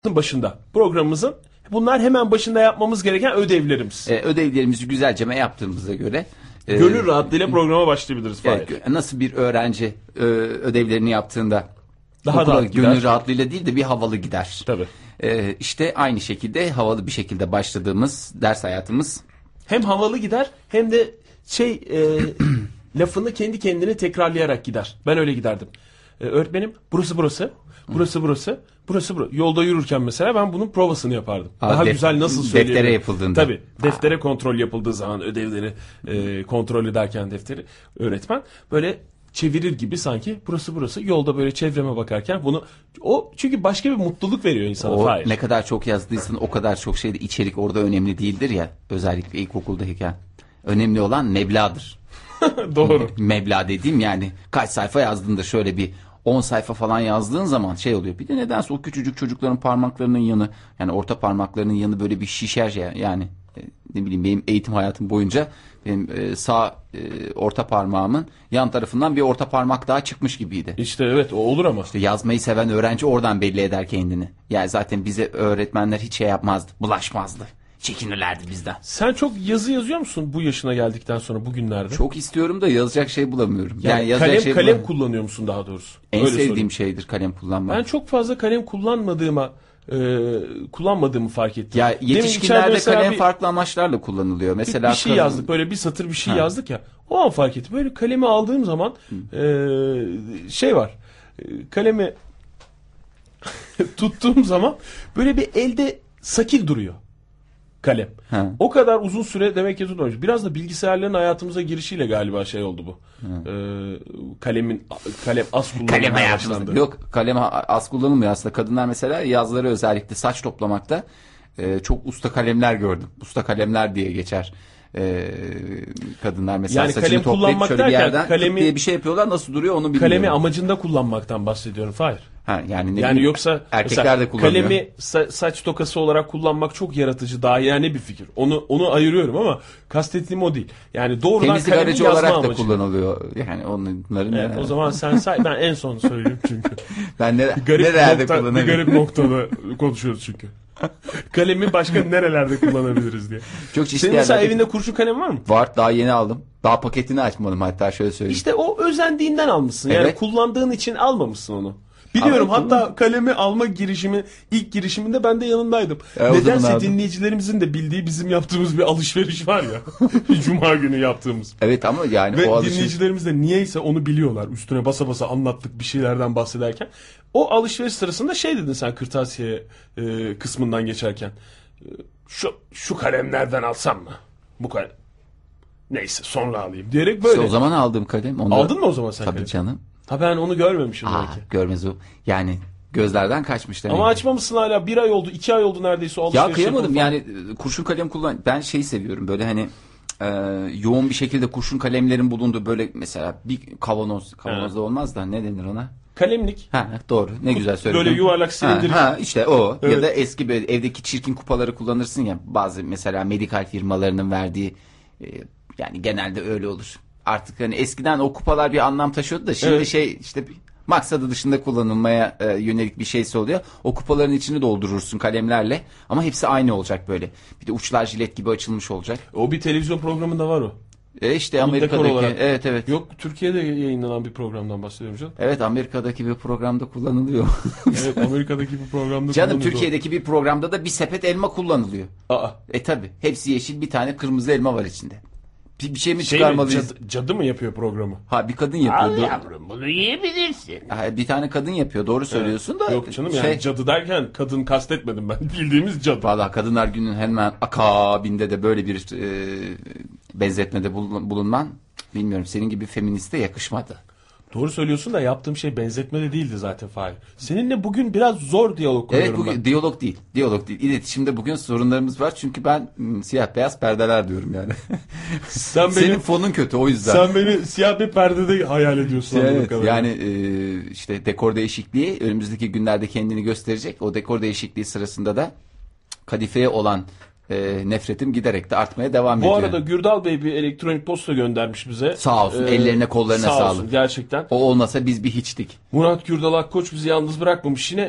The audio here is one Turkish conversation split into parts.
başında programımızın bunlar hemen başında yapmamız gereken ödevlerimiz. Ödevlerimizi güzelce yaptığımıza göre gönül rahatlığıyla programa başlayabiliriz. Nasıl bir öğrenci ödevlerini yaptığında daha okula rahat gönül gider. rahatlığıyla değil de bir havalı gider. Tabii. İşte aynı şekilde havalı bir şekilde başladığımız ders hayatımız Hem havalı gider hem de lafını kendi kendine tekrarlayarak gider. Ben öyle giderdim. Öğretmenim burası. Yolda yürürken mesela ben bunun provasını yapardım. Daha güzel nasıl söyleyebilirim. Deftere yapıldığında. Tabii. Deftere kontrol yapıldığı zaman ödevleri kontrol ederken defteri öğretmen böyle çevirir gibi sanki burası yolda böyle çevreme bakarken bunu çünkü başka bir mutluluk veriyor insana. Ne kadar çok yazdıysan o kadar çok şeyde içerik orada önemli değildir ya, özellikle ilkokuldayken. Önemli olan meblağdır. Doğru. Meblağ dediğim yani kaç sayfa yazdığında şöyle bir 10 sayfa falan yazdığın zaman oluyor. Bir de nedense o küçücük çocukların parmaklarının yanı, yani orta parmaklarının yanı böyle bir şişer yani. Ne bileyim, benim eğitim hayatım boyunca benim sağ orta parmağımın yan tarafından bir orta parmak daha çıkmış gibiydi. İşte evet, o olur ama. İşte yazmayı seven öğrenci oradan belli eder kendini. Yani zaten bize öğretmenler hiç yapmazdı, bulaşmazdı. Çekinirlerdi bizden. Sen çok yazı yazıyor musun bu yaşına geldikten sonra, bugünlerde? Çok istiyorum da yazacak şey bulamıyorum. Yani yazacak kalem kullanıyor musun daha doğrusu? En öyle sevdiğim sorayım. şeydir kalem kullanmak. Ben çok fazla kalem kullanmadığımı fark ettim. Ya yetişkinlerde kalem farklı amaçlarla kullanılıyor. Mesela bir şey yazdık, böyle bir satır bir şey yazdık ya. O an fark ettim. Böyle kalemi aldığım zaman var. Kalemi tuttuğum zaman böyle bir elde sakil duruyor kalem. O kadar uzun süre demek ki tutmamış. Biraz da bilgisayarların hayatımıza girişiyle galiba oldu bu. Kalem az kullanılmaya başlandı. Yok, kalem az kullanılmıyor aslında. Kadınlar mesela yazları özellikle saç toplamakta çok usta kalemler gördüm. Usta kalemler diye geçer. Kadınlar mesela yani saçını toplayıp şöyle bir yerden diye bir şey yapıyorlar. Nasıl duruyor onu bilmiyorum. Kalemi amacında kullanmaktan bahsediyorum. Hayır. Yani yoksa erkekler de kullanıyor. Kalemi saç tokası olarak kullanmak çok yaratıcı, daha yani bir fikir. Onu ayırıyorum ama kastettiğim o değil. Yani doğrudan temizlik kalemin aracı yazma olarak da amacı kullanılıyor. Yani onların. Evet, o zaman sen say, ben en son söyleyeyim çünkü. Ben nerelerde kullanabilirim? Bir garip noktada konuşuyoruz çünkü. Kalemi başka nerelerde kullanabiliriz diye. Çok senin mesela evinde kurşun kalem var mı? Var, daha yeni aldım. Daha paketini açmadım, hatta şöyle söyleyeyim. İşte o özendiğinden almışsın. Evet. Yani kullandığın için almamışsın onu. Biliyorum, hatta kalemi alma ilk girişiminde ben de yanındaydım. Nedense dinleyicilerimizin de bildiği bizim yaptığımız bir alışveriş var ya. Cuma günü yaptığımız. Evet ama yani ve o alışveriş. Dinleyicilerimiz de niyeyse onu biliyorlar. Üstüne basa basa anlattık bir şeylerden bahsederken. O alışveriş sırasında dedin sen kırtasiye kısmından geçerken. Şu kalemlerden alsam mı? Bu kalem. Neyse sonra alayım diyerek böyle. İşte o zaman aldığım kalem. Aldın mı o zaman sen Tabii kalem? canım. Ha, ben onu görmemişim belki. Görmez o. Yani gözlerden kaçmış demek. Ama açmamışsın hala. 1 ay oldu, 2 ay oldu neredeyse o alışveriş. Ya kıyamadım yani, kurşun kalem ben seviyorum böyle hani yoğun bir şekilde kurşun kalemlerin bulunduğu böyle mesela bir kavanozda olmaz da ne denir ona? Kalemlik. Doğru, ne güzel söyledin. Böyle yuvarlak silindir. İşte o. Evet. Ya da eski böyle evdeki çirkin kupaları kullanırsın ya, bazı mesela medikal firmalarının verdiği yani genelde öyle olur. Artık hani eskiden o kupalar bir anlam taşıyordu da şimdi işte maksadı dışında kullanılmaya yönelik bir şeysi oluyor. O kupaların içini doldurursun kalemlerle ama hepsi aynı olacak böyle. Bir de uçlar jilet gibi açılmış olacak. O bir televizyon programında var o. İşte Amerika'daki. Evet. Yok, Türkiye'de yayınlanan bir programdan bahsediyorum canım. Evet, Amerika'daki bir programda kullanılıyor. Evet, Amerika'daki bir programda canım, Türkiye'deki bir programda da bir sepet elma kullanılıyor. Tabi. Hepsi yeşil, bir tane kırmızı elma var içinde. Bir şey mi çıkarmalıyız? Cadı mı yapıyor programı? Bir kadın yapıyor. Al yavrum, bunu yiyebilirsin. Bir tane kadın yapıyor, doğru söylüyorsun da. Yok canım, yani cadı derken kadın kastetmedim ben. Bildiğimiz cadı. Valla Kadınlar Günü'nün hemen akabinde de böyle bir benzetmede bulunman, bilmiyorum, senin gibi feministe yakışmadı. Doğru söylüyorsun da yaptığım şey benzetme de değildi zaten Fahir. Seninle bugün biraz zor diyalog kuruyorum ben. Evet, bugün diyalog değil. İletişimde bugün sorunlarımız var çünkü ben siyah beyaz perdeler diyorum yani. Senin fonun kötü, o yüzden. Sen beni siyah bir perdede hayal ediyorsun. Evet, yani işte dekor değişikliği önümüzdeki günlerde kendini gösterecek. O dekor değişikliği sırasında da kadifeye olan nefretim giderek de artmaya devam ediyor. Bu arada Gürdal Bey bir elektronik posta göndermiş bize. Sağ olsun, ellerine kollarına sağ sağlık. Olsun, gerçekten. O olmasa biz bir hiçtik. Murat Gürdal Akkoç bizi yalnız bırakmamış. Yine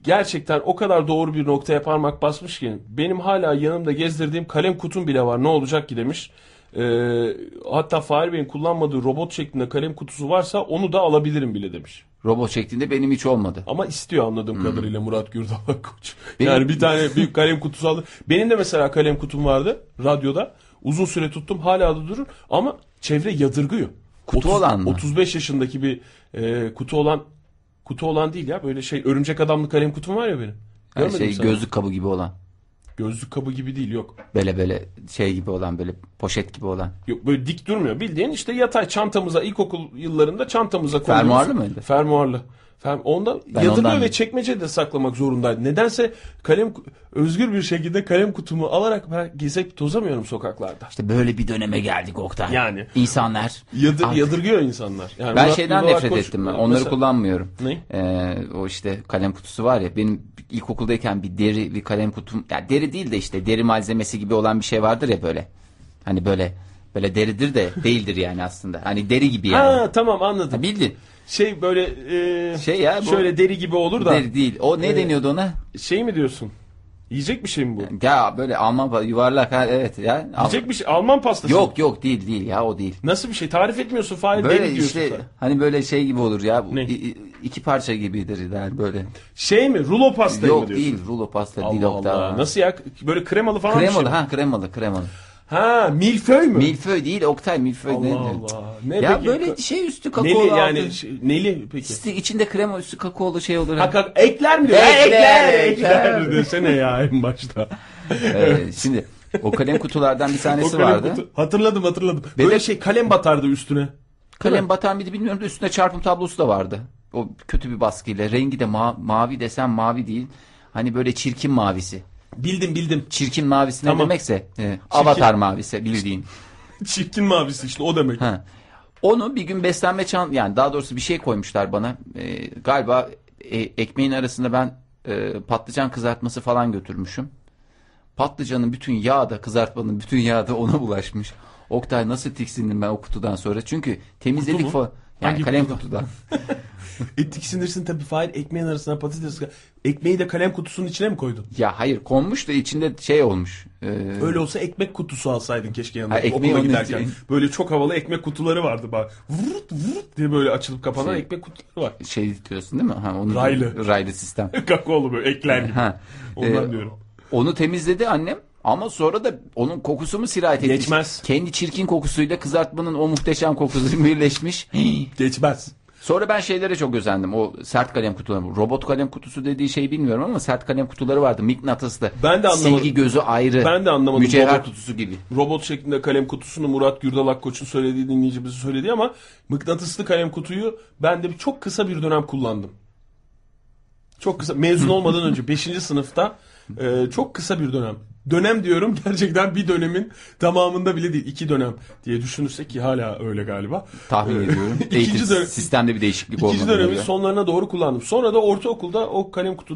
gerçekten o kadar doğru bir noktaya parmak basmış ki benim hala yanımda gezdirdiğim kalem kutum bile var. Ne olacak ki demiş. Hatta Fahir Bey'in kullanmadığı robot şeklinde kalem kutusu varsa onu da alabilirim bile demiş. Robot şeklinde benim hiç olmadı. Ama istiyor anladığım kadarıyla Murat Gürdal Koç. Benim... Yani bir tane büyük kalem kutusu aldı. Benim de mesela kalem kutum vardı radyoda. Uzun süre tuttum, hala da durur ama çevre yadırgıyor. Kutu olan mı? 35 yaşındaki bir kutu olan değil ya, böyle şey örümcek adamlı kalem kutum var ya benim. Her şey gözlük kabı gibi olan. Gözlük kabı gibi değil, yok. Böyle şey gibi olan, böyle poşet gibi olan. Yok, böyle dik durmuyor. Bildiğin işte yatay, çantamıza, ilkokul yıllarında çantamıza koyuyoruz. Fermuarlı mıydı? Fermuarlı. Onda yadırgıyor ve çekmecede saklamak zorundaydı. Nedense özgür bir şekilde kalem kutumu alarak ben gezip tozamıyorum sokaklarda. İşte böyle bir döneme geldik Oktay. Yani. İnsanlar. Yadırgıyor insanlar. Yani ben Murat şeyden Gürdal nefret Koç, ettim ben. Onları mesela kullanmıyorum. Ne? O işte kalem kutusu var ya. Benim ilkokuldayken bir deri bir kalem kutum. Ya deri değil de işte deri malzemesi gibi olan bir şey vardır ya böyle. Hani böyle deridir de değildir yani aslında. Hani deri gibi yani. Ha, tamam, anladım. Ha, bildin. Şey böyle şey ya, bu şöyle deri gibi olur da. Deri değil. O ne deniyordu ona? Şey mi diyorsun? Yiyecek bir şey mi bu? Ya böyle Alman yuvarlak, ha, evet ya. Yiyecek bir şey, Alman pastası. Yok değil ya, o değil. Nasıl bir şey? Tarif etmiyorsun Fahir, böyle deri diyorsun işte sen. hani böyle şey gibi olur ya. Ne? İki parça gibidir yani böyle. Şey mi? Rulo pasta mı diyorsun? Yok değil, rulo pasta Allah değil Oktay. Allah. Nasıl ya? Böyle kremalı falan Kremalı, bir şey mi? kremalı. Ha, milföy mü? Milföy değil Oktay, milföy Allah değil. Allah. Ne Ya peki? böyle şey üstü kakaolu. Neli altı. yani neli peki? İçinde krema, üstü kakaolu şey olur. Ekler mi diyor? Ekler. Desene ya en başta. Şimdi o kalem kutulardan bir tanesi vardı. Hatırladım. Ve Böyle de- kalem batardı üstüne. Kalem batan mıydı bilmiyorum da üstünde çarpım tablosu da vardı. O kötü bir baskıyla. Rengi de mavi desem mavi değil. Hani böyle çirkin mavisi. Bildim. Çirkin mavisi ne Tamam. demekse. Avatar mavisi bildiğin. Çirkin mavisi işte o demek. Ha. Onu bir gün beslenme yani daha doğrusu bir şey koymuşlar bana. Galiba ekmeğin arasında ben patlıcan kızartması falan götürmüşüm. Patlıcanın bütün yağı da, kızartmanın bütün yağı da ona bulaşmış. Oktay nasıl tiksindim ben o kutudan sonra. Çünkü temizledik Kutu mu? falan. Yani Hangi kalem kutudan? kutudan. Tiksinirsin tabii Fahir, ekmeğin arasına patates. Ekmeği de kalem kutusunun içine mi koydun? Ya hayır, konmuş da içinde şey olmuş. Öyle olsa ekmek kutusu alsaydın keşke yanına. Ha, ekmeği Okula onun giderken. için. Böyle çok havalı ekmek kutuları vardı bak. Vurt diye böyle açılıp kapanan Şey- ekmek kutuları var. Şey diyorsun değil mi? Ha, onu Raylı sistem. Kakaolu böyle ekler gibi. Ha. Ondan diyorum. Onu temizledi annem. Ama sonra da onun kokusu mu sirayet etmiş? Geçmez. Kendi çirkin kokusuyla kızartmanın o muhteşem kokusu birleşmiş. Geçmez. Sonra ben şeylere çok özendim. O sert kalem kutuları. Robot kalem kutusu dediği şeyi bilmiyorum ama sert kalem kutuları vardı. Mıknatıslı. Ben de anlamadım. Silgi gözü ayrı. Ben de anlamadım. Mücevher kutusu gibi. Robot şeklinde kalem kutusunu Murat Gürdal Akkoç'un söylediği, dinleyicimizin söylediği, ama mıknatıslı kalem kutuyu ben de çok kısa bir dönem kullandım. Çok kısa. Mezun olmadan önce 5. sınıfta çok kısa bir dönem. Dönem diyorum, gerçekten bir dönemin tamamında bile değil. 2 dönem diye düşünürsek ki hala öyle galiba. Tahmin ediyorum. İkinci dönem, sistemde bir değişiklik olmadı. İkinci dönemin sonlarına doğru kullandım. Sonra da ortaokulda o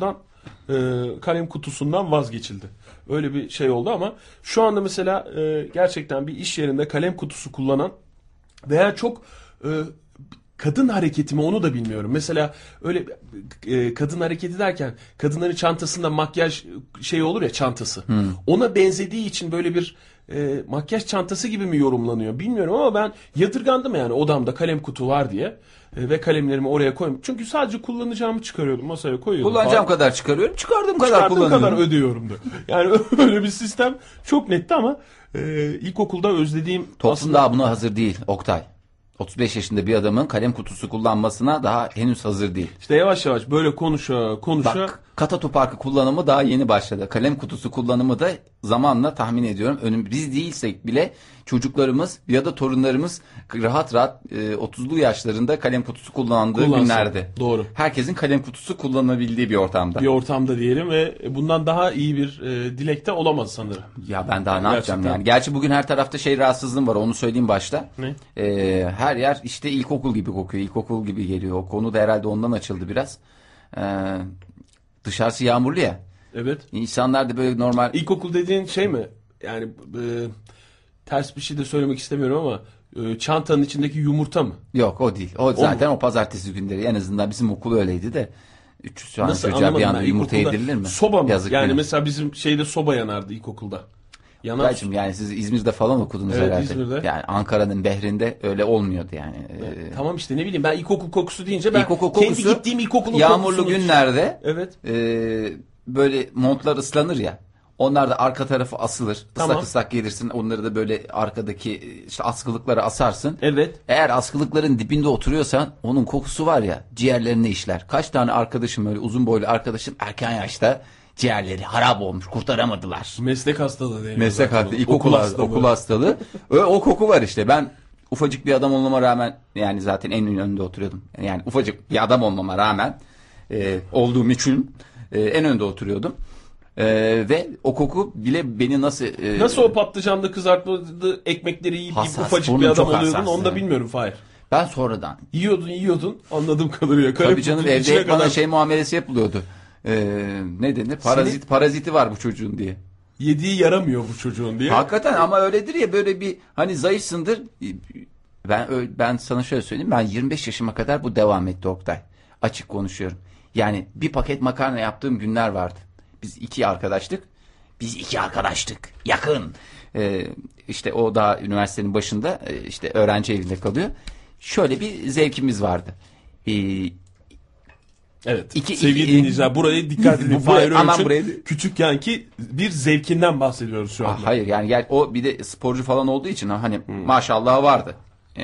kalem kutusundan vazgeçildi. Öyle bir şey oldu ama şu anda mesela gerçekten bir iş yerinde kalem kutusu kullanan veya çok kadın hareketi mi onu da bilmiyorum. Mesela öyle kadın hareketi derken kadınların çantasında makyaj şey olur ya, çantası. Ona benzediği için böyle bir makyaj çantası gibi mi yorumlanıyor bilmiyorum ama ben yadırgandım yani odamda kalem kutu var diye. Ve kalemlerimi oraya koymuyorum. Çünkü sadece kullanacağımı çıkarıyordum, masaya koyuyordum. Kullanacağım kadar çıkarıyorum, çıkardığım kadar Çıkardığım kullanıyorum. kadar ödüyorum da. Yani öyle bir sistem çok netti ama ilkokulda özlediğim Toplum aslında... daha buna hazır değil Oktay. 35 yaşında bir adamın kalem kutusu kullanmasına daha henüz hazır değil. İşte yavaş yavaş böyle konuşa. Bak, kata toparkı kullanımı daha yeni başladı. Kalem kutusu kullanımı da zamanla tahmin ediyorum. Biz değilsek bile çocuklarımız ya da torunlarımız rahat 30'lu yaşlarında kalem kutusu kullandığı günlerde. Doğru. Herkesin kalem kutusu kullanabildiği bir ortamda. Bir ortamda diyelim ve bundan daha iyi bir dilekte olamaz sanırım. Ya ben daha ne yapacağım Gerçekten. yani. Gerçi bugün her tarafta şey rahatsızlığım var, onu söyleyeyim başta. Ne? Her yer işte ilkokul gibi kokuyor. İlkokul gibi geliyor. O konu da herhalde ondan açıldı biraz. Dışarısı yağmurlu ya. Evet. İnsanlar da böyle normal... İlkokul dediğin şey mi? Yani ters bir şey de söylemek istemiyorum ama çantanın içindeki yumurta mı? Yok, o değil. O zaten o pazartesi günleri. En azından bizim okul öyleydi de. 300 tane Nasıl, çocuğa bir anlamadım anda ben. yumurta İlkokulda yedirilir mi? Soba mı? Yazık Yani günah. mesela bizim şeyde soba yanardı ilkokulda. Yanar. Bacım, yani siz İzmir'de falan okudunuz Evet, herhalde. İzmir'de. Yani Ankara'nın Behrinde öyle olmuyordu yani. Tamam işte, ne bileyim, ben ilkokul kokusu deyince ben İlkokul kendi kokusu, gittiğim ilkokulun yağmurlu kokusunu günlerde Evet. böyle montlar ıslanır ya. Onlar da arka tarafı asılır. Tamam. Islak ıslak gelirsin. Onları da böyle arkadaki işte askılıklara asarsın. Evet. Eğer askılıkların dibinde oturuyorsan onun kokusu var ya, ciğerlerine işler. Kaç tane arkadaşım, öyle uzun boylu arkadaşım, erken yaşta ciğerleri harap olmuş, kurtaramadılar. Meslek hastalığı değil. Meslek hastalığı, okul hastalığı. O koku var işte. Ben ufacık bir adam olmama rağmen, yani zaten en önde oturuyordum. Yani ufacık bir adam olmama rağmen olduğum için en önde oturuyordum. Ve o koku bile beni nasıl... Nasıl o patlıcanlı kızartmalı ekmekleri yiyip Hassas, ufacık bir burnum adam çok oluyordun, hassas, onu da evet. bilmiyorum Fahir. Ben sonradan... Yiyordun anladığım kadarıyla. Tabii canım, evde içine hep bana kadar şey muamelesi yapılıyordu. Ne denir? Paraziti var bu çocuğun diye. yediği yaramıyor bu çocuğun diye. Hakikaten, ama öyledir ya, böyle bir hani zayıfsındır. Ben sana şöyle söyleyeyim, ben 25 yaşıma kadar bu devam etti Oktay. Açık konuşuyorum. Yani bir paket makarna yaptığım günler vardı. Biz iki arkadaştık. Yakın. İşte o da üniversitenin başında, işte öğrenci evinde kalıyor. Şöyle bir zevkimiz vardı. Evet. İki- Sevgili iki- dinleyiciler, buraya dikkat edin. Fahir aman Öğünç'ün buraya- küçükkenki bir zevkinden bahsediyoruz şu anda. Hayır yani o bir de sporcu falan olduğu için hani maşallah vardı.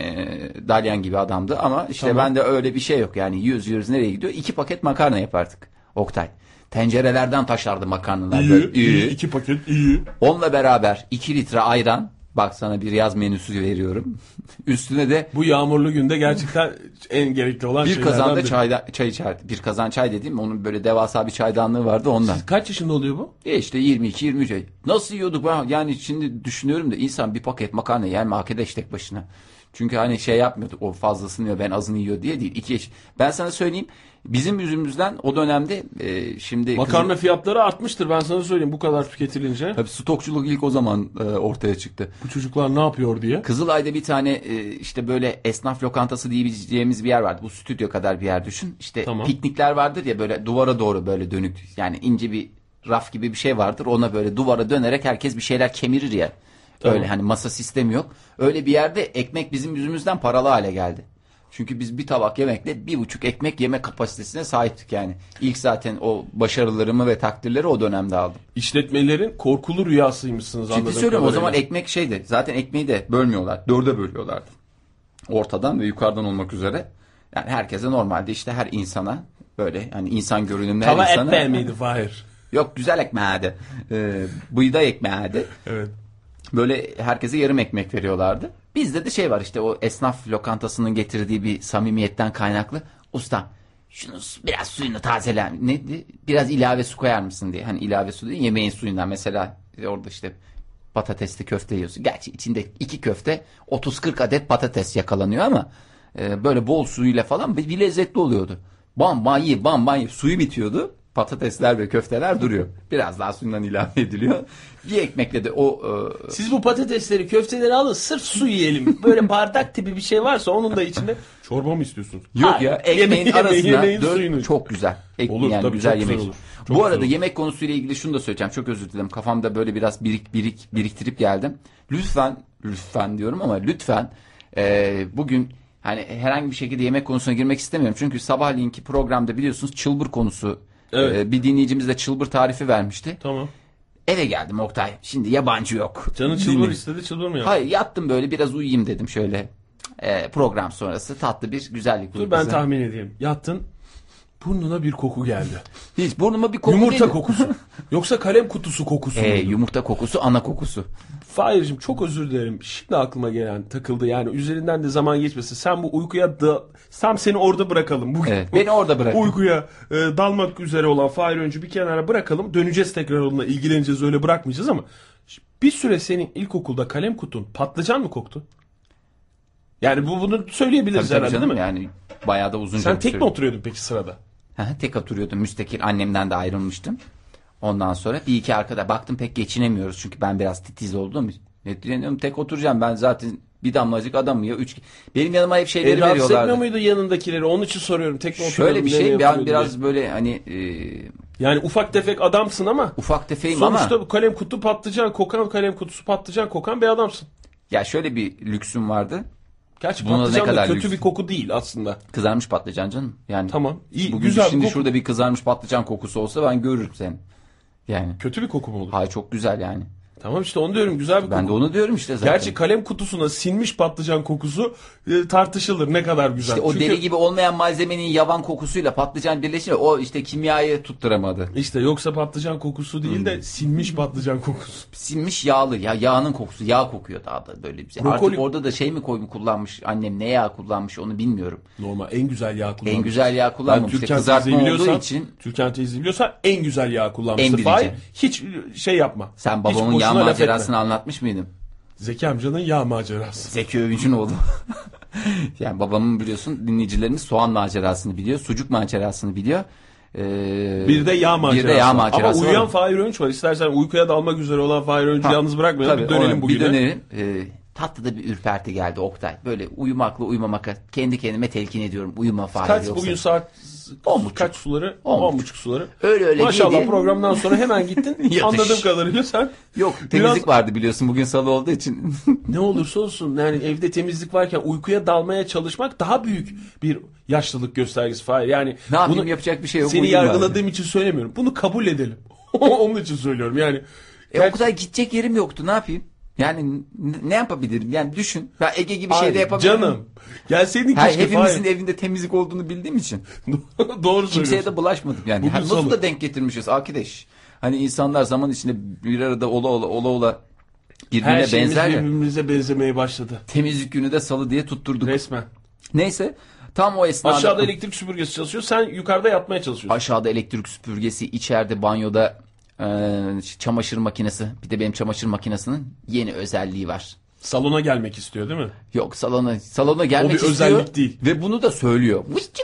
Dalyan gibi adamdı ama işte Tamam. bende öyle bir şey yok. Yani yiyoruz nereye gidiyor? 2 paket makarna yapardık Oktay. Tencerelerden taşlardı makarnalar. Böyle İyi. 2 paket iyi. Onunla beraber 2 litre ayran. Bak, sana bir yaz menüsü veriyorum. Üstüne de Bu yağmurlu günde gerçekten en gerekli olan bir şeylerden kazan da biri. çay içerdi. Bir kazan çay dediğim, onun böyle devasa bir çaydanlığı vardı ondan. Kaç yaşında oluyor bu? İşte 22-23 ay. Nasıl yiyorduk? Yani şimdi düşünüyorum da, insan bir paket makarna yer mi arkadaş tek başına? Çünkü hani şey yapmıyorduk, o fazlasını yiyor ben azını yiyor diye değil. Ben sana söyleyeyim, bizim yüzümüzden o dönemde şimdi... Makarna fiyatları artmıştır, ben sana söyleyeyim, bu kadar tüketilince. Tabii stokçuluk ilk o zaman ortaya çıktı. Bu çocuklar ne yapıyor diye. Kızılay'da bir tane işte böyle esnaf lokantası diyebileceğimiz bir yer vardı. Bu stüdyo kadar bir yer düşün. İşte Tamam. piknikler vardır ya, böyle duvara doğru böyle dönük. Yani ince bir raf gibi bir şey vardır. Ona böyle duvara dönerek herkes bir şeyler kemirir ya. Tamam. Öyle hani masa sistemi yok. Öyle bir yerde ekmek bizim yüzümüzden paralı hale geldi. Çünkü biz bir tabak yemekle 1,5 ekmek yeme kapasitesine sahiptik yani. İlk zaten o başarılarımı ve takdirleri o dönemde aldım. İşletmelerin korkulu rüyasıymışsınız Ciddi anladığım söylüyorum, o kadarıyla. zaman ekmek şeydi. Zaten ekmeği de bölmüyorlar. 4'e bölüyorlardı. Ortadan ve yukarıdan olmak üzere. Yani herkese normalde, işte her insana böyle, hani insan görünümlü her Tava insana. ekmeği miydi Fahir? Yok, güzel ekmeğiydi. Buğday ekmeğiydi. Evet. Böyle herkese yarım ekmek veriyorlardı. Bizde de şey var, işte o esnaf lokantasının getirdiği bir samimiyetten kaynaklı. Usta, şunu biraz suyunu tazele. Ne? Biraz ilave su koyar mısın diye. Hani ilave su değil, yemeğin suyundan. Mesela orada işte patatesli köfte yiyorsun. Gerçi içinde 2 köfte 30-40 adet patates yakalanıyor ama böyle bol suyuyla falan bir lezzetli oluyordu. Bam bam ye. Suyu bitiyordu. Patatesler ve köfteler duruyor. Biraz daha suyundan ilave ediliyor. Bir ekmekle de o... Siz bu patatesleri, köfteleri alın, sırf su yiyelim. Böyle bardak tipi bir şey varsa onun da içinde çorba mı istiyorsunuz? Yok ya, ekmeğin arasına yemeğin dört, suyunu. çok güzel. Olur, yani tabii, güzel çok güzel yemek. olur. Çok Bu güzel arada olur. yemek konusuyla ilgili şunu da söyleyeceğim. Çok özür dilerim. Kafamda böyle biraz biriktirip geldim. Lütfen diyorum ama lütfen bugün hani herhangi bir şekilde yemek konusuna girmek istemiyorum. Çünkü sabahleyinkki programda biliyorsunuz çılbır konusu. Evet. Bir dinleyicimiz de çılbır tarifi vermişti. Tamam. Eve geldim Oktay. Şimdi yabancı yok. Canın çılbır istedi, çılbır mı yaptı? Hayır, yattım böyle biraz uyuyayım dedim şöyle. Program sonrası tatlı bir güzellik Dur uykusu. ben tahmin edeyim. Yattın, burnuna bir koku geldi. Hiç burnuma bir koku Yumurta değil. kokusu. Yoksa kalem kutusu kokusu muydu? Yumurta kokusu, ana kokusu. Fahir'cim çok özür dilerim. Şimdi aklıma gelen takıldı. Yani üzerinden de zaman geçmesin. Sen bu uykuya tam seni orada bırakalım. Bugün Evet, beni orada bırakın. uykuya dalmak üzere olan Fahir Öncü bir kenara bırakalım. Döneceğiz tekrar onunla, ilgileneceğiz, öyle bırakmayacağız ama bir süre senin ilkokulda kalem kutun patlıcan mı koktu? Yani bunu söyleyebiliriz Tabii herhalde canım, değil mi? yani bayağı da uzunca Sen bir tek süre. mi oturuyordun peki sırada? Tek oturuyordum müstakil, annemden de ayrılmıştım. Ondan sonra bir iki arkada baktım, pek geçinemiyoruz çünkü ben biraz titiz olduğum için. Ne diyeyim, tek oturacağım ben zaten, Bir damlacık adam yiyor. Benim yanıma hep şeyleri Rahatsız veriyorlardı. etmiyor muydu yanındakileri? Onun için soruyorum. Tekne Şöyle bir şey, biraz biraz böyle hani yani ufak tefek adamsın ama ufak tefeyim ama sonuçta kalem kutu patlıcan kokan, kalem kutusu patlıcan kokan bir adamsın. ya şöyle bir lüksüm vardı. Gerçi Buna patlıcan ne da kadar kötü lüks. bir koku değil aslında. Kızarmış patlıcan canım. Yani Tamam. İyi, bugün güzel şimdi koku. şurada bir kızarmış patlıcan kokusu olsa ben görürüm seni. Yani Kötü bir koku mu olur? hay çok güzel yani. Tamam işte onu diyorum, güzel bir koku. Ben de onu diyorum işte zaten. Gerçi kalem kutusuna sinmiş patlıcan kokusu tartışılır ne kadar güzel. İşte o Çünkü deri gibi olmayan malzemenin yavan kokusuyla patlıcan birleşince o işte kimyayı tutturamadı. işte yoksa patlıcan kokusu değil de sinmiş patlıcan kokusu. Sinmiş yağlı ya, yağının kokusu, yağ kokuyor daha da böyle bir şey. Brokoli- Artık orada da şey mi kullanmış annem, ne yağ kullanmış onu bilmiyorum. Normal en güzel yağ kullanmış. En güzel yağ kullanmamış. İşte Türkan kızartma teyzeyi olduğu biliyorsan, için Türkan teyzeyi biliyorsan en güzel yağ En kullanmıştır. birinci. Hayır, hiç şey yapma. sen Hiç babamın yağ boşuna laf etme. macerasını anlatmış mıydın? Zeki amcanın yağ macerası. Zeki Övünç'ün oğlu. Yani babamın biliyorsun dinleyicilerimiz soğan macerasını biliyor, sucuk macerasını biliyor. Bir de yağ macerası. Bir de yağ macerası. Ama uyuyan var. Fahir Öğünç var. İstersen uykuya dalmak üzere olan Fahir Öğünç'ü yalnız bırakmayalım. Tabii, Bir dönelim ona bugüne. Bir dönelim. Tatlı da bir ürperti geldi Oktay. Böyle uyumakla uyumamaka kendi kendime telkin ediyorum. Uyuma Fahir Kaç yoksa. bugün saat 10.30. kaç suları? 10.30 10.30 suları. Öyle Maşallah değil. programdan sonra hemen gittin. Yatış. Anladığım kadarıyla sen Yok biraz- temizlik vardı biliyorsun bugün salı olduğu için. ne olursa olsun yani evde temizlik varken uykuya dalmaya çalışmak daha büyük bir yaşlılık göstergesi Fahir. Yani Ne yapayım, yapacak bir şey yok. Seni Uyuyayım yargıladığım için söylemiyorum. Bunu kabul edelim. Onun için söylüyorum yani. O kadar gidecek yerim yoktu, ne yapayım? Yani ne yapabilirim? Yani düşün. Ben Ege gibi şey de Hayır, yapabilirim. canım. Gelseydin Hayır, keşke hepimizin Fahir. evinde temizlik olduğunu bildiğim için. Doğru Kimseye söylüyorsun. de bulaşmadım yani. Bugün Nasıl salı. da denk getirmişiz arkadaş. Hani insanlar zaman içinde bir arada ola birbirine Her şeyimiz benzer ya. birbirimize benzemeye başladı. Temizlik günü de salı diye tutturduk. Resmen. Neyse tam o esnada Aşağıda elektrik süpürgesi çalışıyor. Sen yukarıda yatmaya çalışıyorsun. aşağıda elektrik süpürgesi, içeride banyoda çamaşır makinesi. Bir de benim çamaşır makinesinin yeni özelliği var. Salona gelmek istiyor değil mi? Yok, salona gelmek O bir istiyor. özellik değil. Ve bunu da söylüyor.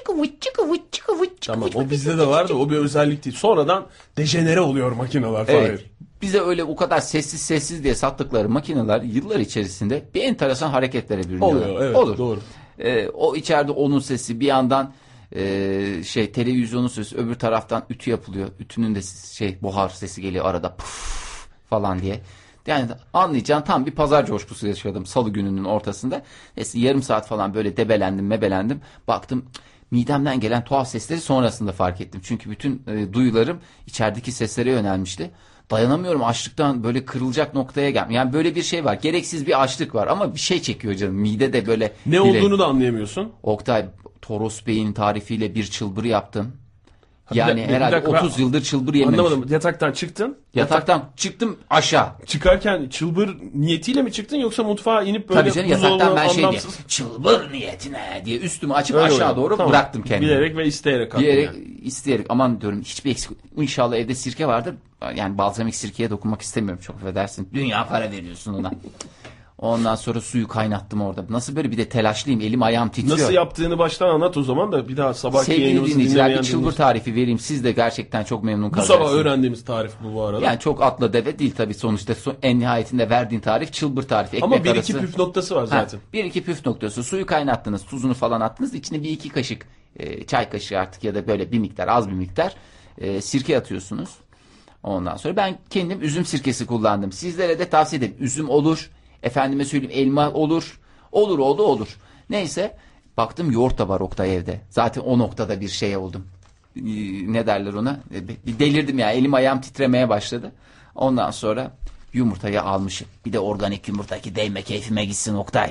Tamam, o bizde de var da o bir özellik değil. Sonradan dejenere oluyor makineler Fahir. Evet. Bize öyle o kadar sessiz diye sattıkları makineler yıllar içerisinde bir enteresan hareketlere bürünüyorlar. Oluyor, evet, Olur. doğru. O içeride onun sesi, bir yandan televizyonun sesi, öbür taraftan ütü yapılıyor. Ütünün de buhar sesi geliyor arada puf falan diye. Yani anlayacağın tam bir pazar coşkusu yaşadım salı gününün ortasında. Neyse yarım saat falan böyle debelendim. Baktım midemden gelen tuhaf sesleri sonrasında fark ettim. Çünkü bütün duyularım içerideki seslere yönelmişti. Dayanamıyorum, açlıktan böyle kırılacak noktaya geldim. Yani böyle bir şey var. Gereksiz bir açlık var ama bir şey çekiyor canım. Mide de böyle. Ne olduğunu da anlayamıyorsun. Oktay, Toros Bey'in tarifiyle bir çılbır yaptım. bir Yani dakika, herhalde bir dakika, 30 yıldır çılbır yememiş. Anlamadım. Yataktan çıktın. Yataktan çıktım aşağı. Çıkarken çılbır niyetiyle mi çıktın yoksa mutfağa inip böyle Tabii canım, yataktan buzdolabı ben diye anlamsız... çılbır niyetine diye üstümü açıp Öyle aşağı öyle. doğru Tamam. bıraktım kendimi. Bilerek ve isteyerek kalktın Diyerek, yani. isteyerek, aman diyorum hiçbir eksik. İnşallah evde sirke vardır. Yani balzamik sirkeye dokunmak istemiyorum, çok affedersin. Dünya para veriyorsun ona. Ondan sonra suyu kaynattım orada. Nasıl böyle, bir de telaşlıyım, elim ayağım titriyor. Nasıl yaptığını baştan anlat o zaman da bir daha sabahki Sevgili yayınımızı dinleyiciler, bir dinlemeyen çılbır dinleyiciler. tarifi vereyim. Siz de gerçekten çok memnun Bu kalacaksınız. sabah öğrendiğimiz tarif bu arada. Yani çok atla deve değil tabii, sonuçta en nihayetinde verdiğin tarif çılbır tarifi. Ekmek Ama bir arası. iki püf noktası var zaten. Bir iki püf noktası. Suyu kaynattınız, tuzunu falan attınız. İçine bir iki kaşık çay kaşığı artık ya da böyle bir miktar, az bir miktar sirke atıyorsunuz. Ondan sonra ben kendim üzüm sirkesi kullandım. Sizlere de tavsiye ederim. Üzüm olur. Efendime söyleyeyim, elma olur. Olur. Neyse, baktım yoğurt da var Oktay evde. Zaten o noktada bir şey oldum. Ne derler ona? Bir delirdim ya. Elim ayağım titremeye başladı. Ondan sonra yumurtayı almışım. Bir de organik yumurta ki değme keyfime gitsin Oktay.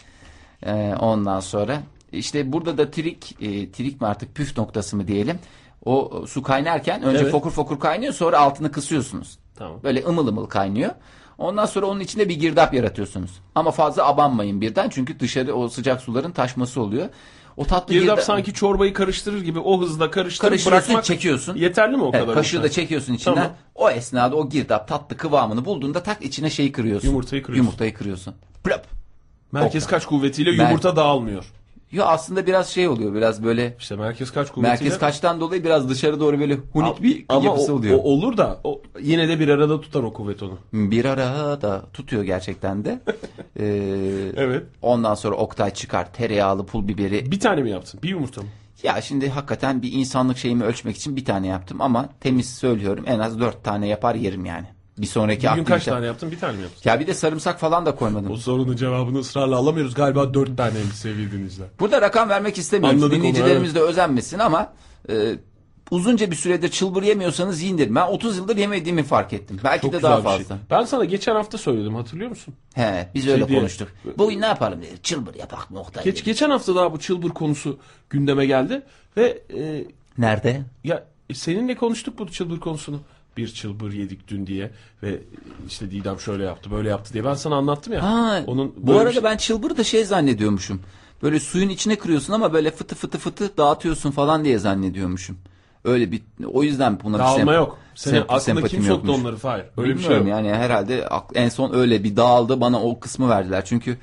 Ondan sonra işte burada da trik mi artık, püf noktası mı diyelim. O su kaynarken önce Evet. fokur fokur kaynıyor, sonra altını kısıyorsunuz. Tamam. Böyle ımıl ımıl kaynıyor. Ondan sonra onun içinde bir girdap yaratıyorsunuz. Ama fazla abanmayın birden, çünkü dışarı o sıcak suların taşması oluyor. O tatlı Girdap sanki çorbayı karıştırır gibi o hızla karıştırıp karıştırıyorsun, bırakmak çekiyorsun. yeterli mi o Evet, kadar? kaşığı olsa? da çekiyorsun içinden. Tamam. O esnada o girdap tatlı kıvamını bulduğunda tak içine şeyi kırıyorsun. Yumurtayı kırıyorsun. Yumurtayı kırıyorsun. Plop. Merkez Oktay. kaç kuvvetiyle yumurta dağılmıyor. Yo aslında biraz şey oluyor. Biraz böyle İşte merkez kaç kuvvetiyle. merkez kaçtan dolayı biraz dışarı doğru böyle hunik bir ama yapısı oluyor. o olur da yine de bir arada tutar o kuvvet onu. Bir ara da tutuyor gerçekten de. Evet. Ondan sonra Oktay çıkar tereyağlı pul biberi. Bir tane mi yaptın? Bir yumurta mı? Ya şimdi hakikaten bir insanlık şeyimi ölçmek için bir tane yaptım ama temiz söylüyorum en az 4 tane yapar yerim yani. Bir sonraki Bugün kaç aktivite. tane yaptın? Bir tane mi yaptın? Ya bir de sarımsak falan da koymadım. O sorunun cevabını ısrarla alamıyoruz. Galiba 4 taneymiş sevgili dinleyiciler. Burada rakam vermek istemiyorum. Anladık onu, Dinleyicilerimiz de özenmesin ama uzunca bir süredir çılbır yemiyorsanız yiyin derim. Ben 30 yıldır yemediğimi fark ettim. Belki Çok de güzel daha bir şey. fazla. Ben sana geçen hafta söyledim, hatırlıyor musun? He, biz öyle diye- konuştuk. Bugün ne yapalım dedi. Çılbır yapak mı Oktay dedi. Geçen hafta daha bu çılbır konusu gündeme geldi ve Nerede? seninle konuştuk bu çılbır konusunu. Bir çılbır yedik dün diye ve işte Didem şöyle yaptı, böyle yaptı diye ben sana anlattım ya. Ha, Onun bu böyle arada bir şey- ben çılbırı da şey zannediyormuşum. Böyle suyun içine kırıyorsun ama böyle fıtı fıtı fıtı dağıtıyorsun falan diye zannediyormuşum. Öyle bir o yüzden buna bir dağılma yok. Senin aklına sempatim kim soktu yokmuş. onları Fahir? Öyle bir şey Bilmiyorum yok. yani herhalde en son öyle bir dağıldı bana o kısmı verdiler. Çünkü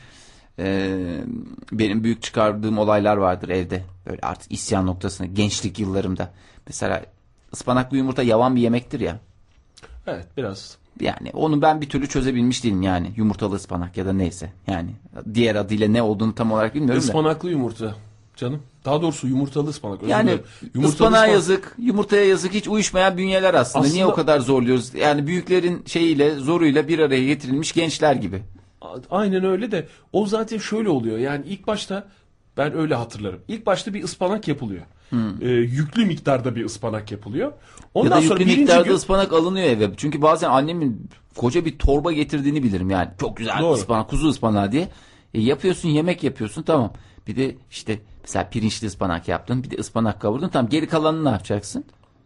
benim büyük çıkardığım olaylar vardır evde. Böyle artık isyan noktasına gençlik yıllarımda. Mesela ıspanaklı yumurta yavan bir yemektir ya. Evet, biraz. Yani onu ben bir türlü çözebilmiş değilim yani. Yumurtalı ıspanak ya da neyse. Yani diğer adıyla ne olduğunu tam olarak bilmiyorum da. Ispanaklı yumurta canım. Daha doğrusu yumurtalı ıspanak. Özür Yani dilerim. Yumurtalı ıspanağa ıspanak- yazık, yumurtaya yazık hiç uyuşmayan bünyeler aslında. Niye Aslında- o kadar zorluyoruz? Yani büyüklerin şeyiyle, zoruyla bir araya getirilmiş gençler gibi. Aynen öyle de o zaten şöyle oluyor. Yani ilk başta ben öyle hatırlarım. İlk başta bir ıspanak yapılıyor. Yüklü miktarda bir ıspanak yapılıyor. Ondan Ya da sonra yüklü birinci miktarda gün ıspanak alınıyor eve. Çünkü bazen annemin koca bir torba getirdiğini bilirim yani. Çok güzel Doğru. ıspanak, kuzu ıspanağı diye. Yapıyorsun, yemek yapıyorsun tamam. Bir de işte mesela pirinçli ıspanak yaptın, bir de ıspanak kavurdun. Tamam geri kalanını ne yapacaksın?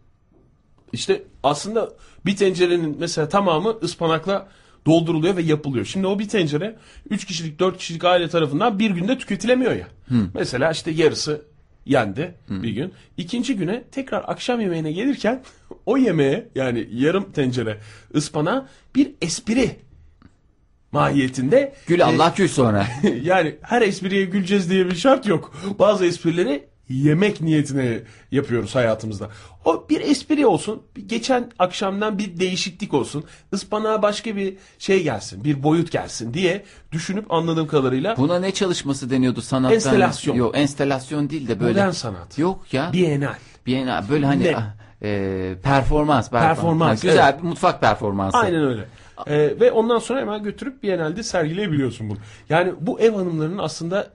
işte aslında bir tencerenin mesela tamamı ıspanakla dolduruluyor ve yapılıyor. Şimdi o bir tencere 3 kişilik 4 kişilik aile tarafından bir günde tüketilemiyor ya. Mesela işte yarısı yendi bir gün. İkinci güne tekrar akşam yemeğine gelirken o yemeğe yani yarım tencere ıspanağı bir espri mahiyetinde. Gül Allah gül sonra. Yani her espriye güleceğiz diye bir şart yok. Bazı esprileri yemek niyetine yapıyoruz hayatımızda. O bir espri olsun. Geçen akşamdan bir değişiklik olsun. Ispanağa başka bir şey gelsin. Bir boyut gelsin diye düşünüp anladığım kadarıyla Buna ne çalışması deniyordu sanattan? Enstelasyon. Yok enstelasyon değil de böyle. modern sanat. Yok ya. Bienal. Böyle hani Ne? performans. Performans, Güzel evet. bir mutfak performansı. Aynen öyle. Ve ondan sonra hemen götürüp Biennale'de sergileyebiliyorsun bunu. Yani bu ev hanımlarının aslında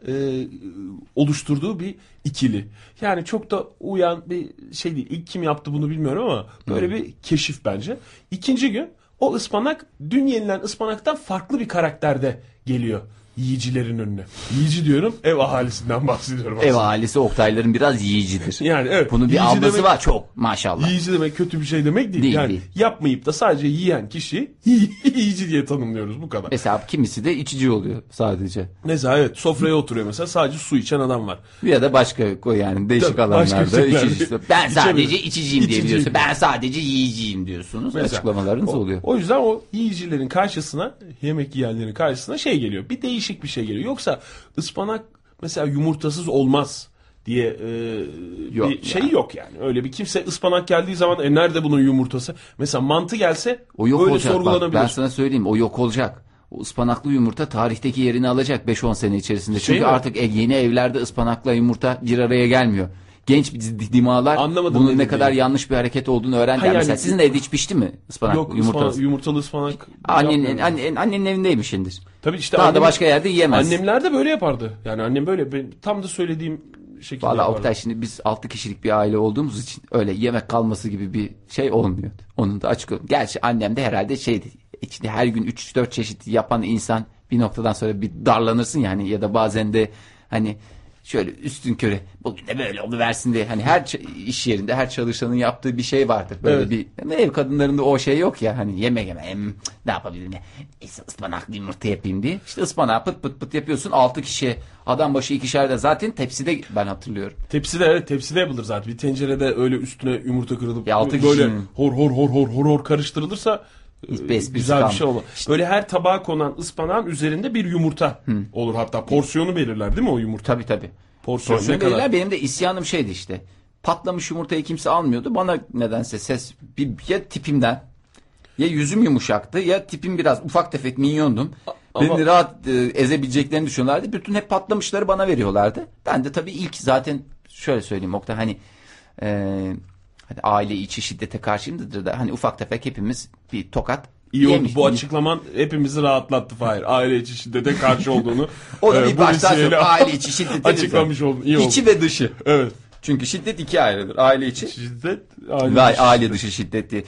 oluşturduğu bir ikili. Yani çok da uyan bir şey değil. İlk kim yaptı bunu bilmiyorum ama böyle bir keşif bence. İkinci gün o ıspanak dün yenilen ıspanaktan farklı bir karakterde geliyor yiyicilerin önüne. Yiyici diyorum, ev ahalisinden bahsediyorum aslında. Ev ahalisi Oktayların biraz yiyicidir. Yani evet. Bunun bir Yiyici ablası demek- var çok maşallah. Yiyici demek kötü bir şey demek değil. Değil, Yani değil. yapmayıp da sadece yiyen kişi yiyici diye tanımlıyoruz, bu kadar. Mesela kimisi de içici oluyor sadece. Mesela evet, sofraya oturuyor mesela, sadece su içen adam var. Ya da başka yani değişik Tabii, başka alanlarda şeyler. içici. Ben sadece İçemiyor. içiciyim diyebiliyorsun. İçiciyim. Ben sadece yiyiciyim diyorsunuz. Mesela, Açıklamalarınız oluyor. O yüzden o yiyicilerin karşısına, yemek yiyenlerin karşısına şey geliyor. Bir değişik bir şey geliyor. Yoksa ıspanak mesela yumurtasız olmaz diye Yok bir şey ya. yok yani. Öyle bir kimse ıspanak geldiği zaman nerede bunun yumurtası? Mesela mantı gelse O yok öyle olacak. Bak, sorgulanabilir. ben sana söyleyeyim o yok olacak. O ıspanaklı yumurta tarihteki yerini alacak 5-10 sene içerisinde. Şey Çünkü mi? artık yeni evlerde ıspanakla yumurta bir araya gelmiyor. Genç dimağlar Anlamadım bunun ne ne dediğini. kadar yanlış bir hareket olduğunu öğrendiler. Ha, yani- Mesela sizin de evde hiç pişti mi ıspanak Yok, yumurtası? yumurtalı ıspanak. Annenin, yapmıyorum. annenin evindeymişsindir. Tabii işte Daha da annem- başka yerde yiyemez. Annemler de böyle yapardı. Yani annem böyle tam da söylediğim şekilde Valla yapardı. Oktay şimdi biz 6 kişilik bir aile olduğumuz için öyle yemek kalması gibi bir şey olmuyor. Onun da açık olun. Gerçi annem de herhalde şeydi. İçinde her gün 3-4 çeşit yapan insan bir noktadan sonra bir darlanırsın yani ya da bazen de hani şöyle üstünkörü bugün de böyle oluversin diye hani her iş yerinde her çalışanın yaptığı bir şey vardır. Böyle bir ev kadınlarında o şey yok ya hani yemek ne yapabilirim ne ıspanaklı yumurta yapayım diye. İşte ıspanağı pıt pıt pıt yapıyorsun 6 kişi adam başı 2'şer de zaten tepside ben hatırlıyorum. Tepside, evet, tepside yapılır zaten. Bir tencerede öyle üstüne yumurta kırılıp Ya altı böyle kişinin- hor karıştırılırsa Hiçbir esprisi güzel bir kalmaz. şey olmaz. Böyle her tabağa konan ıspanağın üzerinde bir yumurta olur hatta. Porsiyonu belirler değil mi o yumurta? Tabii. Porsiyon ne verirler. kadar? Benim de isyanım şeydi işte. Patlamış yumurtayı kimse almıyordu. Bana nedense ses ya tipimden, ya yüzüm yumuşaktı, ya tipim biraz ufak tefek minyondum. Ama- Beni rahat ezebileceklerini düşünüyorlardı. Bütün hep patlamışları bana veriyorlardı. Ben de tabii ilk zaten şöyle söyleyeyim Oktay, hani aile içi şiddete karşıyımdır da hani ufak tefek hepimiz bir tokat İyi oldu. yemiş. Bu açıklaman hepimizi rahatlattı Fahir. Aile içi şiddete karşı olduğunu O da bir bu baştan vesileyle sonra aile içi şiddet açıklamış oldun. İyi oldu. İçi ve dışı. Evet. Çünkü şiddet ikiye ayrılır. Aile içi Şiddet, ve aile dışı şiddeti.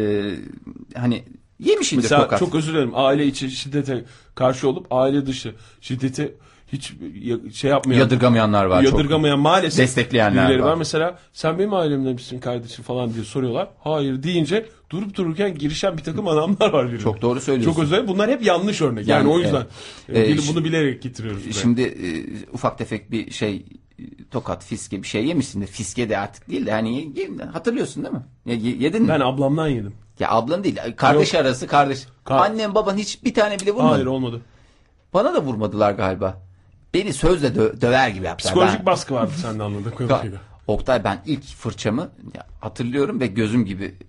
Hani yemişindir Mesela tokat. çok özür dilerim. Aile içi şiddete karşı olup aile dışı şiddeti hiç şey yapmayan, Yadırgamayanlar var. yadırgamayan maalesef Destekleyenler birileri var. Mesela sen benim ailemden misin kardeşim falan diye soruyorlar. Hayır deyince durup dururken girişen bir takım adamlar var. Birine. Çok doğru söylüyorsun. Çok özür dilerim. Bunlar hep yanlış örnek. Yani o yüzden bunu bilerek getiriyoruz. buraya. Şimdi ufak tefek bir şey tokat, fiske bir şey yemişsin de, fiske de artık değil de hani hatırlıyorsun değil mi? Yedin mi? Ben ablamdan yedim. Ya ablan değil, kardeş Yok. arası kardeş. Annen baban hiç bir tane bile vurmadı. Hayır olmadı. Bana da vurmadılar galiba. Beni sözle döver gibi yaptılar. Psikolojik baskı vardı sende anladığım kadarıyla. Oktay, ben ilk fırçamı hatırlıyorum ve gözüm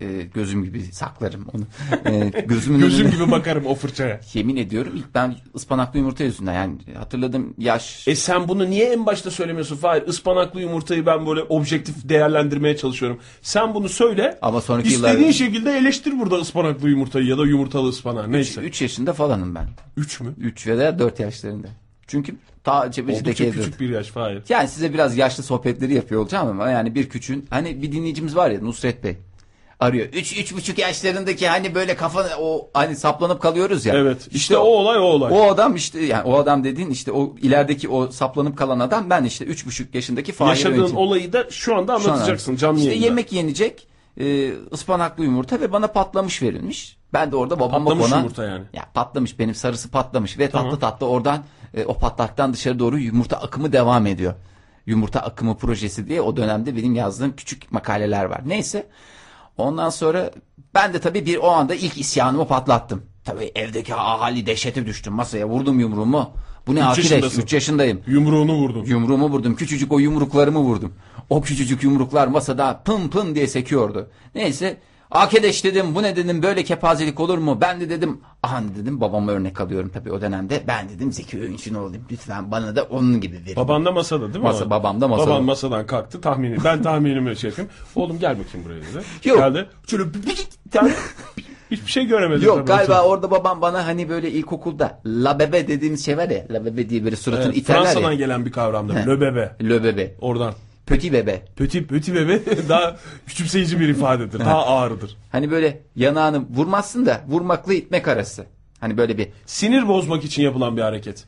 gibi saklarım onu. Gözümün Gözüm önüne, gibi bakarım o fırçaya. yemin ediyorum ilk ben ıspanaklı yumurta yüzünden, yani hatırladım yaş. Sen bunu niye en başta söylemiyorsun Fahir? Ispanaklı yumurtayı ben böyle objektif değerlendirmeye çalışıyorum. Sen bunu söyle. Ama sonraki İstediğin yıllarda- şekilde eleştir burada ıspanaklı yumurtayı ya da yumurtalı ıspanağı. Neyse. 3 yaşında falanım ben. 3 mü? 3 veya 4 yaşlarında. Çünkü ta Cebeci'deki Oldukça evde. küçük bir yaş Fahir. Yani size biraz yaşlı sohbetleri yapıyor olacağım ama yani bir küçüğün, hani bir dinleyicimiz var ya, Nusret Bey arıyor. 3,5 yaşlarındaki hani böyle kafa, o hani saplanıp kalıyoruz ya. Evet. İşte o olay. O adam işte, yani o adam dediğin işte o ilerideki o saplanıp kalan adam, ben işte 3,5 yaşındaki Fahir Yaşadığın Öğüncü. olayı da şu anda anlatacaksın canlı İşte yayında. yemek yenecek, ıspanaklı yumurta ve bana patlamış verilmiş. Ben de orada babama Patlamış yumurta yani. Ya patlamış, benim sarısı patlamış ve Tamam. tatlı tatlı oradan o patlaktan dışarı doğru yumurta akımı devam ediyor. Yumurta akımı projesi diye o dönemde benim yazdığım küçük makaleler var. Neyse. Ondan sonra ben de tabii o anda ilk isyanımı patlattım. Tabii evdeki ahali dehşete düştüm. Masaya vurdum yumruğumu. Bu ne Üç arkadaş? yaşındasın. 3 yaşındayım. Yumruğunu vurdun. Yumruğumu vurdum. Küçücük o yumruklarımı vurdum. O küçücük yumruklar masada pın pın diye sekiyordu. Neyse. Arkadaş dedim, bu ne dedim, böyle kepazelik olur mu? Ben de dedim, aha dedim, babama örnek alıyorum tabii o dönemde. Ben dedim Zeki Öğünç'ün olayım. Lütfen bana da onun gibi verin. Baban da masada değil mi? Babam da masada. Baban masadan kalktı tahmini. Ben tahminimi şey yapayım. Oğlum gel bakayım buraya dedi. Yok. Geldi. Şöyle bir tane hiçbir şey göremedim. Yok tabii. galiba orada babam bana hani böyle ilkokulda la bebe dediğimiz şey var ya, la bebe diye böyle suratını Evet, iterler Fransa'dan ya. gelen bir kavramdır. Le bebe. Le bebe. Oradan. Petit bebe. Petit bebe daha küçümseyici bir ifadedir. Daha ağırdır. Hani böyle yanağını vurmazsın da vurmakla itmek arası. Hani böyle bir. Sinir bozmak için yapılan bir hareket.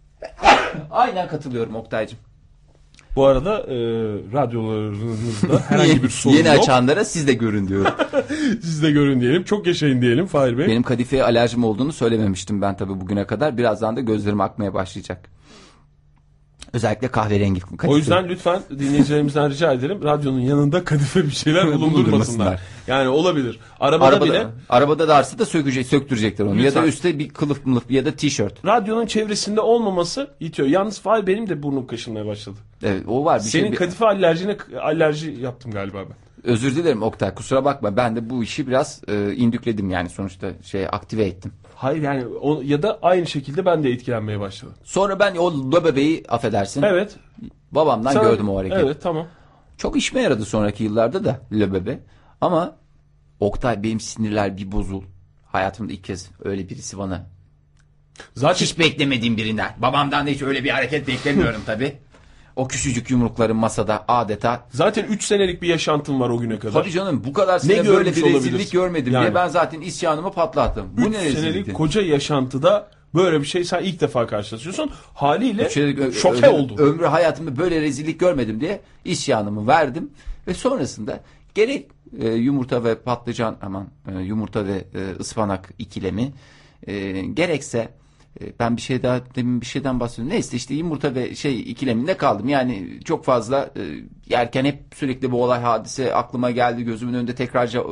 Aynen katılıyorum Oktay'cığım. Bu arada radyolarınızda herhangi bir sorun Yeni yok. açanlara siz de görün diyorum. Siz de görün diyelim. Çok yaşayın diyelim Fahir Bey. Benim kadifeye alerjim olduğunu söylememiştim ben tabii bugüne kadar. Birazdan da gözlerim akmaya başlayacak. Özellikle kahverengi kadife. O yüzden lütfen dinleyicilerimizden rica edelim. Radyonun yanında kadife bir şeyler bulundurmasınlar. Yani olabilir. Arabada darsa da söktürecekler onu. Lütfen. Ya da üstte bir kılıf mılıf ya da tişört. Radyonun çevresinde olmaması itiyor. Yalnız Fahir benim de burnum kaşınmaya başladı. Evet, o var. Senin kadife alerji yaptım galiba ben. Özür dilerim Oktay, kusura bakma. Ben de bu işi biraz indükledim yani, sonuçta aktive ettim. Hayır yani ya da aynı şekilde ben de etkilenmeye başladım. Sonra ben o bebeği, affedersin. Evet. Babamdan gördüm o hareketi. Evet tamam. Çok işime yaradı sonraki yıllarda da bebe. Ama Oktay, benim sinirler bir bozul. Hayatımda ilk kez öyle birisi bana. Zaten Hiç beklemediğim birinden. Babamdan da hiç öyle bir hareket beklemiyorum tabii. O küçücük yumrukların masada adeta. zaten 3 senelik bir yaşantım var o güne kadar. Tabii canım, bu kadar sene görmüş böyle bir rezillik olabilirsin? görmedim Yani. diye ben zaten isyanımı patlattım. Bu 3 ne senelik rezillikti? koca yaşantıda böyle bir şey sen ilk defa karşılaşıyorsun. Haliyle şoke ömrü, oldum. Ömrü hayatımda böyle rezillik görmedim diye isyanımı verdim. Ve sonrasında gerek yumurta ve patlıcan, yumurta ve ıspanak ikilemi, gerekse ben demin bir şeyden bahsediyorum. Neyse işte yumurta ve ikileminde kaldım. Yani çok fazla yerken hep sürekli bu olay, hadise aklıma geldi. Gözümün önünde tekrarca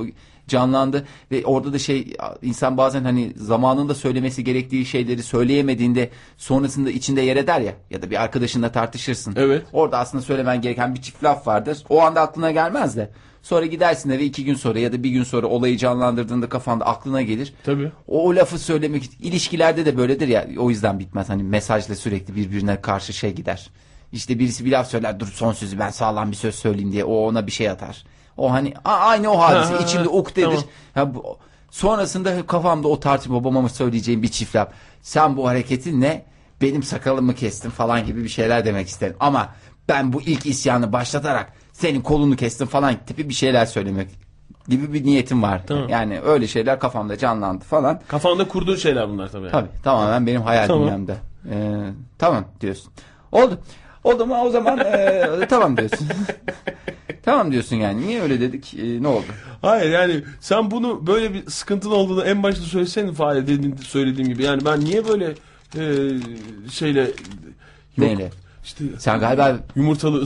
canlandı ve orada da insan bazen hani zamanında söylemesi gerektiği şeyleri söyleyemediğinde sonrasında içinde yer eder ya da bir arkadaşınla tartışırsın. Evet. Orada aslında söylemen gereken bir çift laf vardır. O anda aklına gelmez de. Sonra gidersin eve 2 gün sonra ya da bir gün sonra olayı canlandırdığında kafanda aklına gelir. Tabii. O lafı söylemek ilişkilerde de böyledir ya, o yüzden bitmez. Hani mesajla sürekli birbirine karşı gider. İşte birisi bir laf söyler, dur son sözü ben sağlam bir söz söyleyeyim diye, o ona bir şey atar. O hani aynı o hadise içimde ukdedir. Tamam. Sonrasında kafamda o tartışma, babama söyleyeceğim bir çift laf. Sen bu hareketinle benim sakalımı kestin falan gibi bir şeyler demek isterim. Ama ben bu ilk isyanı başlatarak senin kolunu kestim falan tipi bir şeyler söylemek gibi bir niyetim var. Tamam. Yani öyle şeyler kafamda canlandı falan. Kafanda kurduğun şeyler bunlar tabii. Tabii, tamamen benim hayal dünyamda. Tamam diyorsun. Oldu mu o zaman tamam diyorsun. Tamam diyorsun yani. Niye öyle dedik? Ne oldu? Hayır yani sen bunu böyle bir sıkıntın olduğunu en başta söyleseydin Fahir, söylediğim gibi. Yani ben niye böyle şeyle yok. Neyle? İşte sen galiba yumurtalı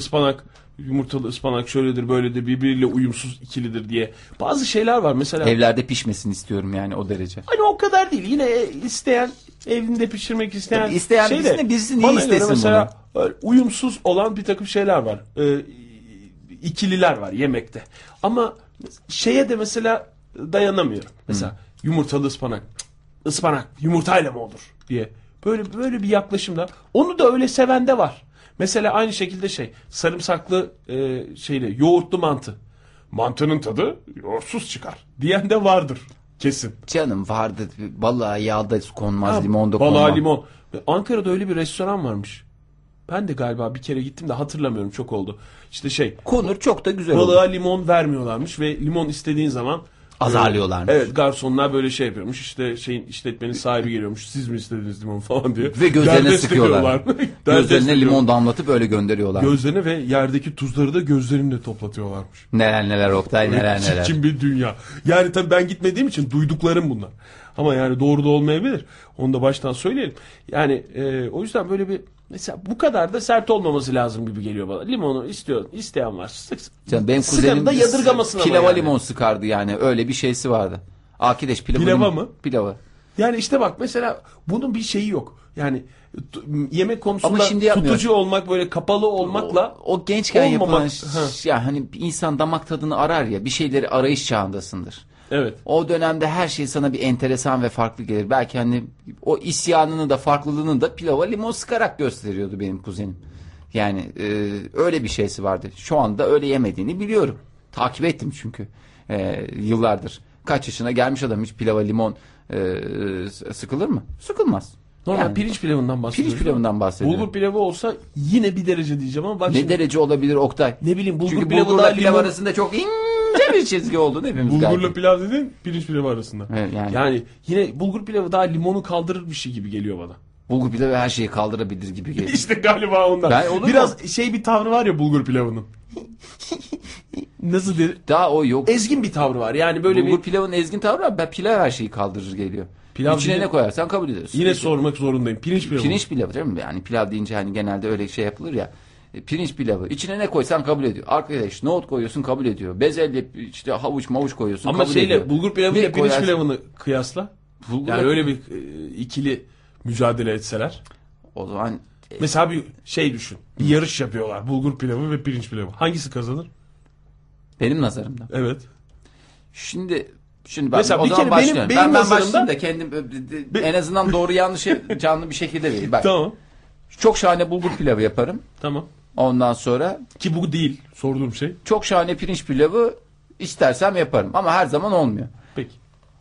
ıspanak şöyledir böyledir, birbiriyle uyumsuz ikilidir diye bazı şeyler var mesela. Evlerde pişmesini istiyorum yani, o derece. Hani o kadar değil. Yine isteyen, evinde pişirmek isteyen, tabii isteyen birisi niye istesin mesela bunu? Uyumsuz olan bir takım şeyler var. İkililer var yemekte. Ama şeye de mesela dayanamıyorum. Mesela yumurtalı ıspanak yumurtayla mı olur diye. Böyle bir yaklaşımda. Onu da öyle seven de var. Mesela aynı şekilde sarımsaklı yoğurtlu mantı. Mantının tadı yoğurtsuz çıkar diyen de vardır kesin. Canım vardı. Vallahi yağda konmaz, limon da konmaz. Balığa limon. Ankara'da öyle bir restoran varmış. Ben de galiba bir kere gittim de hatırlamıyorum, çok oldu. İşte konur, çok da güzel balığa olur. limon vermiyorlarmış ve limon istediğin zaman azarlıyorlarmış. Evet, garsonlar böyle yapıyormuş. İşte işletmenin sahibi geliyormuş. Siz mi istediniz limon falan diye. Ve gözlerine sıkıyorlar. Gözlerine limon damlatıp öyle gönderiyorlar. Gözlerine ve yerdeki tuzları da gözlerinde toplatıyorlarmış. Neler Oktay, neler. Çirkin bir dünya. Yani tabii ben gitmediğim için duyduklarım bunlar. Ama yani doğru da olmayabilir. Onu da baştan söyleyelim. Yani o yüzden böyle bir, mesela bu kadar da sert olmaması lazım gibi geliyor bana. Limonu isteyen var. Canım, benim kuzenim da yadırgamasın pilava yani. limon sıkardı yani. Öyle bir şeysi vardı. Akideş pilava mı? Pilava. Yani işte bak mesela bunun bir şeyi yok. Yani yemek konusunda şimdi tutucu olmak, böyle kapalı olmakla o gençken yapılan ya hani insan damak tadını arar ya, bir şeyleri arayış çağındasındır. Evet. O dönemde her şey sana bir enteresan ve farklı gelir. Belki hani o isyanını da farklılığını da pilava limon sıkarak gösteriyordu benim kuzenim. Yani öyle bir şeysi vardı. Şu anda öyle yemediğini biliyorum. Takip ettim çünkü yıllardır. Kaç yaşına gelmiş adam, hiç pilava limon sıkılır mı? Sıkılmaz. Normal yani, pirinç pilavından bahsediyoruz. Pirinç pilavından bahsediyorum. Bulgur pilavı olsa yine bir derece diyeceğim ama bak ne şimdi, derece olabilir Oktay? Ne bileyim, bulgur çünkü pilavı bulgurla pilav arasında çok ince bir çizgi olduğunu hepimiz bulgurla gayet. pilav dedin, pirinç pilavı arasında. Evet, yani yine bulgur pilavı daha limonu kaldırır bir şey gibi geliyor bana. Bulgur pilavı her şeyi kaldırabilir gibi geliyor. İşte galiba ondan. Biraz bir tavrı var ya bulgur pilavının. Nasıl denir? Daha o yok. Ezgin bir tavrı var. Yani böyle bulgur pilavın ezgin tavrı var. Ben pilav her şeyi kaldırır geliyor. Pilav İçine ne koyarsan kabul ediyorsun. Yine sormak zorundayım. Pirinç pilavı. Pirinç pilavı değil mi? Yani pilav deyince hani genelde öyle yapılır ya. Pirinç pilavı. İçine ne koysan kabul ediyor. Arkadaş nohut koyuyorsun, kabul ediyor. Bezelye, işte havuç mavuç koyuyorsun, ama kabul ediyor. Bulgur pilavı ile pirinç pilavını kıyasla. Yani öyle bir ikili mücadele etseler. O zaman mesela bir düşün. Bir yarış yapıyorlar. Bulgur pilavı ve pirinç pilavı. Hangisi kazanır? Benim nazarımda. Evet. Şimdi bak, mesela o zaman başlıyorum. Benim ben başlayayım da kendim en azından doğru yanlış canlı bir şekilde vereyim. Bak. Tamam. Çok şahane bulgur pilavı yaparım. Tamam. Ondan sonra ki bu değil sorduğum şey. Çok şahane pirinç pilavı istersem yaparım ama her zaman olmuyor. Peki.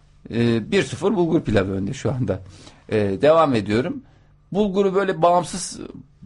1-0 bulgur pilavı önde şu anda. Devam ediyorum. Bulguru böyle bağımsız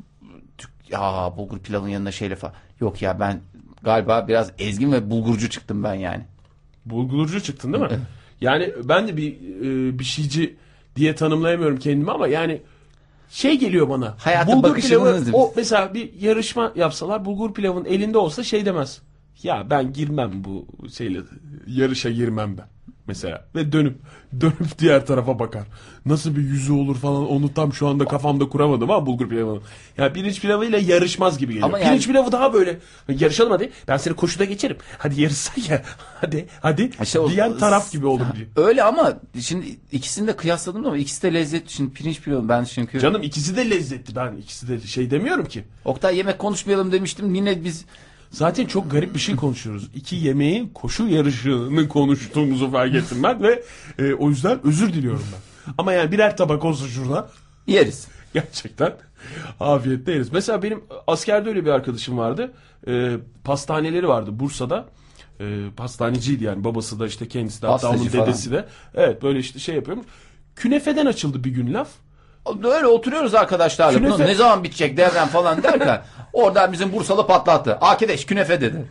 bulgur pilavın yanında falan. Yok ya, ben galiba biraz ezgin ve bulgurcu çıktım ben yani. Bulgurcu çıktın değil mi? Yani ben de bir şeyci diye tanımlayamıyorum kendimi ama yani geliyor bana. Bulgur pilavı, o mesela bir yarışma yapsalar bulgur pilavın elinde olsa demez. Ya ben girmem bu yarışa girmem ben. mesela ve dönüp diğer tarafa bakar. Nasıl bir yüzü olur falan onu tam şu anda kafamda kuramadım ama bulgur pilavı. Yani pirinç pilavıyla yarışmaz gibi geliyor. Ama Pirinç yani- pilavı daha böyle yarışalım hadi. Ben seni koşuda geçerim. Hadi yarışsak ya. Hadi İşte diyen taraf gibi olur diye. Öyle ama şimdi ikisini de kıyasladım ama ikisi de lezzetli. Şimdi pirinç pilavı ben çünkü... Canım ikisi de lezzetli. Ben ikisi de şey demiyorum ki. Oktay yemek konuşmayalım demiştim. Yine biz Zaten çok garip bir şey konuşuyoruz. İki yemeğin koşu yarışını konuştuğumuzu fark ettim ben ve o yüzden özür diliyorum ben. Ama yani birer tabak olsa şurada yeriz. gerçekten afiyetle yeriz. Mesela benim askerde öyle bir arkadaşım vardı. Pastaneleri vardı Bursa'da. Pastaneciydi yani babası da işte kendisi de hatta Pastacı onun falan. dedesi de. Evet böyle işte şey yapıyormuş. Künefeden açıldı bir gün laf. Öyle oturuyoruz arkadaşlarla. Künefe- Bunun ne zaman bitecek devren falan derken oradan bizim Bursalı patlattı. Arkadaş künefe dedi.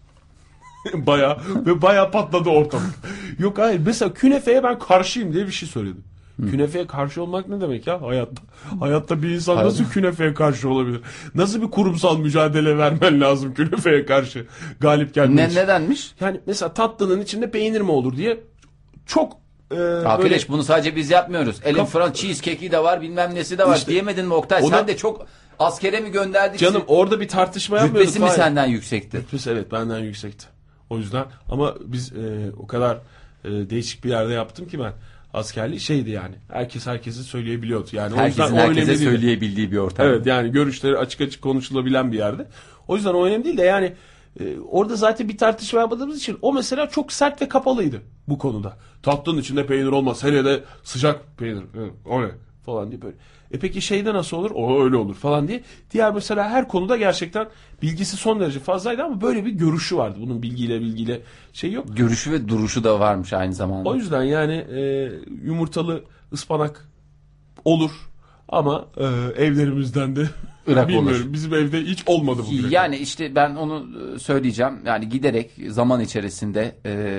Bayağı patladı ortalık. Yok hayır mesela künefeye ben karşıyım diye bir şey söyledim. Künefeye karşı olmak ne demek ya hayatta? Hayatta bir insan Hayır. nasıl künefeye karşı olabilir? Nasıl bir kurumsal mücadele vermen lazım künefeye karşı galip gelmek için? Nedenmiş? Yani mesela tatlının içinde peynir mi olur diye çok Arkadaş böyle bunu sadece biz yapmıyoruz. Elin Frans cheesecake'i de var bilmem nesi de var. İşte, Diyemedin mi Oktay? o da- Sen de çok askere mi gönderdik? canım orada bir tartışma yapmıyorduk. Rütbesi mi Hayır. senden yüksekti? Rütbesi evet benden yüksekti. O yüzden ama biz o kadar değişik bir yerde yaptım ki ben askerliği şeydi yani. Herkes herkesi söyleyebiliyordu. Yani o Herkesin yüzden o önemli herkese değil. söyleyebildiği bir ortam. Evet yani görüşleri açık açık konuşulabilen bir yerde. O yüzden o önemli değil de yani orada zaten bir tartışma yapmadığımız için o mesela çok sert ve kapalıydı bu konuda. Tatlının içinde peynir olmaz. Hele de sıcak peynir. O ne? Falan diye böyle. Peki şeyde nasıl olur? O öyle olur falan diye. Diğer mesela her konuda gerçekten bilgisi son derece fazlaydı ama böyle bir görüşü vardı. Bunun bilgiyle şey yok. Görüşü ve duruşu da varmış aynı zamanda. O yüzden yani yumurtalı ıspanak olur ama evlerimizden de Irak bilmiyorum. olur. Bizim evde hiç olmadı bu. Yani işte ben onu söyleyeceğim. Yani giderek zaman içerisinde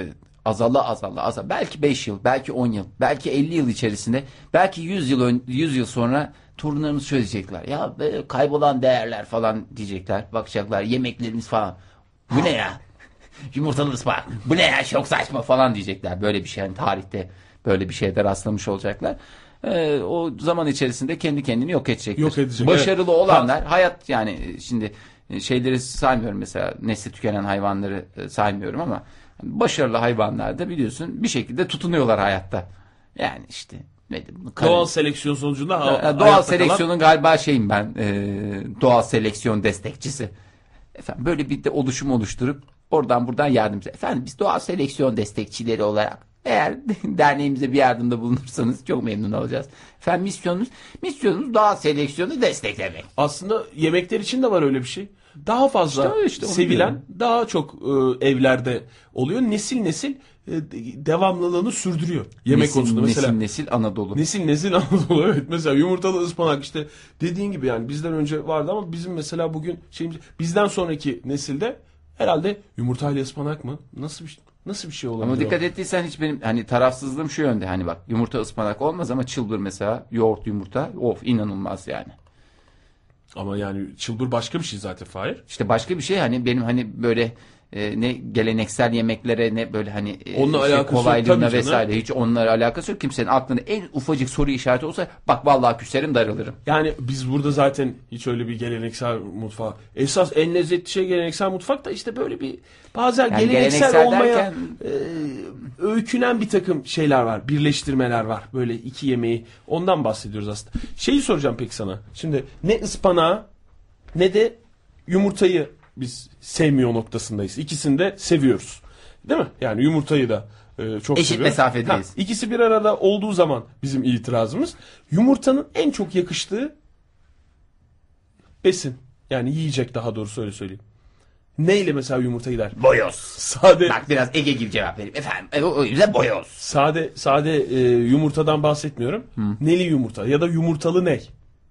azala belki 5 yıl, belki 10 yıl, belki 50 yıl içerisinde, belki 100 yıl sonra torunlarımız söyleyecekler. Ya kaybolan değerler falan diyecekler. Bakacaklar yemeklerimiz falan. Bu ne ya? Yumurtalı ıspanak. Bu ne ya? Çok saçma falan diyecekler. Böyle bir şey yani tarihte böyle bir şeyde rastlamış olacaklar. O zaman içerisinde kendi kendini yok edecektir. Yok edecek, Başarılı evet. olanlar hayat yani şimdi şeyleri saymıyorum mesela nesli tükenen hayvanları saymıyorum ama başarılı hayvanlar da biliyorsun bir şekilde tutunuyorlar hayatta. Yani işte Doğal seleksiyon sonucunda doğal seleksiyonun galiba şeyim ben doğal seleksiyon destekçisi. Efendim böyle bir de oluşum oluşturup oradan buradan yardımcı. Efendim biz doğal seleksiyon destekçileri olarak eğer derneğimize bir yardımda bulunursanız çok memnun olacağız. Efendim misyonumuz doğal seleksiyonu desteklemek. aslında yemekler için de var öyle bir şey. Daha fazla İşte onu sevilen, diyorum. daha çok evlerde oluyor. Nesil nesil devamlılığını sürdürüyor. Yemek konusunda mesela. Nesil Anadolu. Nesil Anadolu evet mesela yumurtalı ıspanak işte dediğin gibi yani bizden önce vardı ama bizim mesela bugün bizden sonraki nesilde herhalde yumurtayla ıspanak mı? Nasıl bir şey olabilir? Ama dikkat ettiysen hiç benim hani tarafsızlığım şu yönde hani bak yumurta ıspanak olmaz ama çılbır mesela yoğurt yumurta of inanılmaz yani. Ama yani çılbır başka bir şey zaten Fahir. İşte başka bir şey hani benim hani böyle ne geleneksel yemeklere ne böyle hani Onunla alakası yok, kolaylığına tabii canım. vesaire hiç onunla alakası yok. Kimsenin aklında en ufacık soru işareti olsa bak vallahi küserim darılırım. Yani biz burada zaten hiç öyle bir geleneksel mutfağı. Esas en lezzetli şey geleneksel mutfak da işte böyle bir bazen Yani geleneksel olmaya derken öykünen bir takım şeyler var. Birleştirmeler var. Böyle iki yemeği. Ondan bahsediyoruz aslında. Şeyi soracağım peki sana. Şimdi ne ıspanağı ne de yumurtayı biz sevmiyor noktasındayız. İkisini de seviyoruz. Değil mi? Yani yumurtayı da çok Eşit seviyoruz. mesafedeyiz. İkisi bir arada olduğu zaman bizim itirazımız. Yumurtanın en çok yakıştığı besin. Yani yiyecek daha doğrusu öyle söyleyeyim. Neyle mesela yumurta gider? boyoz. Sade Bak biraz Ege gibi cevap vereyim. Efendim o yüzden boyoz. sade yumurtadan bahsetmiyorum. Neli yumurta ya da yumurtalı ney?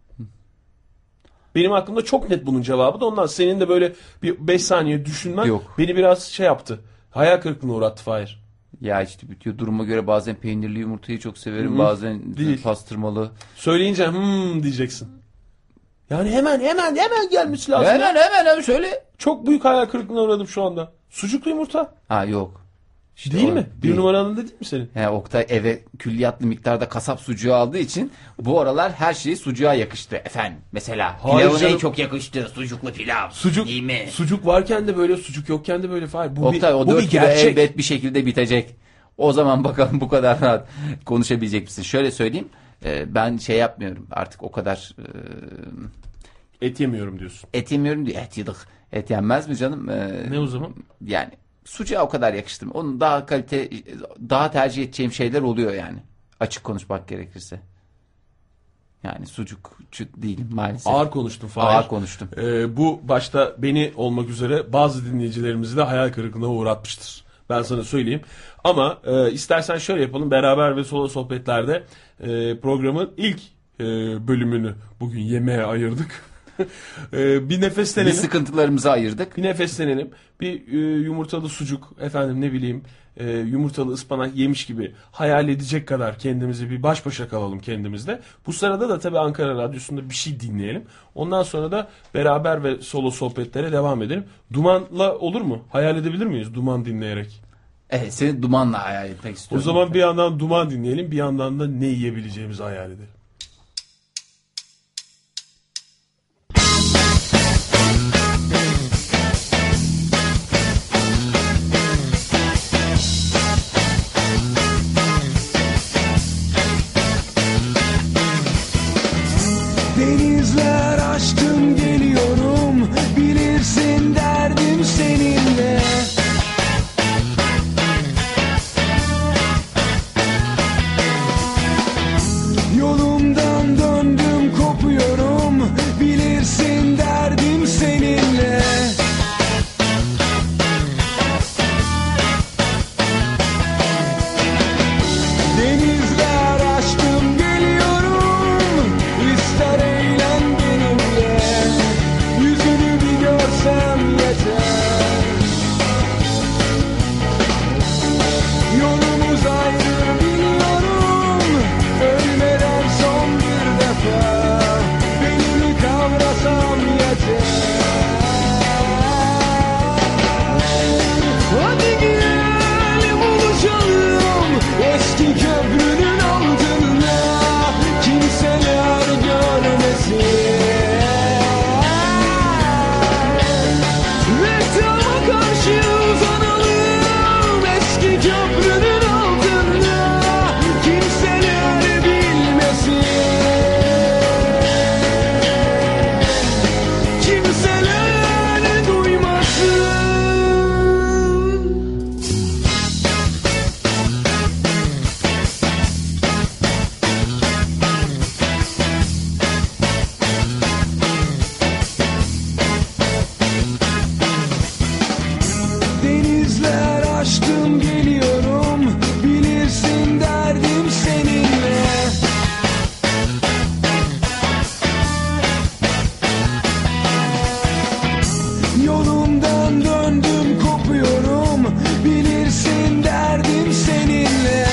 Benim aklımda çok net bunun cevabı da ondan. Senin de böyle bir 5 saniye düşünmen Yok. beni biraz şey yaptı. Hayal kırıklığına uğrattı Fahir. Ya işte bitiyor duruma göre bazen peynirli yumurtayı çok severim bazen Değil. pastırmalı. Söyleyince diyeceksin. Yani hemen gelmesi lazım. Hemen söyle. Çok büyük hayal kırıklığına uğradım şu anda. Sucuklu yumurta. Ha yok. İşte değil o mi? Bir numaranın da değil mi senin? He, Oktay eve külliyatlı miktarda kasap sucuğu aldığı için bu aralar her şeyi sucuğa yakıştı efendim. Mesela Hayır pilavın en canım. çok yakıştı sucuklu pilav. Sucuk, Değil mi? sucuk varken de böyle, sucuk yokken de böyle. Hayır, bu Oktay o bu 4 bir kilo gerçek. elbet bir şekilde bitecek. O zaman bakalım bu kadar rahat konuşabilecek misin? Şöyle söyleyeyim. Ben şey yapmıyorum artık o kadar Et yemiyorum diyorsun. et yemiyorum diye et yedik. Et yenmez mi canım? Ne o zaman? Yani sucuğa o kadar yakıştım. Onun daha daha tercih edeceğim şeyler oluyor yani. Açık konuşmak gerekirse. Yani sucukçu değilim maalesef. Ağır konuştun Fahir. Ağır konuştum. Bu başta beni olmak üzere bazı dinleyicilerimizi de hayal kırıklığına uğratmıştır. Ben sana söyleyeyim. Ama istersen şöyle yapalım. Beraber ve solo sohbetlerde programın ilk bölümünü bugün yemeğe ayırdık. Bir nefeslenelim. Bir sıkıntılarımızı ayırdık. Bir nefeslenelim. Bir yumurtalı sucuk, efendim ne bileyim, yumurtalı ıspanak yemiş gibi hayal edecek kadar kendimizi bir baş başa kalalım kendimizle. Bu sırada da tabii Ankara Radyosu'nda bir şey dinleyelim. Ondan sonra da beraber ve solo sohbetlere devam edelim. Dumanla olur mu? Hayal edebilir miyiz duman dinleyerek? Evet, seni dumanla hayal etmek O istiyorum. zaman bir yandan duman dinleyelim, bir yandan da ne yiyebileceğimizi hayal edelim. Denizler aşkım geliyorum, bilirsin derdim seninle. Yolumdan döndüm kopuyorum, bilirsin derdim seninle. Denizler aşkım geliyorum, ister eğlen benimle. Yüzünü bir görsem yeter. Yolumuz ayrı biliyorum, ölmeden son bir defa. Belimi kavrasam yeter. Hadi gel buluşalım eski köprünün altında, kimseler görmesin. Rektama karşı uzanalım eski köprünün altında, kimseler bilmesin. Kimseler duymasın. Denizler aşkım geliyorum, bilirsin derdim seninle. Yolumdan döndüm kopuyorum, bilirsin derdim seninle.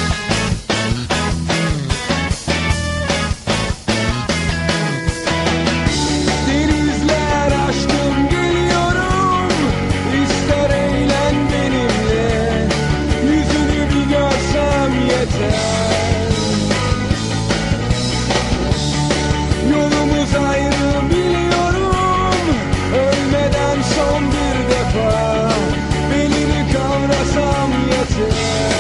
Denizler aşkım geliyorum, ister eğlen benimle. Yüzünü bir görsem yeter. Yolumuz ayrı biliyorum, ölmeden son bir defa. Belini kavrasam yeter.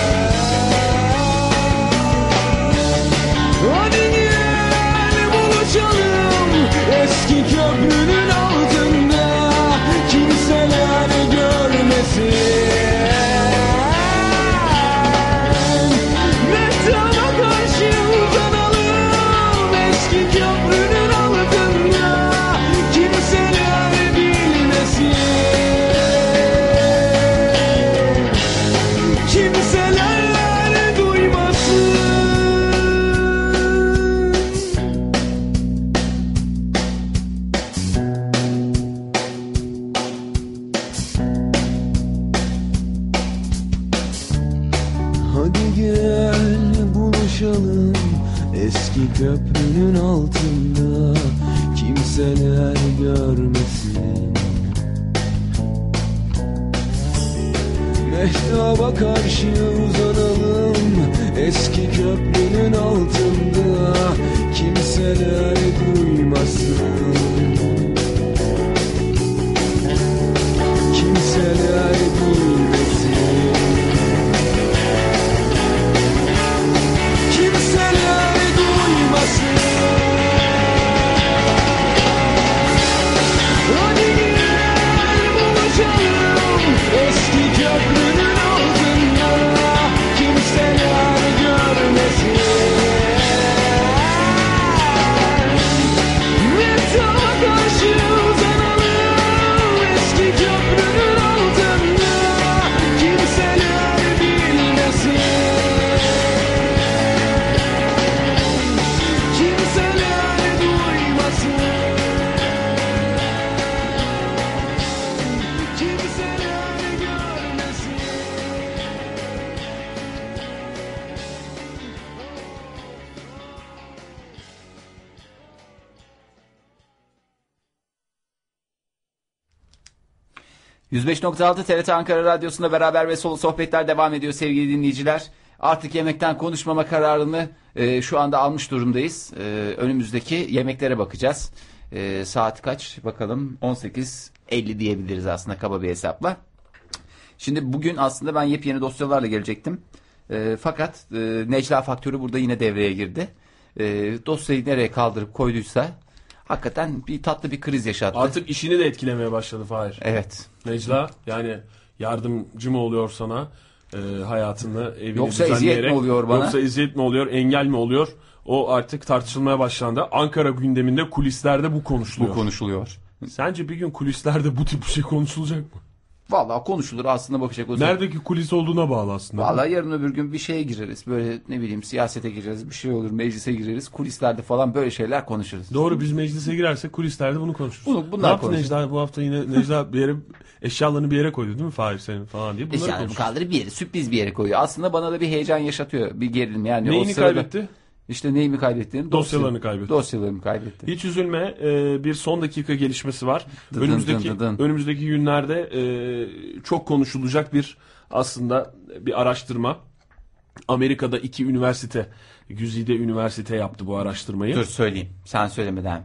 Hadi gel buluşalım eski köprünün altında, kimseler görmesin. Mehtaba karşı uzanalım eski köprünün altında, kimseler bilmesin. Kimseler duymasın. Hadi gel buluşalım eski köprünün altında, kimseler görmesin. Mehtaba karşı uzanalım eski köprünün altında, kimseler duymasın, kimseler bilmesin, kimseler duymasın. Hadi gel buluşalım eski köprünün altında, kimseler görmesin. Mehtaba karşı uzanalım eski köprünün altında, kimseler bilmesin, kimseler duymasın, kimseler görmesin. 105.6 TRT Ankara Radyosu'nda beraber ve solo sohbetler devam ediyor sevgili dinleyiciler. Artık yemekten konuşmama kararını şu anda almış durumdayız. Önümüzdeki yemeklere bakacağız. Saat kaç bakalım, 18.50 diyebiliriz aslında kaba bir hesapla. Şimdi bugün aslında ben yepyeni dosyalarla gelecektim. Fakat Necla faktörü burada yine devreye girdi. Dosyayı nereye kaldırıp koyduysa hakikaten bir tatlı bir kriz yaşattı. Artık işini de etkilemeye başladı Fahir. Evet. Necla yani yardımcı mı oluyor sana hayatını, evini Yoksa düzenleyerek? eziyet mi oluyor bana? Yoksa eziyet mi oluyor, engel mi oluyor? O artık tartışılmaya başlandı. Ankara gündeminde, kulislerde bu konuşuluyor. Bu konuşuluyor. Sence bir gün kulislerde bu tip bir şey konuşulacak mı? Vallahi konuşulur aslında, bakacak olursak. Neredeki kulis olduğuna bağlı aslında. Vallahi yarın öbür gün bir şeye gireriz. Böyle ne bileyim siyasete gireriz, bir şey olur, meclise gireriz. Kulislerde falan böyle şeyler konuşuruz. Doğru, biz meclise girersek kulislerde bunu konuşuruz. Bunlar ne yaptı konuşuruz. Necla bu hafta? Yine Necla bir yere eşyalarını bir yere koydu değil mi Fahir senin falan diye. Bunları Eşyalarımı konuşuruz. kaldırıp bir yere, sürpriz bir yere koyuyor. Aslında bana da bir heyecan yaşatıyor. Bir gerilim yani. Neyini o sırada, kaybetti? İşte neyimi kaybettiğini. Dosyalarını kaybetti. Dosyalarımı kaybetti. Hiç üzülme, bir son dakika gelişmesi var. Dıdın dıdın. Önümüzdeki günlerde çok konuşulacak bir aslında bir araştırma. Amerika'da 2 üniversite, Güzide Üniversite yaptı bu araştırmayı. Dur söyleyeyim. Sen söylemeden.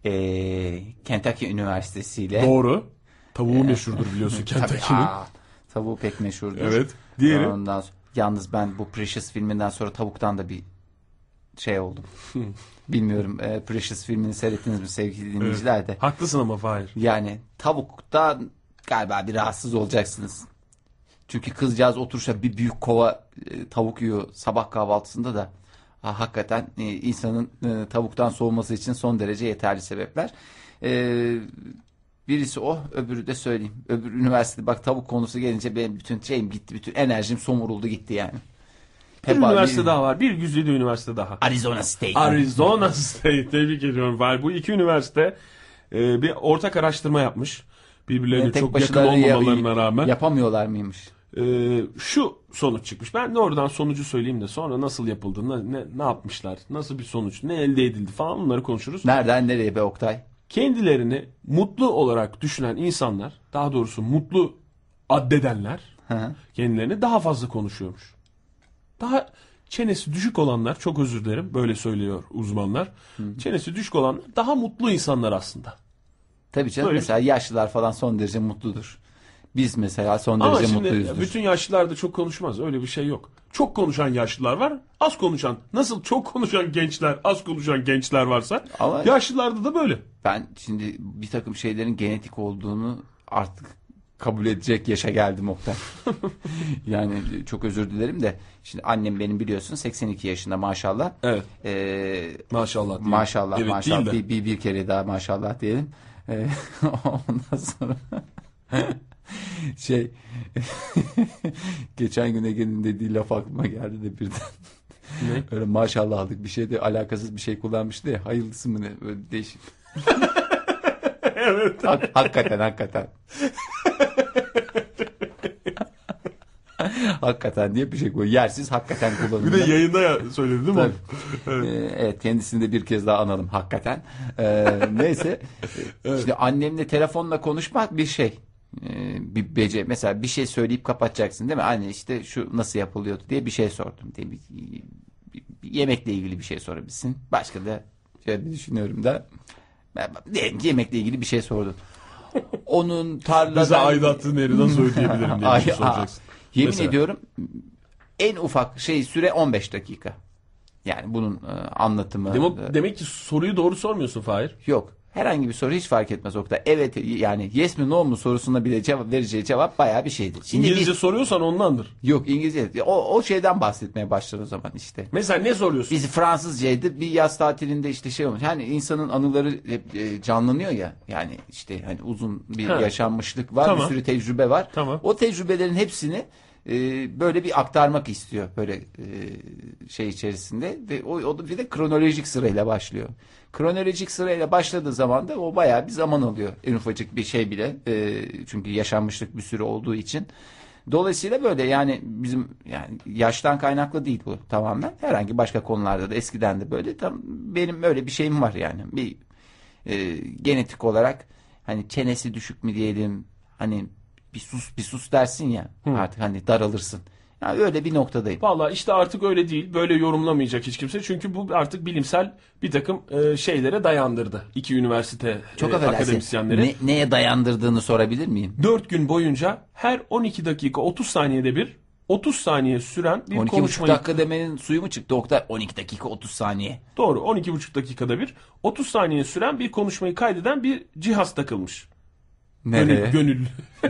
Kentucky Üniversitesi ile. Doğru. Tavuğu meşhurdur biliyorsun Kentucky'nin. Tavuğu pek meşhurdur. Evet. Diğeri. Ondan sonra, yalnız ben bu Precious filminden sonra tavuktan da bir şey oldum. Bilmiyorum. Precious filmini seyrettiniz mi sevgili dinleyiciler de. Haklısın ama Fahir. Yani tavukta galiba bir rahatsız olacaksınız. Çünkü kızcağız oturuşa bir büyük kova tavuk yiyor sabah kahvaltısında da. Hakikaten insanın tavuktan soğuması için son derece yeterli sebepler. Birisi o, öbürü de söyleyeyim. Öbür üniversitede bak, tavuk konusu gelince benim bütün şeyim gitti, bütün enerjim somuruldu gitti yani. Bir üniversite daha var. Bir Güzide Üniversite daha. Arizona State. Arizona State. Tebrik ediyorum Fahir. Bu 2 üniversite bir ortak araştırma yapmış. Birbirlerine Tek çok yakın başına olmamalarına rağmen. Yapamıyorlar mıymış? Şu sonuç çıkmış. Ben de oradan sonucu söyleyeyim de sonra nasıl yapıldı, ne yapmışlar, nasıl bir sonuç, ne elde edildi falan, bunları konuşuruz. Nereden nereye be Oktay? Kendilerini mutlu olarak düşünen insanlar, daha doğrusu mutlu addedenler kendilerini daha fazla konuşuyormuş. Daha çenesi düşük olanlar, çok özür dilerim böyle söylüyor uzmanlar. Çenesi düşük olanlar daha mutlu insanlar aslında. Tabii canım, Böyle mesela yaşlılar falan son derece mutludur. Biz mesela son Ama derece şimdi mutluyuzdur. bütün yaşlılar da çok konuşmaz. Öyle bir şey yok. Çok konuşan yaşlılar var, az konuşan. Nasıl çok konuşan gençler, az konuşan gençler varsa, Ama yaşlılarda da böyle. ben şimdi bir takım şeylerin genetik olduğunu artık kabul edecek yaşa geldim Oktay. Yani çok özür dilerim de. Şimdi annem benim biliyorsun 82 yaşında maşallah. Evet. Maşallah. Diyelim. Maşallah Evet, maşallah. değil de. Bir kere daha maşallah diyelim. Ondan sonra geçen gün Ege'nin dediği laf aklıma geldi de birden. Ne? Öyle maşallah aldık, bir şey de alakasız bir şey kullanmıştı ya, hayırlısı mı ne, böyle değişik. Evet. Hakikaten. Hakikaten diye bir şey koy. Yersiz hakikaten kullanılıyor. Bir de yayında söyledi değil mi? Evet, kendisini de bir kez daha analım hakikaten. Neyse. Evet. İşte annemle telefonla konuşmak bir şey. Mesela bir şey söyleyip kapatacaksın değil mi? Hani işte şu nasıl yapılıyordu diye bir şey sordum diye bir yemekle ilgili bir şey sorabilirsin. Başka da şöyle düşünüyorum da diyelim ki yemekle ilgili bir şey sordun. Onun tarladan Bize aidatı nereden söyleyebilirim diye bir şey soracaksın. Yemin Mesela. ediyorum en ufak süre 15 dakika. Yani bunun anlatımı Demek ki soruyu doğru sormuyorsun Fahir. yok. Herhangi bir soru hiç fark etmez Oktay. Evet yani yes mi no mu sorusuna bile vereceği cevap bayağı bir şeydir. Şimdi İngilizce soruyorsan ondandır. yok İngilizce. O şeyden bahsetmeye başlar o zaman işte. Mesela ne soruyorsun? Biz Fransızcaydı bir yaz tatilinde işte şey olmuş. Hani insanın anıları hep canlanıyor ya. Yani işte hani uzun bir yaşanmışlık var, Tamam. bir sürü tecrübe var. Tamam. O tecrübelerin hepsini böyle bir aktarmak istiyor böyle şey içerisinde ve o da bir de kronolojik sırayla başlıyor. Kronolojik sırayla başladığı zaman da o bayağı bir zaman alıyor. En ufacık bir şey bile çünkü yaşanmışlık bir sürü olduğu için. Dolayısıyla böyle yani bizim yani yaştan kaynaklı değil bu tamamen. Herhangi başka konularda da eskiden de böyle benim öyle bir şeyim var yani. Bir genetik olarak hani çenesi düşük mü diyelim hani bir sus dersin ya artık hani daralırsın. Yani öyle bir noktadayım. Valla işte artık öyle değil. Böyle yorumlamayacak hiç kimse. Çünkü bu artık bilimsel bir takım şeylere dayandırdı. İki üniversite Çok affedersin. akademisyenleri. Neye dayandırdığını sorabilir miyim? 4 gün boyunca her 12 dakika 30 saniyede bir 30 saniye süren bir 12,5 konuşmayı... dakika demenin suyu mu çıktı Oktay? 12 dakika 30 saniye. Doğru 12,5 dakikada bir 30 saniye süren bir konuşmayı kaydeden bir cihaz takılmış. Nereye? Gönüllü.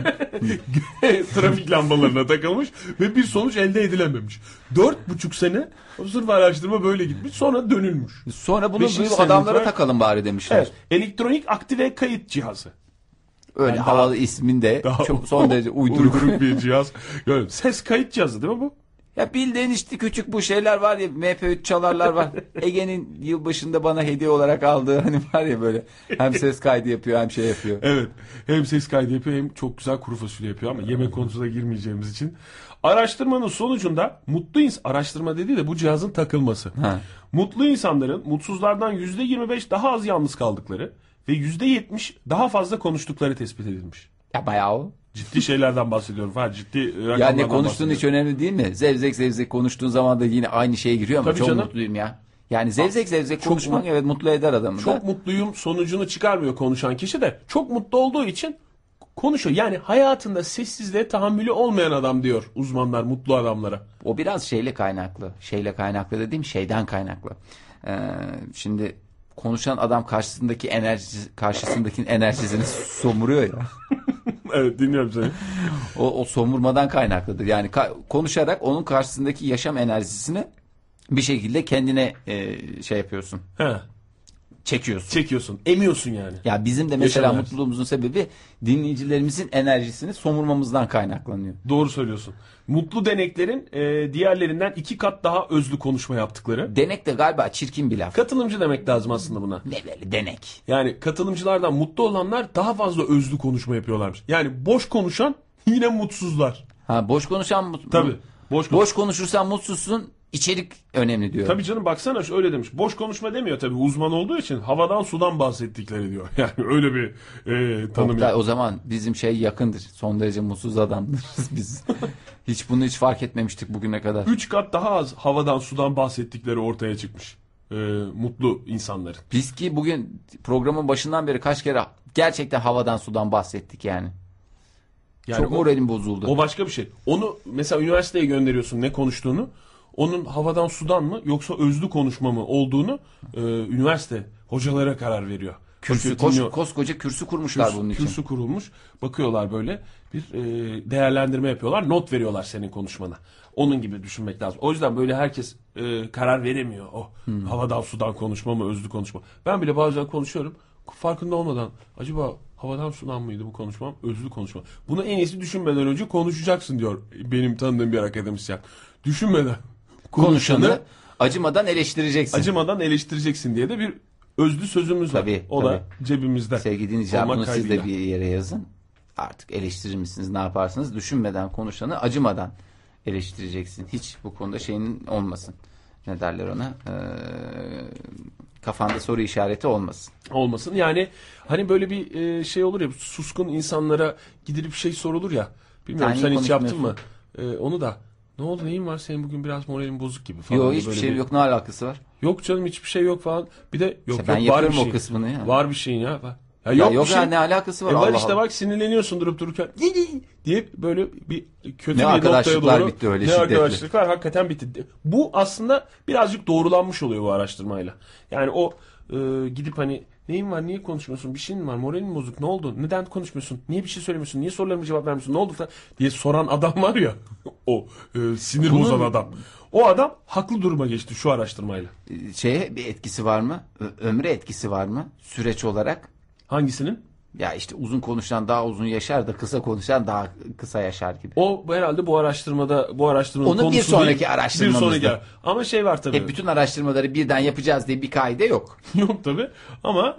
Trafik lambalarına takılmış ve bir sonuç elde edilememiş. 4,5 sene o sırf araştırma böyle gitmiş. Sonra dönülmüş. Sonra bunu Beşinci bu sene adamlara itibaren- takalım bari demişler. Evet. Elektronik aktive kayıt cihazı. Öyle Yani havalı ismin de Daha çok son derece uyduruk. bir cihaz. Yani ses kayıt cihazı değil mi bu? Ya bildiğin işte küçük bu şeyler var ya MP3 çalarlar var. Ege'nin yılbaşında bana hediye olarak aldığı hani var ya böyle hem ses kaydı yapıyor hem şey yapıyor. Evet. Hem ses kaydı yapıyor hem çok güzel kuru fasulye yapıyor ama yemek konusuna girmeyeceğimiz için. Araştırmanın sonucunda araştırma dediği de bu cihazın takılması. Ha. Mutlu insanların mutsuzlardan %25 daha az yalnız kaldıkları ve %70 daha fazla konuştukları tespit edilmiş. Ya bayağı o. Ciddi şeylerden bahsediyorum. Ciddi rakamlardan Ya ne konuştuğun bahsediyorum. hiç önemli değil mi? Zevzek konuştuğun zaman da yine aynı şeye giriyor ama Tabii çok canım. mutluyum ya. Yani zevzek konuşmak evet mutlu eder adamı da. Çok mutluyum sonucunu çıkarmıyor konuşan kişi de. Çok mutlu olduğu için konuşuyor. Yani hayatında sessizliğe tahammülü olmayan adam diyor uzmanlar mutlu adamlara. O biraz şeyle kaynaklı. Şeyle kaynaklı dediğim şeyden kaynaklı. Şimdi konuşan adam karşısındakinin enerjisini somuruyor ya. Evet dinliyorum seni. O somurmadan kaynaklıdır. Yani konuşarak onun karşısındaki yaşam enerjisini bir şekilde kendine şey yapıyorsun. He, Çekiyorsun. çekiyorsun. Emiyorsun yani. Ya bizim de mesela Yaşam enerjisi. mutluluğumuzun sebebi dinleyicilerimizin enerjisini somurmamızdan kaynaklanıyor. Doğru söylüyorsun. Mutlu deneklerin diğerlerinden 2 kat daha özlü konuşma yaptıkları. Denek de galiba çirkin bir laf. Katılımcı demek lazım aslında buna. Ne böyle denek? Yani katılımcılardan mutlu olanlar daha fazla özlü konuşma yapıyorlarmış. Yani boş konuşan yine mutsuzlar. Ha boş konuşan Tabii. Boş konuşursan mutsuzsun. İçerik önemli diyor. Tabii canım baksana öyle demiş. Boş konuşma demiyor tabii uzman olduğu için havadan sudan bahsettikleri diyor. Yani öyle bir tanım. Oktay, o zaman bizim şey yakındır. Son derece mutsuz adamlarız biz. Hiç fark etmemiştik bugüne kadar. 3 kat daha az havadan sudan bahsettikleri ortaya çıkmış. Mutlu insanların. Biz ki bugün programın başından beri kaç kere gerçekten havadan sudan bahsettik yani. Yani Çok moralim bozuldu. O başka bir şey. Onu mesela üniversiteye gönderiyorsun ne konuştuğunu. Onun havadan sudan mı yoksa özlü konuşma mı olduğunu üniversite hocalara karar veriyor. Koskoca kürsü kurmuşlar bunun için. Kürsü kurulmuş. Bakıyorlar böyle bir değerlendirme yapıyorlar. Not veriyorlar senin konuşmana. Onun gibi düşünmek lazım. O yüzden böyle herkes karar veremiyor. Havadan sudan konuşma mı özlü konuşma. Ben bile bazen konuşuyorum. Farkında olmadan acaba havadan sudan mıydı bu konuşmam? Özlü konuşma. Bunu en iyisi düşünmeden önce konuşacaksın diyor benim tanıdığım bir akademisyen. Düşünmeden Konuşanı acımadan eleştireceksin diye de bir özlü sözümüz var. Tabii, o da cebimizde. Sevgili dinleyiciler Olmak bunu siz de kaydıyla. bir yere yazın. Artık eleştirir misiniz ne yaparsınız? Düşünmeden konuşanı acımadan eleştireceksin. Hiç bu konuda şeyin olmasın. Ne derler ona? kafanda soru işareti olmasın. Olmasın. Yani hani böyle bir şey olur ya, suskun insanlara gidilip şey sorulur ya. Bilmiyorum Sen sen niye hiç yaptın mı? Onu da. Ne oldu, neyin var senin, bugün biraz moralin bozuk gibi falan. Yok diye hiçbir böyle şey bir- yok, ne alakası var? Yok canım, hiçbir şey yok falan. Bir de yok İşte ben yok, var bir yapıyorum o şey. kısmını ya. Var bir şeyin ya. Var. Ya Ya yok yok bir şey. ya, ne alakası var? Var Allah işte Allah. bak, sinirleniyorsun durup dururken diye böyle bir kötü Ne bir noktaya arkadaşlıklar doğru. bitti öyle ne şiddetli. arkadaşlıklar hakikaten bitti. Bu aslında birazcık doğrulanmış oluyor bu araştırmayla. Yani o gidip hani neyin var, niye konuşmuyorsun, bir şeyin var, moralin mi bozuk, ne oldu, neden konuşmuyorsun, niye bir şey söylemiyorsun, niye sorularıma cevap vermiyorsun, ne oldu falan diye soran adam var ya, o sinir bozan adam. O adam haklı duruma geçti şu araştırmayla. Şeye bir etkisi var mı? Ömre etkisi var mı? Süreç olarak. Hangisinin? Ya işte uzun konuşan daha uzun yaşar da kısa konuşan daha kısa yaşar gibi. O herhalde bu araştırmanın Onu bir konusu sonraki değil. araştırmamızda. Bir sonraki. Ama şey var tabii. Bütün araştırmaları birden yapacağız diye bir kaide yok. Yok tabii. Ama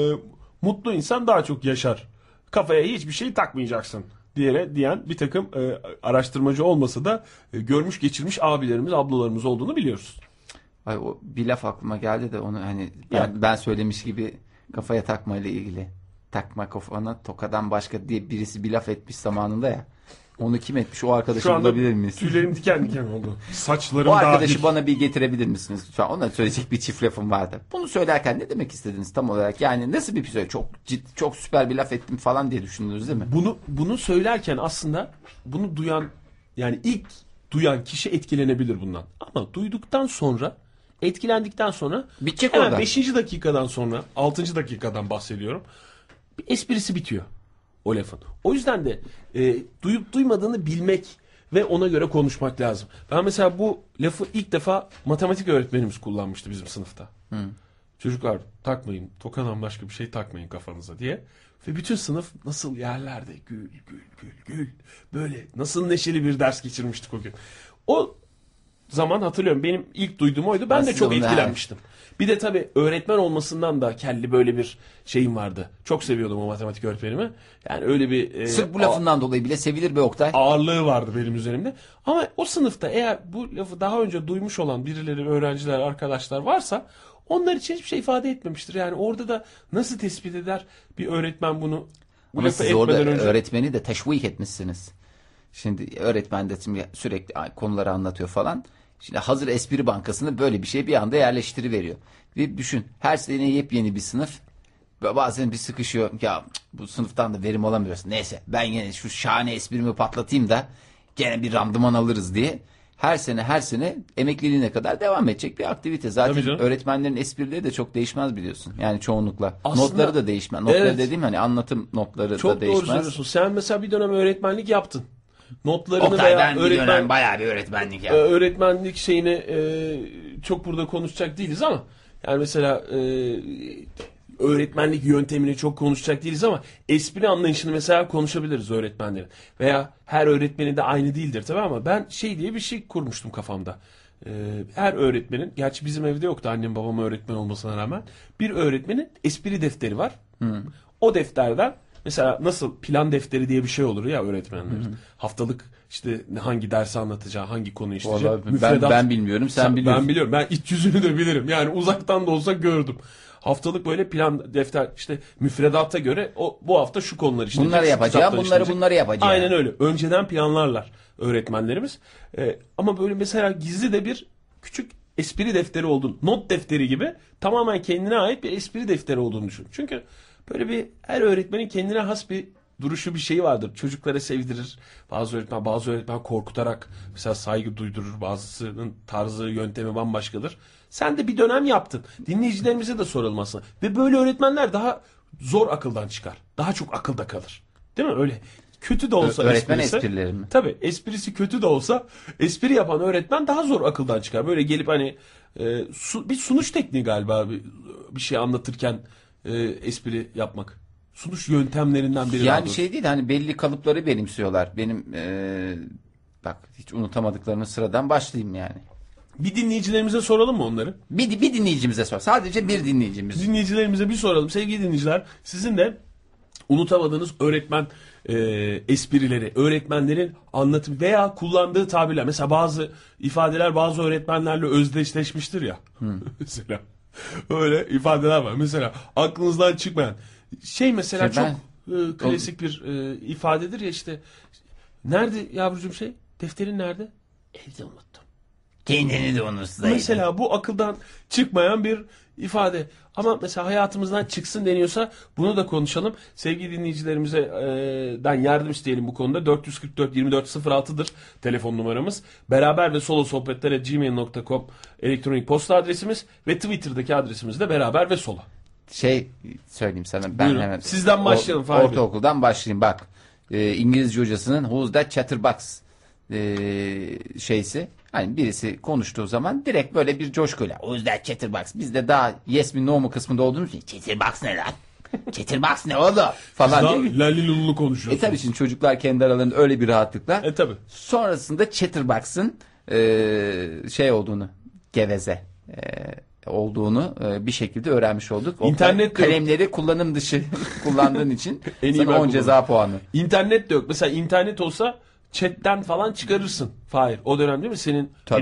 mutlu insan daha çok yaşar. Kafaya hiçbir şey takmayacaksın diyen bir takım araştırmacı olmasa da görmüş geçirmiş abilerimiz, ablalarımız olduğunu biliyoruz. Ay, o bir laf aklıma geldi de onu hani Yani. ben söylemiş gibi kafaya takmayla ilgili. Takma kafana tokadan başka diye birisi bir laf etmiş zamanında ya. Onu kim etmiş? O arkadaşı Şu anda bulabilir miyiz? tüylerim diken diken oldu. Saçlarım O arkadaşı dahil. bana bir getirebilir misiniz? Şu an ona söyleyecek bir çift lafım vardı. Bunu söylerken ne demek istediniz tam olarak? Yani nasıl bir şey? Çok süper bir laf ettim falan diye düşündünüz değil mi? Bunu söylerken aslında bunu duyan, yani ilk duyan kişi etkilenebilir bundan. Ama duyduktan sonra, etkilendikten sonra Bitecek hemen orada. 5. dakikadan sonra, 6. dakikadan bahsediyorum. Bir esprisi bitiyor o lafın. O yüzden de duyup duymadığını bilmek ve ona göre konuşmak lazım. Ben mesela bu lafı ilk defa matematik öğretmenimiz kullanmıştı bizim sınıfta. Çocuklar takmayın, tokadan başka bir şey takmayın kafanıza diye. Ve bütün sınıf nasıl yerlerde gül gül gül gül, böyle nasıl neşeli bir ders geçirmiştik o gün. O zaman hatırlıyorum, benim ilk duyduğum oydu. Ben de Aslında çok onu etkilenmiştim. Bir de tabii öğretmen olmasından da kelli böyle bir şeyim vardı. Çok seviyordum o matematik öğretmenimi. Yani öyle bir Sırf bu lafından dolayı bile sevilir be Oktay. ağırlığı vardı benim üzerimde. Ama o sınıfta eğer bu lafı daha önce duymuş olan birileri, öğrenciler, arkadaşlar varsa onlar için hiçbir şey ifade etmemiştir. Yani orada da nasıl tespit eder bir öğretmen bunu, bu Ama lafı siz orada etmeden önce? öğretmeni de teşvik etmişsiniz. Şimdi öğretmen de şimdi sürekli konuları anlatıyor falan. Şimdi hazır espri bankasını böyle bir şey bir anda yerleştiriveriyor. Bir düşün, her sene yepyeni bir sınıf. Bazen bir sıkışıyor. Ya bu sınıftan da verim alamıyoruz. Neyse ben yine şu şahane esprimi patlatayım da gene bir randıman alırız diye. Her sene emekliliğine kadar devam edecek bir aktivite. Tabii Zaten canım. öğretmenlerin esprileri de çok değişmez biliyorsun. Yani çoğunlukla. Aslında- Notları da değişmez. Notları Evet. dediğim hani anlatım notları Çok da doğru değişmez. söylüyorsun. Sen mesela bir dönem öğretmenlik yaptın. Notlarını Oktay veya ben bir dönem bayağı bir öğretmenlik yaptım. öğretmenlik şeyini çok burada konuşacak değiliz ama yani mesela öğretmenlik yöntemini çok konuşacak değiliz ama espri anlayışını mesela konuşabiliriz öğretmenlerin. Veya her öğretmenin de aynı değildir tabii ama ben şey diye bir şey kurmuştum kafamda. Her öğretmenin, gerçi bizim evde yoktu annem babam öğretmen olmasına rağmen, bir öğretmenin espri defteri var. O defterden mesela nasıl plan defteri diye bir şey olur ya öğretmenlerin. Haftalık işte hangi dersi anlatacağı, hangi konuyu işleyecek. Vallahi ben bilmiyorum, sen biliyorsun. Ben biliyorum. Ben iç yüzünü de bilirim. Yani uzaktan da olsa gördüm. Haftalık böyle plan defter, işte müfredata göre bu hafta şu konular işlenecek. Bunları şu yapacağım, kitaplar bunları işlenecek. bunları yapacağım. Aynen öyle. Önceden planlarlar öğretmenlerimiz. Ama böyle mesela gizli de bir küçük espri defteri olduğunu, not defteri gibi tamamen kendine ait bir espri defteri olduğunu düşün. Çünkü böyle bir, her öğretmenin kendine has bir duruşu, bir şeyi vardır. Çocuklara sevdirir. Bazı öğretmen korkutarak mesela saygı duydurur. Bazısının tarzı, yöntemi bambaşkadır. Sen de bir dönem yaptın. Dinleyicilerimize de sorulmasın. Ve böyle öğretmenler daha zor akıldan çıkar. Daha çok akılda kalır. Değil mi? Öyle kötü de olsa Öğretmen esprisi. esprileri mi? Tabii esprisi kötü de olsa espri yapan öğretmen daha zor akıldan çıkar. Böyle gelip hani bir sunuş tekniği galiba bir şey anlatırken espri yapmak. Sunuş yöntemlerinden biri. daha Yani doğrusu. şey değil hani belli kalıpları benimsiyorlar. Benim bak hiç unutamadıklarının sıradan başlayayım yani. Bir dinleyicilerimize soralım mı onları? Bir dinleyicimize sor. Sadece bir dinleyicimiz. Dinleyicilerimize bir soralım. Sevgili dinleyiciler, sizin de unutamadığınız öğretmen esprileri, öğretmenlerin anlatım veya kullandığı tabirler. Mesela bazı ifadeler bazı öğretmenlerle özdeşleşmiştir ya. Mesela Öyle ifadeler var. Mesela aklınızdan çıkmayan şey mesela Şey, çok klasik bir ifadedir ya işte. Nerede yavrucuğum şey? Defterin nerede? Evde unuttum. Kendini de unutsaydın. Mesela bu akıldan çıkmayan bir ifade. Ama mesela hayatımızdan çıksın deniyorsa bunu da konuşalım. Sevgili dinleyicilerimize den yardım isteyelim bu konuda. 444-2406'dır telefon numaramız. Beraber ve solo sohbetlere gmail.com elektronik posta adresimiz ve Twitter'daki adresimiz de beraber ve solo. Şey söyleyeyim sana ben Buyurun. hemen. Sizden başlayalım Fahri Bey. Ortaokuldan başlayayım bak. İngilizce hocasının Who's that chatterbox şeysi. Hani birisi konuştuğu zaman direkt böyle bir coşkuyla Who's that chatterbox. Biz de daha yes mi no mu kısmında olduğumuz için chatterbox ne lan? Chatterbox ne oğlum? Falan Daha diye. lalilullu konuşuyorsunuz. Tabii şimdi çocuklar kendi aralarında öyle bir rahatlıkla. Tabii. Sonrasında chatterbox'ın şey olduğunu, geveze olduğunu bir şekilde öğrenmiş olduk. İnternet de yok. kalemleri kullanım dışı kullandığın için En iyi sana ben 10 ceza puanı. İnternet de yok. Mesela internet olsa chatten falan çıkarırsın. Fahir. O dönem değil mi? Senin Tabii.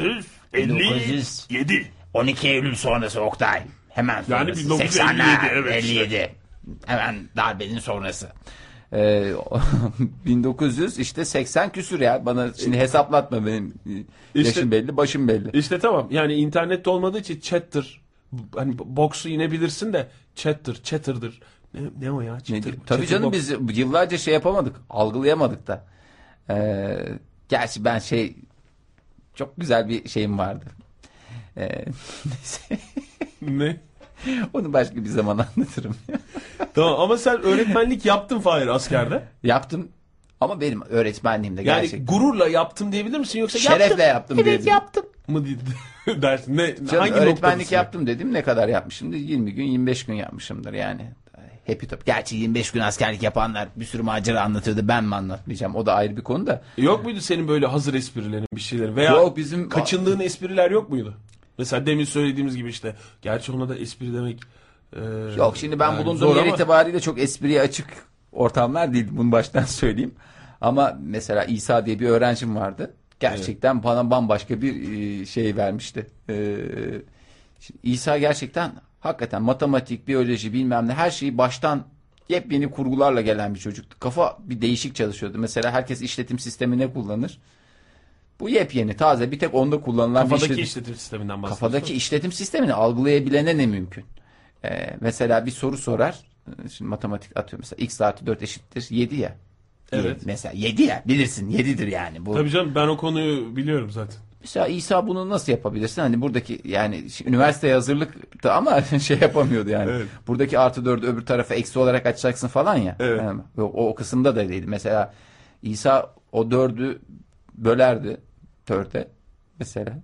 1957. 12 Eylül sonrası Oktay. Hemen Yani sonrası. 1957, 80'ler, evet işte. 57. Hemen darbenin sonrası. 1900 işte 80 küsür ya. Bana şimdi hesaplatma benim yaşım belli, başım belli. İşte tamam. Yani internette olmadığı için chattır. Hani box'u yine bilirsin de chatter'dır. Ne o ya? Ne- Chatter, Tabii canım chatterbox. biz yıllarca şey yapamadık. Algılayamadık da. Gerçi ben çok güzel bir şeyim vardı. Neyse. Ne? Onu başka bir zaman anlatırım. Tamam ama sen öğretmenlik yaptın Fahir askerde. Yaptım ama benim öğretmenliğimde Yani gerçekten. gururla yaptım diyebilir misin yoksa Şerefle yaptım Evet diyebilirim. yaptım mı dersin? Ne, Canım, hangi öğretmenlik noktasında? yaptım dedim, ne kadar yapmışımdır? 20 gün 25 gün yapmışımdır yani. Happy top. Gerçi 25 gün askerlik yapanlar bir sürü macera anlatırdı, ben mi anlatmayacağım, o da ayrı bir konu da. Yok muydu senin böyle hazır esprilerin bir şeyler veya Yok, bizim- kaçındığın espriler yok muydu? Mesela demin söylediğimiz gibi işte. Gerçi ona da espri demek Yok şimdi ben yani bulunduğum zor yer ama- itibariyle çok espriye açık ortamlar değil, bunu baştan söyleyeyim. Ama mesela İsa diye bir öğrencim vardı. Gerçekten bana bambaşka bir şey vermişti. Şimdi İsa gerçekten hakikaten matematik, biyoloji bilmem ne her şeyi baştan yepyeni kurgularla gelen bir çocuktu. Kafa bir değişik çalışıyordu. Mesela herkes işletim sistemi ne kullanır? Bu yepyeni, taze, bir tek onda kullanılan bir Kafadaki işletim sisteminden bahsediyorsun. Kafadaki işletim sistemini algılayabilene ne mümkün? Mesela bir soru sorar. Şimdi matematik atıyor mesela. X artı 4 eşittir 7 ya. Evet. Mesela 7 ya. Bilirsin 7'dir yani. Bu. Tabii canım ben o konuyu biliyorum zaten. Mesela İsa bunu nasıl yapabilirsin? Hani buradaki yani üniversiteye hazırlıktı ama şey yapamıyordu yani. Evet. Buradaki artı 4'ü öbür tarafa eksi olarak açacaksın falan ya. Evet. Yani o kısımda da değil. Mesela İsa o 4'ü bölerdi 4'e mesela.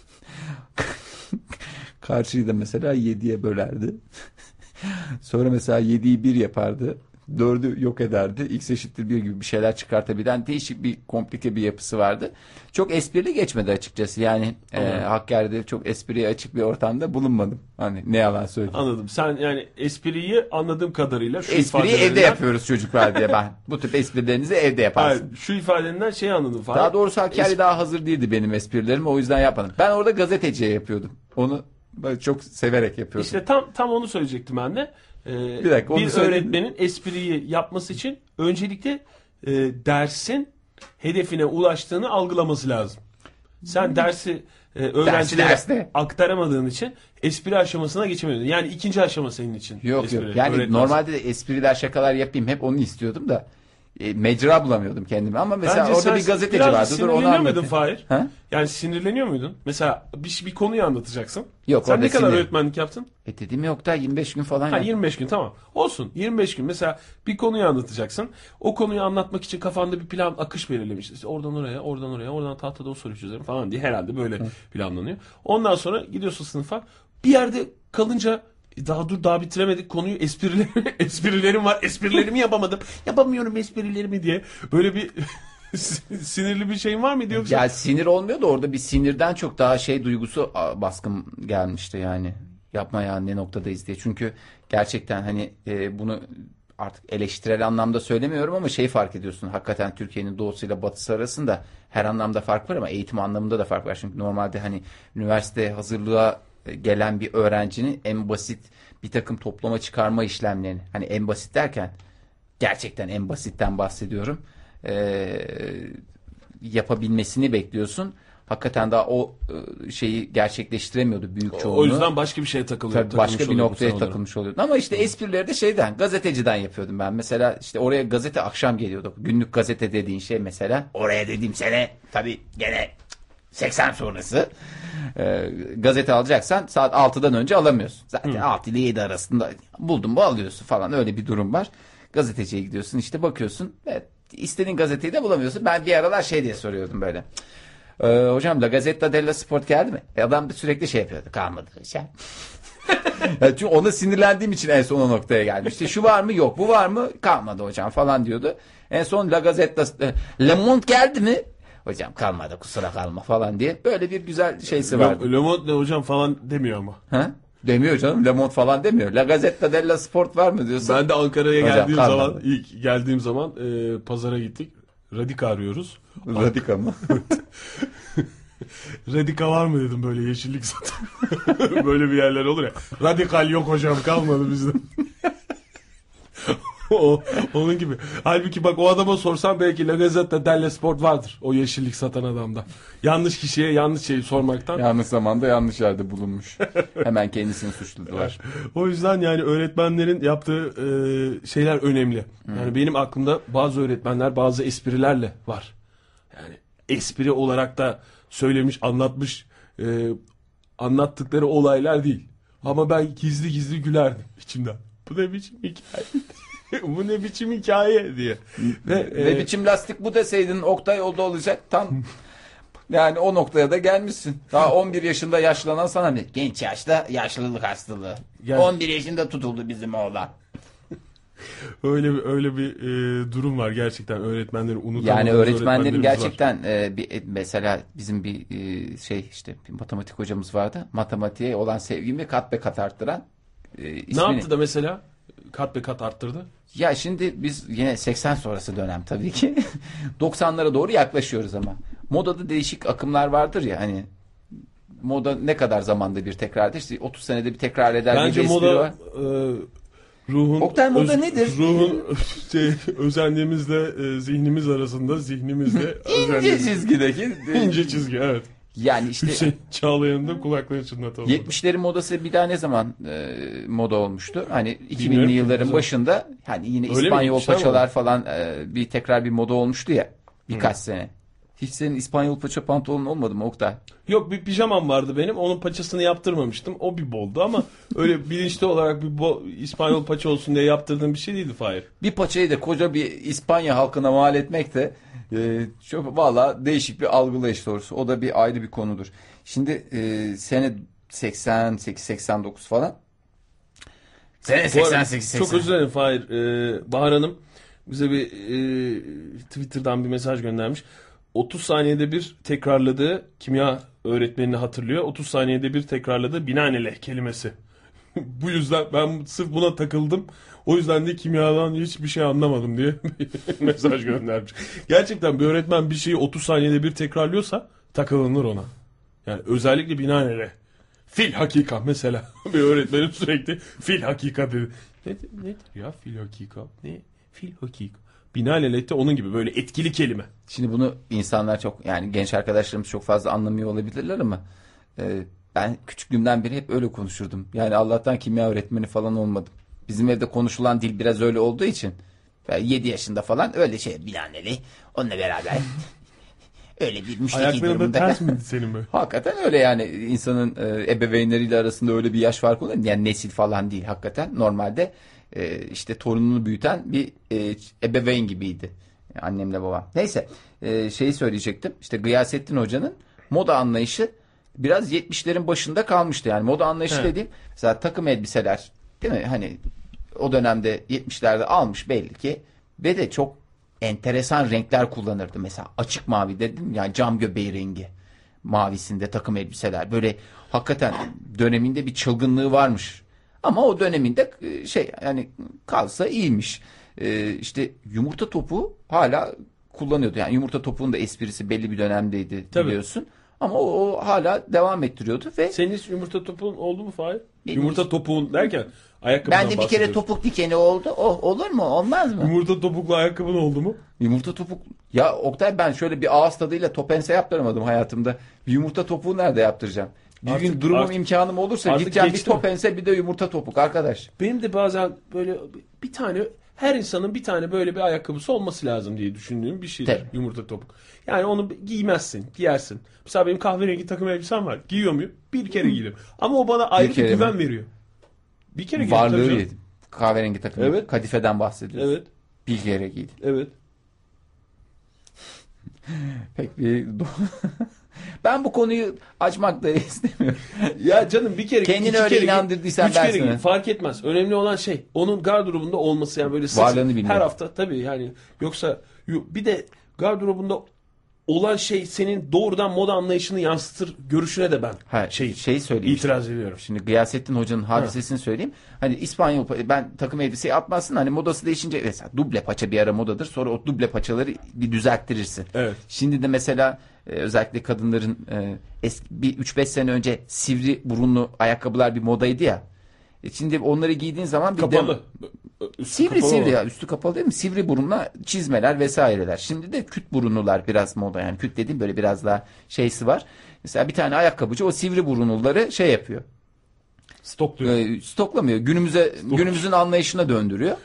Karşıyı da mesela 7'ye bölerdi. Sonra mesela 7'yi 1 yapardı. 4'ü yok ederdi. X eşittir 1 gibi bir şeyler çıkartabilen değişik bir komplike bir yapısı vardı. Çok esprili geçmedi açıkçası. Yani Hakkari'de çok espriye açık bir ortamda bulunmadım. Hani ne yalan söyleyeyim. Anladım. Sen yani espriyi anladığım kadarıyla şu Espriyi evde ifadelerinden- yapıyoruz çocuklar diye ben. Bu tip esprilerinizi evde yaparsın. Hayır, şu ifadenden şey anladım falan. Daha doğrusu Hakkari daha hazır değildi benim esprilerim. O yüzden yapmadım. Ben orada gazeteciye yapıyordum. Onu ben çok severek yapıyordum. İşte tam onu söyleyecektim ben de. Bir dakika, onu bir söyle. öğretmenin espriyi yapması için öncelikle dersin hedefine ulaştığını algılaması lazım. Sen dersi öğrencilere derste. aktaramadığın için espri aşamasına geçemiyordun. Yani ikinci aşama senin için. Yok espri, yok. Yani öğretmen. normalde de espriler, şakalar yapayım, hep onu istiyordum da mecra bulamıyordum kendime. Ama mesela Bence orada sen bir gazeteci biraz vardı. Dur onu sinirleniyor muydun anlatayım. Fahir? Ha? Yani sinirleniyor muydun? Mesela bir konuyu anlatacaksın. Yok, Sen orada ne kadar sinir- öğretmenlik yaptın? Dedim yok da 25 gün falan Ha, yaptım. 25 gün tamam. Olsun 25 gün mesela bir konuyu anlatacaksın. O konuyu anlatmak için kafanda bir plan akış belirlemişsin. İşte oradan oraya, oradan oraya, oradan tahtada o soruyu çözerim falan diye herhalde böyle planlanıyor. Ondan sonra gidiyorsun sınıfa. Bir yerde kalınca daha bitiremedik konuyu, esprilerim var. Esprilerimi yapamadım. Yapamıyorum esprilerimi diye. Böyle bir sinirli bir şeyin var mıydı yoksa? Ya sinir olmuyor da orada bir sinirden çok daha şey duygusu baskın gelmişti yani. Yapma ya, ne noktadayız diye. Çünkü gerçekten hani bunu artık eleştirel anlamda söylemiyorum ama şey fark ediyorsun. Hakikaten Türkiye'nin doğusuyla batısı arasında her anlamda fark var ama eğitim anlamında da fark var. Çünkü normalde hani üniversite hazırlığa gelen bir öğrencinin en basit bir takım toplama çıkarma işlemlerini, hani en basit derken gerçekten en basitten bahsediyorum, yapabilmesini bekliyorsun. Hakikaten daha o şeyi gerçekleştiremiyordu büyük çoğunluğu. O yüzden başka bir şeye takılıyor. Tabii başka bir noktaya takılmış oluyordu. Ama işte esprileri de şeyden, gazeteciden yapıyordum ben. Mesela işte oraya gazete akşam geliyordu. Günlük gazete dediğin şey mesela. Oraya dediğim sene tabii gene 80 sonrası. Gazete alacaksan saat 6'dan önce alamıyorsun. Zaten 6 ile 7 arasında buldun mu alıyorsun falan, öyle bir durum var. Gazeteciye gidiyorsun, işte bakıyorsun. Evet, istediğin gazeteyi de bulamıyorsun. Ben bir aralar şey diye soruyordum böyle. Hocam La Gazzetta dello Sport geldi mi? Adam da sürekli şey yapıyordu. Kalmadı şey. Yani çünkü ona sinirlendiğim için en son o noktaya gelmişti. Şu var mı? Yok. Bu var mı? Kalmadı hocam falan diyordu. En son La Gazzetta Le Monde geldi mi? Hocam kalmadı, kusura kalma falan diye. Böyle bir güzel şeysi vardı. Le Monde ne hocam falan demiyor ama. Ha? Demiyor canım. Le Monde falan demiyor. La Gazzetta dello Sport var mı diyorsun? Ben de Ankara'ya Hocam, geldiğim kalmadı. zaman, ilk geldiğim zaman pazara gittik. Radika arıyoruz. Radika mı? Radika var mı dedim, böyle yeşillik satan. Böyle bir yerler olur ya. Radikal yok hocam, kalmadı bizde. Onun gibi. Halbuki bak, o adama sorsan belki La Gazzetta dello Sport vardır. O yeşillik satan adamda. Yanlış kişiye yanlış şeyi sormaktan. Yanlış zamanda yanlış yerde bulunmuş. Hemen kendisini suçladılar. O yüzden yani öğretmenlerin yaptığı şeyler önemli. Yani benim aklımda bazı öğretmenler bazı esprilerle var. Yani espri olarak da söylemiş, anlatmış, anlattıkları olaylar değil. Ama ben gizli gizli gülerdim içimden. Bu ne biçim hikaye? Bu ne biçim hikaye diye. Ve biçim lastik bu deseydin Oktay oldu olacak tam. Yani o noktaya da gelmişsin. Daha 11 yaşında yaşlanan sana ne? Genç yaşta yaşlılık hastalığı. Yani- 11 yaşında tutuldu bizim oğlan. öyle bir durum var gerçekten, öğretmenleri unutamadığımız Yani öğretmenlerin öğretmenlerimiz var. gerçekten mesela bizim bir işte bir matematik hocamız vardı. Matematiğe olan sevgimi kat be kat arttıran. Ne ismini- yaptı da mesela kat be kat arttırdı? Ya şimdi biz yine 80 sonrası dönem tabii ki 90'lara doğru yaklaşıyoruz ama modada değişik akımlar vardır ya, hani moda ne kadar zamanda bir tekrardır, işte 30 senede bir tekrar eder Bence bir espri moda var. ruhun Oktay, moda nedir? Ruhun özendiğimizle zihnimiz arasında, zihnimizle İnce özendiğimiz çizgideki ince çizgi, evet. yani işte Hüseyin Çağlayan'ın da kulakları çınlatalım. 70'lerin modası bir daha ne zaman moda olmuştu? Hani 2000'li Bilmiyorum ki, yılların ne başında hani yine Öyle mi? İspanyol Gitmişler mi? paçalar falan bir tekrar bir moda olmuştu ya birkaç sene. Hiç senin İspanyol paça pantolonun olmadı mı Oktay? Yok, bir pijamam vardı benim. Onun paçasını yaptırmamıştım. O bir boldu ama öyle bilinçli olarak bir İspanyol paça olsun diye yaptırdığım bir şey değildi Fahir. Bir paçayı da koca bir İspanya halkına mal etmek de çok valla değişik bir algılayış doğrusu. O da bir ayrı bir konudur. Şimdi sene 88-89 falan. Sene Bu arada 88-80. çok özür dilerim Fahir. Bahar Hanım bize bir Twitter'dan bir mesaj göndermiş. 30 saniyede bir tekrarladığı kimya öğretmenini hatırlıyor. 30 saniyede bir tekrarladığı binaenaleyh kelimesi. Bu yüzden ben sırf buna takıldım. O yüzden de kimyadan hiçbir şey anlamadım diye bir mesaj göndermiş. Gerçekten bir öğretmen bir şeyi 30 saniyede bir tekrarlıyorsa takılınır ona. Yani özellikle binaenaleyh. Fil hakika mesela. Bir öğretmenim sürekli fil hakika dedi. Nedir ya fil hakika? Ne? Fil hakika. Binaenaleyh de onun gibi böyle etkili kelime. Şimdi bunu insanlar çok, yani genç arkadaşlarımız çok fazla anlamıyor olabilirler ama ben küçüklüğümden beri hep öyle konuşurdum. Yani Allah'tan kimya öğretmeni falan olmadım. Bizim evde konuşulan dil biraz öyle olduğu için. Ben 7 yaşında falan öyle şey binaenaleyh onunla beraber öyle bir müşteki Ayaklarında durumunda. ters miydi senin böyle? Hakikaten öyle yani insanın ebeveynleriyle arasında öyle bir yaş farkı oluyor. Yani nesil falan değil hakikaten. Normalde işte torununu büyüten bir ebeveyn gibiydi. Annemle babam. Neyse şeyi söyleyecektim. İşte Gıyasettin Hoca'nın moda anlayışı biraz 70'lerin başında kalmıştı. Yani moda anlayışı He. dediğim mesela takım elbiseler değil mi? Hani o dönemde 70'lerde almış belli ki ve de çok enteresan renkler kullanırdı. Mesela açık mavi dedim yani cam göbeği rengi mavisinde takım elbiseler. Böyle hakikaten döneminde bir çılgınlığı varmış. Ama o döneminde şey yani kalsa iyiymiş. İşte yumurta topu hala kullanıyordu. Yani yumurta topuğun da esprisi belli bir dönemdeydi Tabii. biliyorsun. Ama o hala devam ettiriyordu ve Senin hiç yumurta topuğun oldu mu Fahir? Benim Yumurta topuğun derken ayakkabıdan ben de bir kere bahsediyoruz. topuk dikeni oldu. Olur mu? Olmaz mı? Yumurta topuklu ayakkabın oldu mu? Yumurta topuk. Ya Oktay, ben şöyle bir ağız tadıyla topense yaptıramadım hayatımda. Bir yumurta topuğu nerede yaptıracağım? Bir Artık- gün durumum artık- imkanım olursa artık gideceğim bir geçti mi? topense bir de yumurta topuk arkadaş. Benim de bazen böyle bir tane, her insanın bir tane böyle bir ayakkabısı olması lazım diye düşündüğüm bir şeydir. Tabii. Yumurta topuk. Yani onu giymezsin, giyersin. Mesela benim kahverengi takım elbisem var. Giyiyor muyum? Bir kere giydim. Ama o bana ayrı bir kere güven mi? veriyor. Bir kere giydim tabii Varlığı canım. yedim. Kahverengi takım. Evet. Kadifeden bahsediyorsun. Evet, Bir kere giydim. evet. Pek bir... Ben bu konuyu açmak da istemiyorum. Ya canım bir kere Kendini iki öyle kere inandırdıysan üç ben kere sana. fark etmez. Önemli olan şey onun gardırobunda olması, yani böyle Varlığını bilmek. her hafta tabii, yani yoksa bir de gardırobunda olan şey senin doğrudan moda anlayışını yansıtır görüşüne de ben Ha, şey söyleyeyim. itiraz ediyorum. Şimdi Gıyasettin Hoca'nın hadisesini söyleyeyim. Hani İspanyol, ben takım elbiseyi atmazsın, hani modası değişince mesela duble paça bir ara modadır. Sonra o duble paçaları bir düzelttirirsin. Evet. Şimdi de mesela özellikle kadınların eski bir 3-5 sene önce sivri burunlu ayakkabılar bir modaydı ya. Şimdi onları giydiğin zaman bir de Kapalı. Üstü sivri kapalı sivri olan. ya, üstü kapalı değil mi? Sivri burunla çizmeler vesaireler. Şimdi de küt burunlular biraz moda, yani küt dediğim böyle biraz daha şeysi var. Mesela bir tane ayakkabıcı o sivri burunluları şey yapıyor. Stokluyor. Stoklamıyor. Günümüzün anlayışına döndürüyor.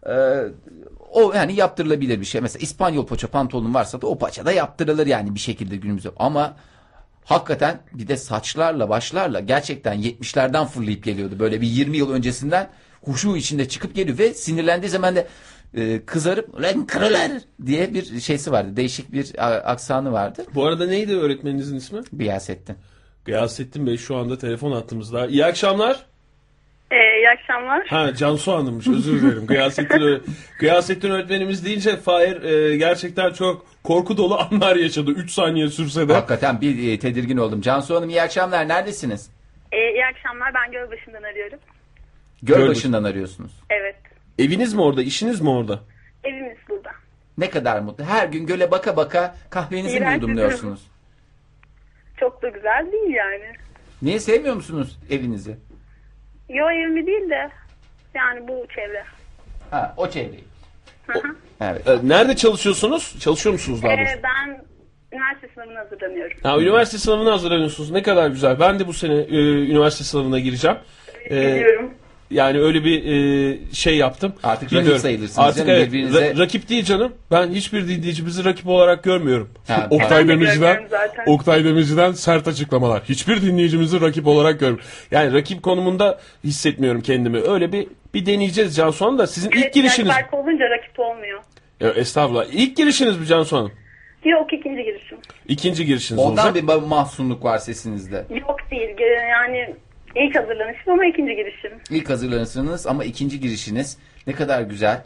O yani yaptırılabilir bir şey. Mesela İspanyol paça pantolonun varsa da o paça da yaptırılır yani bir şekilde günümüzde. Ama hakikaten bir de saçlarla başlarla gerçekten 70'lerden fırlayıp geliyordu. Böyle bir 20 yıl öncesinden huşu içinde çıkıp geliyor ve sinirlendiği zaman da kızarıp "Lan kırılır" diye bir şeysi vardı. Değişik bir aksanı vardı. Bu arada neydi öğretmeninizin ismi? Gıyasettin. Gıyasettin Bey şu anda telefon attığımızda. İyi akşamlar. İyi akşamlar. Ha, Cansu Hanım'mış, özür dilerim. Gıyasettin öğretmenimiz deyince Fahir gerçekten çok korku dolu anlar yaşadı. 3 saniye sürse de. Hakikaten bir tedirgin oldum. Cansu Hanım iyi akşamlar. Neredesiniz? İyi akşamlar. Ben Gölbaşı'ndan arıyorum. Gölbaşı'ndan arıyorsunuz. Evet. Eviniz mi orada, işiniz mi orada? Evimiz burada. Ne kadar mutlu. Her gün göle baka baka kahvenizi mi İğrenç bir yudumluyorsunuz? Çok da güzel değil yani. Niye sevmiyor musunuz evinizi? Yo, evimi değil de yani bu çevre. Ha, o çevreyi. Hı hı. Evet. Nerede çalışıyorsunuz? Çalışıyor musunuz daha doğrusu? Ben üniversite sınavına hazırlanıyorum. Ha, üniversite sınavına hazırlanıyorsunuz. Ne kadar güzel. Ben de bu sene üniversite sınavına gireceğim. Biliyorum. Yani öyle bir şey yaptım. Artık Bilmiyorum. rakip sayılırsınız Artık canım, evet, birbirinize. rakip değil canım. Ben hiçbir dinleyicimizi rakip olarak görmüyorum. Ha, Oktay ben de Demirci'den, görmüyorum zaten. Oktay Demirci'den sert açıklamalar. Hiçbir dinleyicimizi rakip olarak görmüyorum. Yani rakip konumunda hissetmiyorum kendimi. Öyle bir deneyeceğiz Cansu Hanım da. Sizin ilk Evet, girişiniz. yaş farkı olunca rakip olmuyor. Ya, estağfurullah. İlk girişiniz mi Cansu Hanım? Yok, ikinci girişim. İkinci girişiniz Ondan olacak. bir mahzunluk var sesinizde. Yok değil. Yani ilk hazırlanışım ama ikinci girişim. İlk hazırlanırsınız ama ikinci girişiniz ne kadar güzel.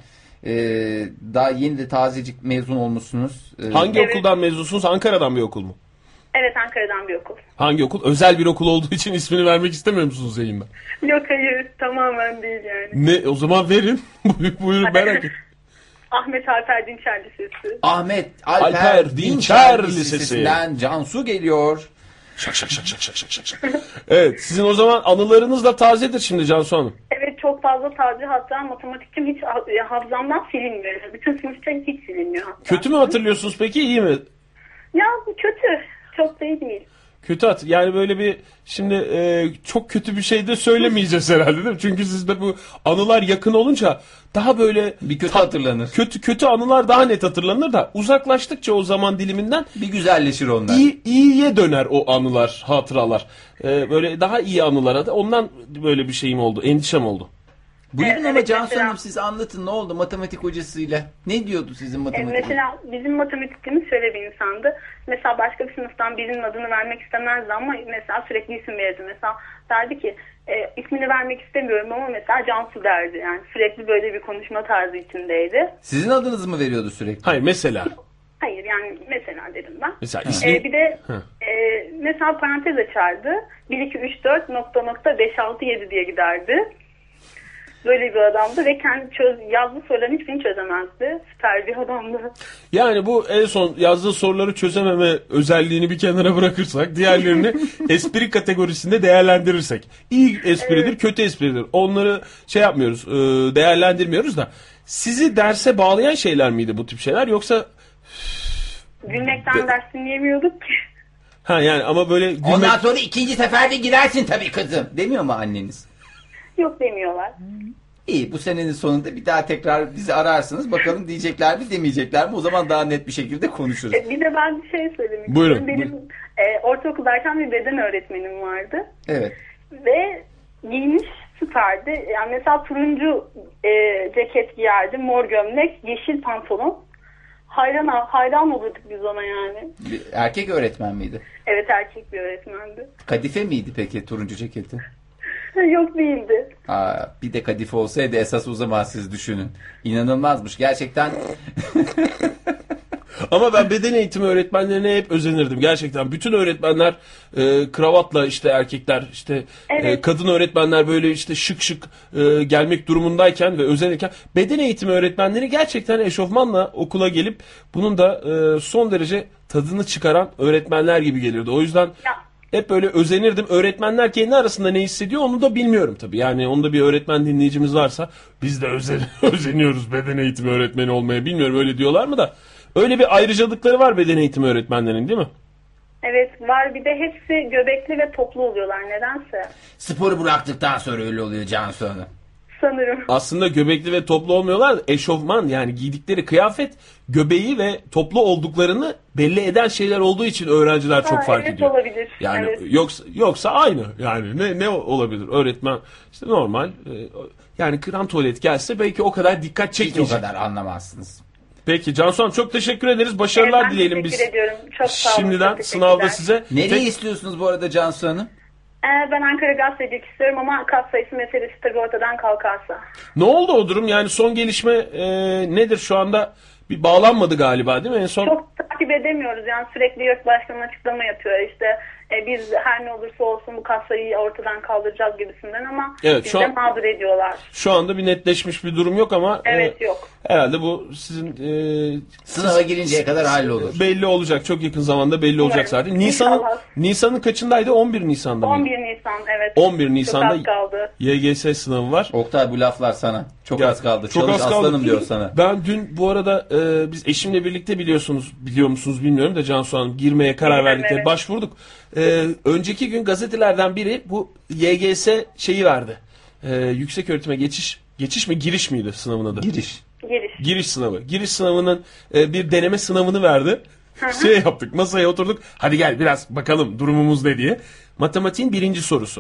Daha yeni de tazecik mezun olmuşsunuz. Hangi Evet. okuldan mezunsunuz? Ankara'dan bir okul mu? Evet, Ankara'dan bir okul. Hangi okul? Özel bir okul olduğu için ismini vermek istemiyor musunuz yayında? Yok, hayır, tamamen değil yani. Ne? O zaman verin. Buyurun, merak et. Ahmet Alper Dinçer Lisesi. Ahmet Alper Alper Dinçer Dinçer Lisesi. Lisesi'nden Cansu geliyor. Şak şak şak şak şak şak şak şak. Evet, sizin o zaman anılarınız da tazedir şimdi Cansu Hanım. Evet, çok fazla taze, hatta matematikçim hiç hafızamdan silinmiyor. Bütün sınıfta hiç silinmiyor hatta. Kötü mü hatırlıyorsunuz peki, iyi mi? Ya bu kötü. Çok da iyi değil. Kötü yani böyle bir şimdi çok kötü bir şey de söylemeyeceğiz herhalde değil mi? Çünkü sizde bu anılar yakın olunca daha böyle Bir kötü hatırlanır. kötü anılar daha net hatırlanır da uzaklaştıkça o zaman diliminden Bir güzelleşir onlar. iyiye döner o anılar, hatıralar. Böyle daha iyi anılara da ondan böyle bir şeyim oldu, endişem oldu. Buyurun Evet, ama Cansu mesela- Hanım siz anlatın, ne oldu matematik hocasıyla? Ne diyordu sizin matematik? Mesela bizim matematikçimiz şöyle bir insandı. Mesela başka bir sınıftan birinin adını vermek istemezdi ama mesela sürekli isim verirdi. Mesela derdi ki ismini vermek istemiyorum ama mesela Cansu derdi. Yani sürekli böyle bir konuşma tarzı içindeydi. Sizin adınızı mı veriyordu sürekli? Hayır, mesela Hayır, yani mesela dedim ben. ismi Bir de Hı. mesela parantez açardı. 1, 2, 3, 4 nokta 5, 6, 7 diye giderdi. Böyle bir adamdı ve kendi yazdığı soruların hiçbirini çözemezdi. Süper bir adamdı. Yani bu en son yazdığı soruları çözememe özelliğini bir kenara bırakırsak diğerlerini espri kategorisinde değerlendirirsek. İyi espridir, kötü espridir. Onları şey yapmıyoruz, değerlendirmiyoruz da. Sizi derse bağlayan şeyler miydi bu tip şeyler yoksa... Gülmekten ders dinleyemiyorduk ki. Ha yani ama böyle gülmek... Ondan sonra ikinci seferde girersin tabii kızım. Demiyor mu anneniz? Yok demiyorlar. İyi, bu senenin sonunda bir daha tekrar bizi ararsınız. Bakalım diyecekler mi demeyecekler mi? O zaman daha net bir şekilde konuşuruz. Bir de ben bir şey söylemek Buyurun, istiyorum. Benim ortaokuldayken bir beden öğretmenim vardı. Evet. Ve giyiniş süperdi. Yani mesela turuncu ceket giyerdi, mor gömlek, yeşil pantolon. Hayran olurduk biz ona yani. Bir erkek öğretmen miydi? Evet, erkek bir öğretmendi. Kadife miydi peki turuncu ceketi? Yok, değildi. Bir de kadife olsaydı esas o zaman siz düşünün. İnanılmazmış gerçekten. Ama ben beden eğitimi öğretmenlerine hep özenirdim. Gerçekten bütün öğretmenler kravatla, işte erkekler, işte Evet. kadın öğretmenler böyle işte şık şık gelmek durumundayken ve özenirken beden eğitimi öğretmenleri gerçekten eşofmanla okula gelip bunun da son derece tadını çıkaran öğretmenler gibi gelirdi. O yüzden Ya. hep böyle özenirdim. Öğretmenler kendi arasında ne hissediyor onu da bilmiyorum tabii. Yani onda bir öğretmen dinleyicimiz varsa biz de özeniyoruz beden eğitimi öğretmeni olmaya. Bilmiyorum öyle diyorlar mı da. Öyle bir ayrıcalıkları var beden eğitimi öğretmenlerinin, değil mi? Evet var, bir de hepsi göbekli ve toplu oluyorlar nedense. Sporu bıraktıktan sonra öyle oluyor Cansu Hanım. Sanırım. Aslında göbekli ve toplu olmuyorlar. Eşofman, yani giydikleri kıyafet göbeği ve toplu olduklarını belli eden şeyler olduğu için öğrenciler çok fark evet, ediyor. olabilir. Yani Evet. yoksa aynı. Yani ne olabilir? Öğretmen işte normal yani kram tuvalet gelse belki o kadar dikkat Hiç o çekmeyecek. kadar anlamazsınız. Peki Cansu Hanım çok teşekkür ederiz. Başarılar Ben dileyelim teşekkür biz. ediyorum. Çok sağ olun. Şimdiden Çok sınavda teşekkürler. size. Nereyi istiyorsunuz bu arada Cansu Hanım? Ben Ankara Gazetecilik istiyorum ama kat sayısı meselesi tabii ortadan kalkarsa. Ne oldu o durum? Yani son gelişme nedir şu anda? Bir bağlanmadı galiba değil mi? En son Çok takip edemiyoruz yani, sürekli YÖK Başkanı açıklama yapıyor işte biz her ne olursa olsun bu kat sayıyı ortadan kaldıracağız gibisinden ama Evet, bizi şu de an- mağdur ediyorlar. şu anda bir netleşmiş bir durum yok ama Evet, yok. herhalde bu sizin Sınava girinceye kadar hallolur. belli olacak. Çok yakın zamanda belli olacak zaten. İnşallah. Nisan'ın kaçındaydı? 11 Nisan'da mıydı? 11 Nisan, evet. 11 Nisan'da Çok az kaldı. YGS sınavı var. Oktay bu laflar sana. Çok Ya, az kaldı. çok Çalış az kaldı. aslanım diyor sana. Ben dün bu arada biz eşimle birlikte biliyor musunuz bilmiyorum da Cansu Hanım girmeye karar Biliyorum, verdik. evet. Başvurduk. Önceki gün gazetelerden biri bu YGS şeyi verdi. Yüksek öğretime geçiş mi giriş miydi sınavın adı? Giriş. Giriş. Giriş sınavı. Giriş sınavının bir deneme sınavını verdi. Şey yaptık, masaya oturduk. Hadi gel biraz bakalım durumumuz ne diye. Matematiğin birinci sorusu.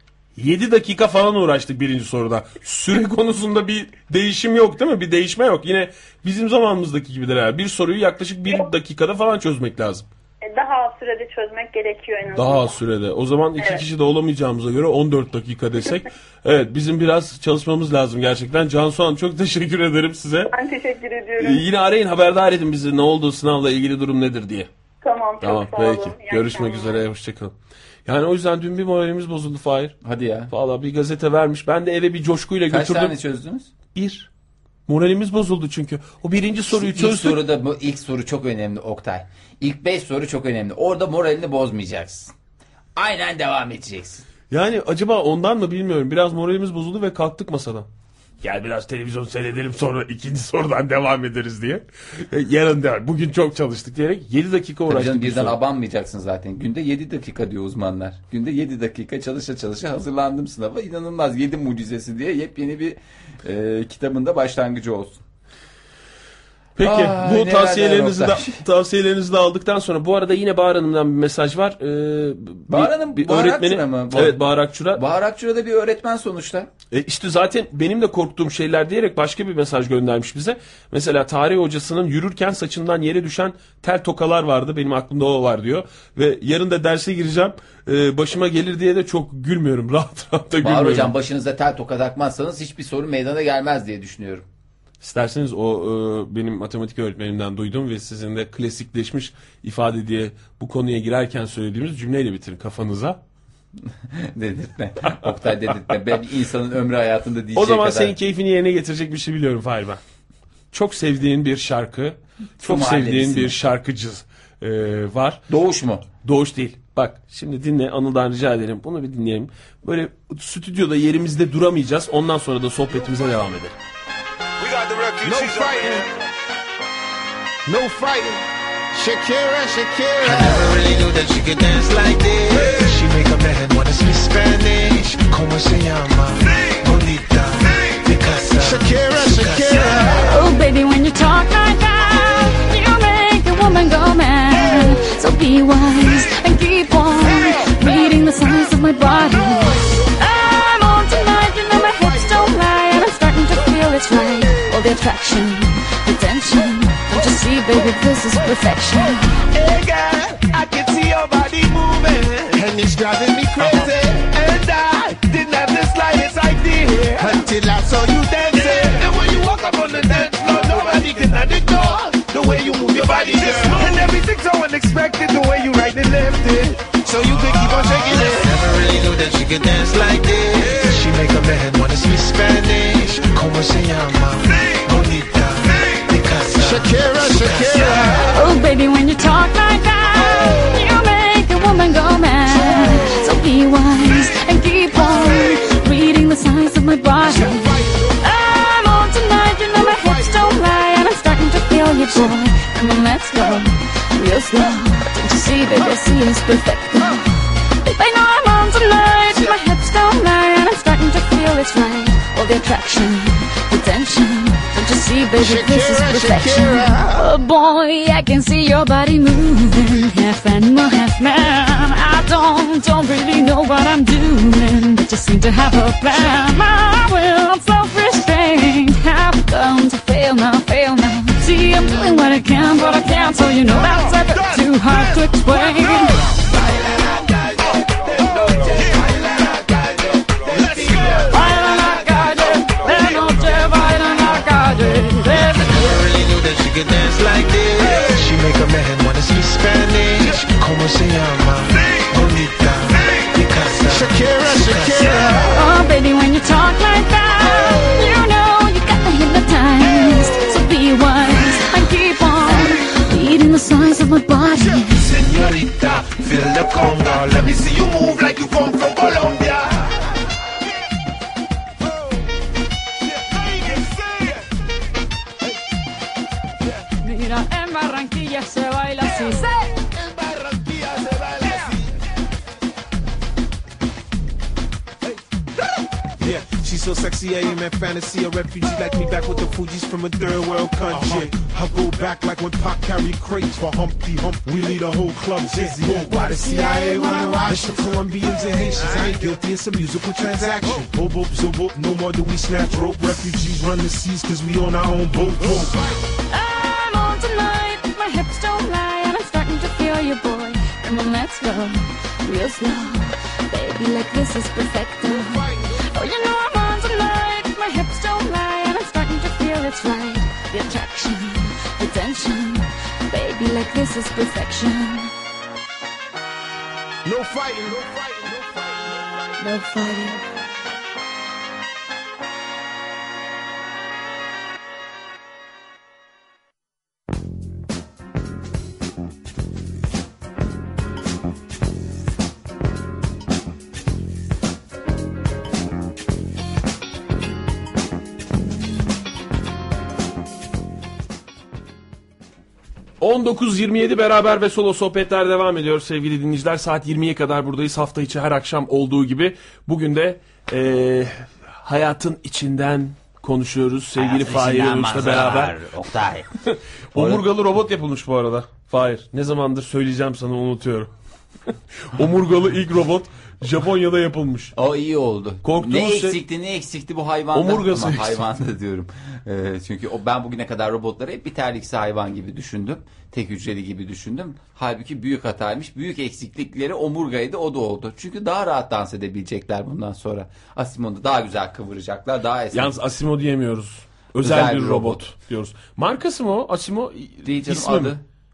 7 dakika falan uğraştık birinci soruda. Süre konusunda bir değişim yok değil mi? Bir değişme yok. Yine bizim zamanımızdaki gibidir herhalde. Bir soruyu yaklaşık 1 dakikada falan çözmek lazım. Daha az sürede çözmek gerekiyor en azından. Daha az sürede. O zaman iki Evet. kişi de olamayacağımıza göre 14 dakika desek. Evet, bizim biraz çalışmamız lazım gerçekten. Cansu Hanım çok teşekkür ederim size. Ben teşekkür ediyorum. Yine arayın, haberdar edin bizi ne oldu, sınavla ilgili durum nedir diye. Tamam, çok Tamam sağ olun. peki. İyi Görüşmek akşamlar. üzere. Hoşçakalın. Yani o yüzden dün bir moralimiz bozuldu Fahir. Hadi ya. Valla bir gazete vermiş. Ben de eve bir coşkuyla Kaç götürdüm. tane çözdünüz? Bir. Moralimiz bozuldu çünkü. O birinci soruyu İlk çözdük. soruda bu ilk soru çok önemli Oktay. İlk 5 soru çok önemli. Orada moralini bozmayacaksın. Aynen devam edeceksin. Yani acaba ondan mı bilmiyorum. Biraz moralimiz bozuldu ve kalktık masadan. Gel biraz televizyon seyredelim sonra ikinci sorudan devam ederiz diye. Yarın devam. Bugün çok çalıştık diyerek 7 dakika Tabii uğraştık. canım, bir birden soru. abanmayacaksın zaten. Günde 7 dakika diyor uzmanlar. Günde 7 dakika çalışa hazırlandım sınava. İnanılmaz 7 mucizesi diye yepyeni bir kitabında başlangıcı olsun. Peki Ay, bu neler tavsiyelerinizi de aldıktan sonra bu arada yine Bahar Hanım'dan bir mesaj var. Bahar Hanım, Bahar Akçura mı? Evet, Bahar Akçura. Bahar Akçura'da bir öğretmen sonuçta. İşte zaten benim de korktuğum şeyler diyerek başka bir mesaj göndermiş bize. Mesela tarih hocasının yürürken saçından yere düşen tel tokalar vardı. Benim aklımda o var diyor. Ve yarın da derse gireceğim. Başıma gelir diye de çok gülmüyorum. Rahat da Bahar gülmüyorum. hocam, başınıza tel toka takmazsanız hiçbir sorun meydana gelmez diye düşünüyorum. İsterseniz o benim matematik öğretmenimden duyduğum ve sizin de klasikleşmiş ifade diye bu konuya girerken söylediğimiz cümleyle bitirin kafanıza. Dedirtme. Oktay dedirtme. Ben bir insanın ömrü hayatında diyeceği O zaman kadar. senin keyfini yerine getirecek bir şey biliyorum Fahir ben. Çok sevdiğin bir şarkı, çok Mahallesi sevdiğin mi? bir şarkıcı var. Doğuş mu? Doğuş değil. Bak şimdi dinle, Anıl'dan rica ederim. Bunu bir dinleyelim. Böyle stüdyoda yerimizde duramayacağız. Ondan sonra da sohbetimize devam edelim. We got the No refugees over fighting. here. No fighting. Shakira, I Shakira. never really knew that she could dance like this. She make a man wanna speak Spanish. Como se llama? Bonita. Picasa. Shakira, Shakira. Oh, baby, when you talk like that, you make a woman go mad. So be wise and keep on reading the signs of my body. I'm on tonight, you know my hips don't lie, and I'm starting to feel it's right. All the attraction, the tension. Don't you see, baby, this is perfection. Hey girl, I can see your body moving, And it's driving me crazy. and I didn't have the slightest idea Until I saw you dancing. And when you walk up on the dance floor, nobody can ignore the way you move your body, girl. And everything's so unexpected, the way you right and left it, so you can keep on shaking it. Never really knew that she could dance like this. She make a man wanna speak Spanish. Como se llama? Bonita. Picasa. Shakira, Shakira. Oh, baby, when you talk like that, you make a woman go mad. So be wise and keep on reading the signs of my body. I'm on tonight, you know my hips don't lie, and I'm starting to feel you, boy. Come on, let's go, real slow. Don't you see, baby, I see it's perfect. Babe, I know I'm on tonight, my hips don't lie, and I'm starting to feel it's right. All the attraction, the tension. Don't you see, baby, this is Shakira, perfection. Shakira. Oh boy, I can see your body moving, half animal, half man. I don't really know what I'm doing, but you seem to have a plan. My will, I'm self-restrained, have come to fail now, fail now. See, I'm doing what I can, but I can't, so you know that's a bit too hard to explain. Baila la calle, de noche baila la calle. Never really knew that she could dance like this. She make a man wanna speak Spanish. Como se llama? Bonita. Picasa. Shakira, Shakira. Oh, baby, when you talk like that, you know you got me hypnotized. So be wise and keep on reading the signs of my body. Señorita, feel the conga. Let me see you move like you come from Colombia. Mira, en Barranquilla se baila así. En Barranquilla se baila así. Yeah, she's so sexy, I am in fantasy. A refugee like me back with the Fugees from a third world country. I go back like when Pac carried crates for Humpty Hump. We lead a whole club dizzy. Why the CIA wanna watch the Colombians and Haitians? I ain't guilty, it's a musical transaction. Boop, boop, so boop, no more do we snatch rope. Refugees run the seas cause we on our own boat. I'm on tonight, my hips don't lie, and I'm starting to feel you, boy. Come on, let's go, real slow. Baby, like this is perfecto. Oh, you know I'm on tonight, my hips don't lie, and I'm starting to feel it's right. The attraction, the tension. Baby, like this is perfection. No fighting, no fighting, no fighting. No fighting. ...19.27 beraber ve solo sohbetler devam ediyor sevgili dinleyiciler. Saat 20'ye kadar buradayız. Hafta içi her akşam olduğu gibi. Bugün de hayatın içinden konuşuyoruz. Sevgili Fahir Öğünç'le beraber. Oktay. Omurgalı robot yapılmış bu arada. Fahir, ne zamandır söyleyeceğim sana, unutuyorum. Omurgalı ilk robot Japonya'da yapılmış. O iyi oldu. Korktuğumuz Ne eksikti bu hayvanda? Omurgası Ama eksik. hayvanda diyorum. Çünkü ben bugüne kadar robotları hep bir terliksi hayvan gibi düşündüm. Tek hücreli gibi düşündüm. Halbuki büyük hataymış. Büyük eksiklikleri omurgaydı, o da oldu. Çünkü daha rahat dans edebilecekler bundan sonra. Asimon'da daha güzel kıvıracaklar. Daha esnek. Yalnız Asimo diyemiyoruz. Özel bir robot diyoruz. Markası mı o? Asimo Değil canım, ismi mi? adı.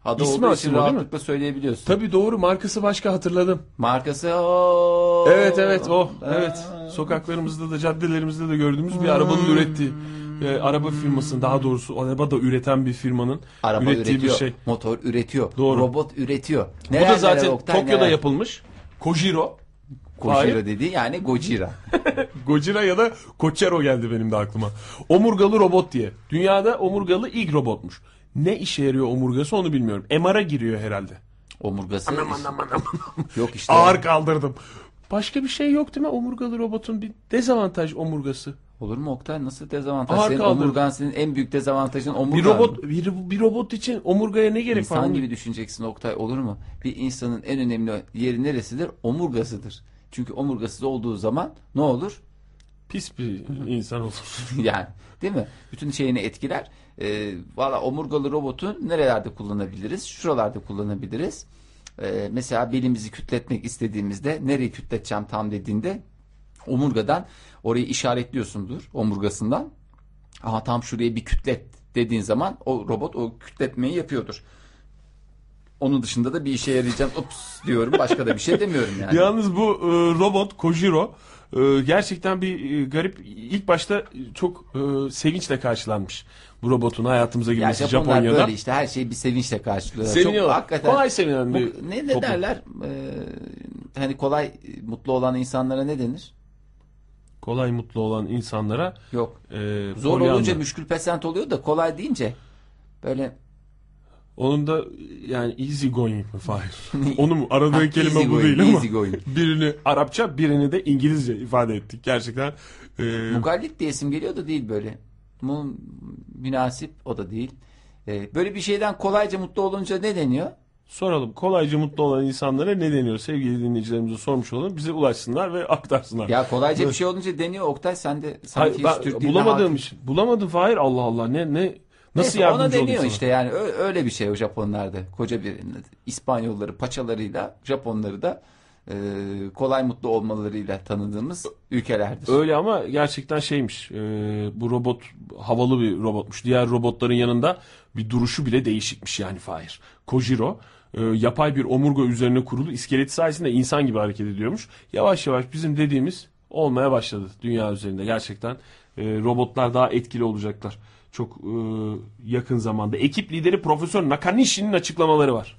Adı İsmi olduğu için Asimo değil mi? rahatlıkla söyleyebiliyorsun. Tabii doğru, markası başka, hatırladım. Markası o. Evet o. Evet. Sokaklarımızda da caddelerimizde de gördüğümüz bir arabanın ürettiği. Araba firmasının, daha doğrusu araba da üreten bir firmanın Araba ürettiği üretiyor, bir şey. motor üretiyor, Doğru. robot üretiyor. Bu da zaten Tokyo'da yapılmış. Kojiro. Gojira dediği yani Gojira. Gojira ya da Kochero geldi benim de aklıma. Omurgalı robot diye. Dünyada omurgalı ilk robotmuş. Ne işe yarıyor omurgası onu bilmiyorum. MR'a giriyor herhalde. Omurgası. Yok işte. Ağır kaldırdım. Başka bir şey yok değil mi omurgalı robotun? Bir dezavantaj omurgası. Olur mu Oktay? Nasıl dezavantaj? Ağır Senin kaldırdım. omurgan, senin en büyük dezavantajın omurgan. Bir robot için omurgaya ne gerek var? İnsan gibi düşüneceksin Oktay, olur mu? Bir insanın en önemli yeri neresidir? Omurgasıdır. Çünkü omurgasız olduğu zaman ne olur? Pis bir insan olur. Yani değil mi? Bütün şeyini etkiler. Valla omurgalı robotu nerelerde kullanabiliriz? Şuralarda kullanabiliriz. Mesela belimizi kütletmek istediğimizde nereyi kütleteceğim tam dediğinde omurgadan orayı işaretliyorsundur omurgasından. Aha tam şuraya bir kütlet dediğin zaman o robot o kütletmeyi yapıyordur. Onun dışında da bir işe yarayacağım. Ups diyorum. Başka da bir şey demiyorum yani. Yalnız bu robot Kojiro gerçekten bir garip. İlk başta çok sevinçle karşılanmış. Bu robotun hayatımıza Ya girmesi Japonlar Japonya'da. böyle işte her şeyi bir sevinçle karşılıyorlar. Seviniyorlar. Hakikaten. Kolay sevinen bir Ne toplum. derler? Hani kolay mutlu olan insanlara ne denir? Kolay mutlu olan insanlara Yok. Zor Pollyanna. olunca müşkül pesent oluyor da kolay deyince böyle onun da yani easy going mi Fahir? Onu mu? Aradığın kelime easy bu going, değil ama. easy going. Birini Arapça, birini de İngilizce ifade ettik. Gerçekten mugallit diye isim geliyor da değil böyle. Münasip o da değil. Böyle bir şeyden kolayca mutlu olunca ne deniyor? soralım. Kolayca mutlu olan insanlara ne deniyor? Sevgili dinleyicilerimize sormuş olalım. Bize ulaşsınlar ve aktarsınlar. Ya kolayca bir şey olunca deniyor Oktay, sen de sanki Hayır, hiç Türk diline bulamadığım hakim. iş. Bulamadım Fahir. Allah Allah. Nasıl Neyse, yardımcı ona olayım deniyor sana? işte yani öyle bir şey o Japonlarda. Koca bir İspanyolları paçalarıyla Japonları da kolay mutlu olmalarıyla tanıdığımız ülkelerdir. Öyle ama gerçekten şeymiş. Bu robot havalı bir robotmuş. Diğer robotların yanında bir duruşu bile değişikmiş yani Fahir. Kojiro yapay bir omurga üzerine kurulu iskeleti sayesinde insan gibi hareket ediyormuş. Yavaş yavaş bizim dediğimiz olmaya başladı dünya üzerinde. Gerçekten robotlar daha etkili olacaklar. Çok yakın zamanda. Ekip lideri Profesör Nakanishi'nin açıklamaları var.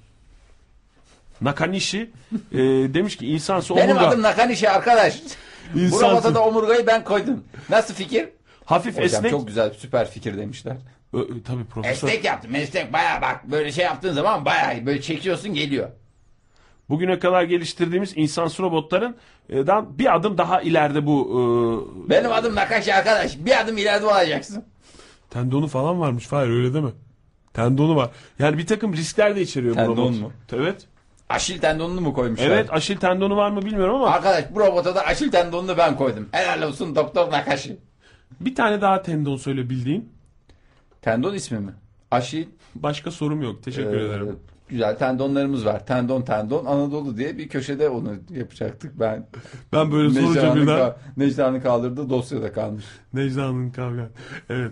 Nakanishi demiş ki insansı omurga. Benim adım Nakanishi arkadaş. Bu İnsansın. robota da omurgayı ben koydum. Nasıl fikir? Hafif Hocam esnek. çok güzel, süper fikir demişler. Tabii profesör. Esnek yaptım. Esnek bayağı bak böyle şey yaptığın zaman bayağı böyle çekiyorsun geliyor. Bugüne kadar geliştirdiğimiz insansı robotların bir adım daha ileride bu. Benim adım Nakanishi arkadaş. Bir adım ileride olacaksın. Tendonu falan varmış Fahir, öyle deme. Tendonu var. Yani bir takım riskler de içeriyor bu Tendon robot. mu? Evet. Aşil tendonunu mu koymuşlar? Evet, aşil tendonu var mı bilmiyorum ama Arkadaş bu robota da aşil tendonunu ben koydum. Helal olsun Doktor Nakashi. bir tane daha tendon söyle bildiğin. Tendon ismi mi? Aşil. Başka sorum yok. Teşekkür ederim. Güzel tendonlarımız var. Tendon Anadolu diye bir köşede onu yapacaktık ben. Ben böyle sorunca birden Necla'nın kaldırdığı dosyada kalmış. Necla'nın kavga. Evet.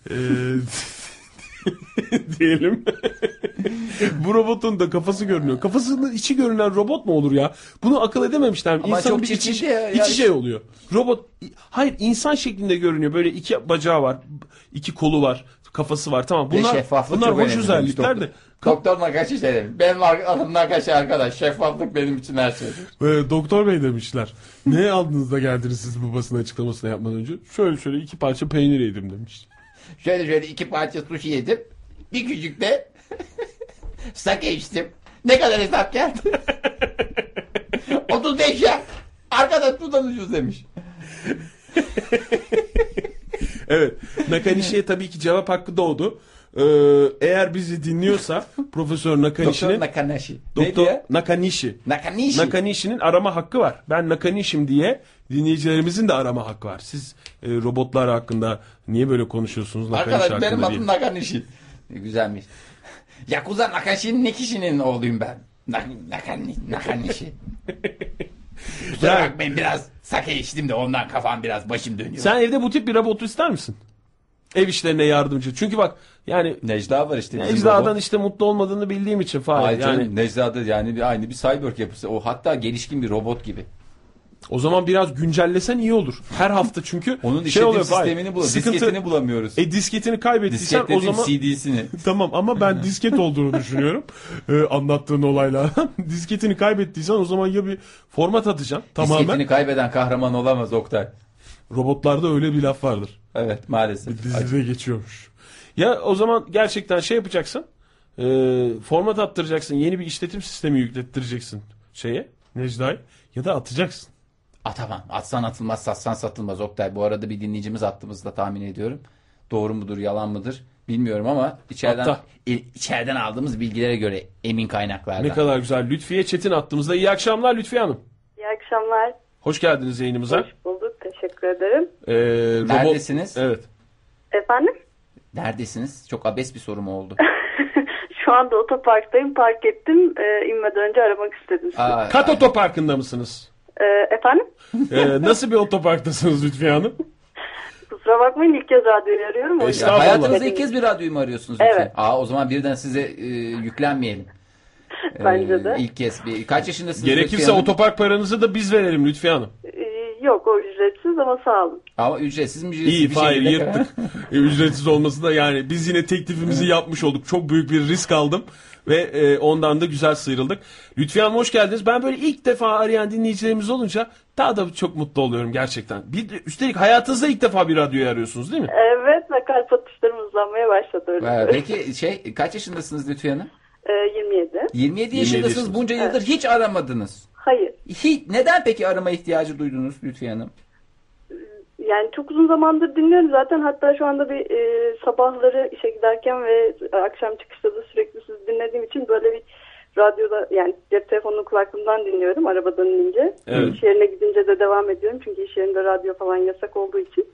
Diyelim. Bu robotun da kafası görünüyor. Kafasının içi görünen robot mu olur ya? Bunu akıl edememişler. Ama İnsanın çok bir içi, çirkin ya. içi şey oluyor. Robot, hayır, insan şeklinde görünüyor. Böyle iki bacağı var, iki kolu var, kafası var. Tamam. Ve Bunlar şeffaflık hoş çok önemli özellikler demiş de. Doktor Nakashi şey demiş. Benim adım Nakashi arkadaş. Şeffaflık benim için her şeydir. Doktor bey demişler. Ne aldınız da geldiniz siz bu basın açıklamasını yapmadan önce? Şöyle 2 parça peynir yedim demiş. Şöyle 2 parça sushi yedim. Bir küçük de sake içtim. Ne kadar hesap geldi? 35 ya. Arkadaş buradan ucuz demiş. Evet. Nakanishi'ye tabii ki cevap hakkı doğdu. Eğer bizi dinliyorsa Profesör Nakanishi'nin Doktor Nakanishi. Doktor Nakanishi. Nakanishi'nin arama hakkı var. Ben Nakanishim diye dinleyicilerimizin de arama hakkı var. Siz robotlar hakkında niye böyle konuşuyorsunuz Nakanishi Arkadaş benim hakkında adım diye. Nakanishi. Güzelmiş. Yakuza Nakashi'nin kişinin oğluyum ben. Nakanishi. Kusura Yani- bakmayın biraz sake içtim de ondan kafam biraz başım dönüyor. Sen evde bu tip bir robotu ister misin? Ev işlerine yardımcı. Çünkü bak yani Necda var işte. bizim Necda'dan robot. işte mutlu olmadığını bildiğim için Fahir. Ay canım, Yani Necda'da yani aynı bir cyborg yapısı. O hatta gelişkin bir robot gibi. o zaman biraz güncellesen iyi olur. Her hafta çünkü Onun şey işletim oluyor Fahir, sistemini sıkıntı- disketini bulamıyoruz. Disketini kaybettiysen Disket o dediğim zaman CD'sini. tamam ama ben disket olduğunu düşünüyorum. Anlattığın olaylardan. Disketini kaybettiysen o zaman ya bir format atacaksın tamamen. Disketini kaybeden kahraman olamaz Oktay. Robotlarda öyle bir laf vardır. Evet maalesef. Dizide geçiyormuş. Ya o zaman gerçekten şey yapacaksın. Format attıracaksın. Yeni bir işletim sistemi yüklettireceksin şeye. Necda'ya. Ya da atacaksın. Atamam. Atsan atılmaz, satsan satılmaz Oktay. Bu arada bir dinleyicimiz attığımızda tahmin ediyorum. Doğru mudur, yalan mıdır bilmiyorum ama Hatta. içeriden aldığımız bilgilere göre emin kaynaklardan. Ne kadar güzel. Lütfiye Çetin attığımızda. İyi akşamlar Lütfiye Hanım. İyi akşamlar. Hoş geldiniz yayınımıza. Hoş bulduk. Teşekkür ederim. Neredesiniz? Evet. Efendim? Neredesiniz? Çok abes bir soru mu oldu? Şu anda otoparktayım. Park ettim. İnmeden önce aramak istedim sizi. Kat otoparkında mısınız? Efendim? Nasıl bir otoparktasınız Lütfiye Hanım? Kusura bakmayın, ilk kez radyoyu arıyorum. O yüzden. Estağfurullah. Hayatınızda ilk kez bir radyoyu mu arıyorsunuz? Evet. lütfen? O zaman birden size yüklenmeyelim. Bence de. İlk kez. Kaç yaşındasınız? Gerekirse Lütfiye Hanım? otopark paranızı da biz verelim Lütfiye Hanım. Yok, o ücretsiz ama sağ olun. Ama ücretsiz mi? Ücretsiz İyi bir Fahir şekilde- yırttık. Ücretsiz olması da yani biz yine teklifimizi yapmış olduk. Çok büyük bir risk aldım ve ondan da güzel sıyrıldık. Lütfiye Hanım hoş geldiniz. Ben böyle ilk defa arayan dinleyicilerimiz olunca daha da çok mutlu oluyorum gerçekten. Üstelik hayatınızda ilk defa bir radyoyu arıyorsunuz değil mi? Evet, ve kalp atışlarım hızlanmaya başladı öyle. Peki kaç yaşındasınız Lütfiye Hanım? 27. 27 yaşındasınız. yaşındasınız. Bunca yıldır hiç aramadınız. Hayır. Neden peki arama ihtiyacı duydunuz Lütfiye Hanım? Yani çok uzun zamandır dinliyorum zaten. Hatta şu anda bir sabahları işe giderken ve akşam çıkışta da sürekli sizi dinlediğim için böyle bir radyoda, yani cep telefonunu kulaklığımdan dinliyorum arabadan inince. Evet. İş yerine gidince de devam ediyorum çünkü iş yerinde radyo falan yasak olduğu için.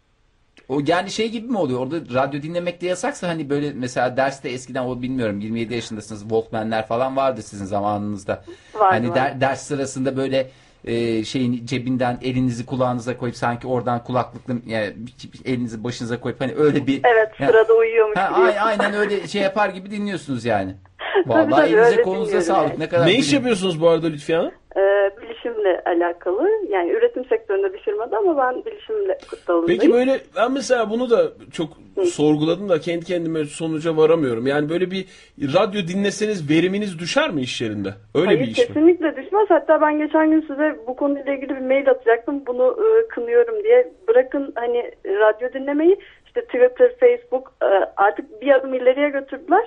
O yani şey gibi mi oluyor? Orada radyo dinlemek de yasaksa hani böyle mesela derste eskiden o bilmiyorum 27 yaşındasınız, Walkman'ler falan vardı sizin zamanınızda. Hani ders sırasında böyle şeyin cebinden elinizi kulağınıza koyup sanki oradan kulaklıkla yani elinizi başınıza koyup hani öyle bir Evet, sırada uyuyormuş gibi. aynen öyle şey yapar gibi dinliyorsunuz yani. Tabii, Vallahi elinize öyle kolunuza dinliyorum sağlık. yani. Ne kadar Ne iş yapıyorsunuz bu arada Lütfiye Hanım? Bilişimle alakalı. Yani üretim sektöründe bir firmada ama ben bilişimle dalındayım. Peki böyle ben mesela bunu da çok sorguladım da kendi kendime sonuca varamıyorum. Yani böyle bir radyo dinleseniz veriminiz düşer mi iş yerinde? Öyle Hayır, bir iş mi? kesinlikle düşmez. Hatta ben geçen gün size bu konuyla ilgili bir mail atacaktım. Bunu kınıyorum diye. Bırakın hani radyo dinlemeyi, işte Twitter, Facebook artık bir adım ileriye götürdüler.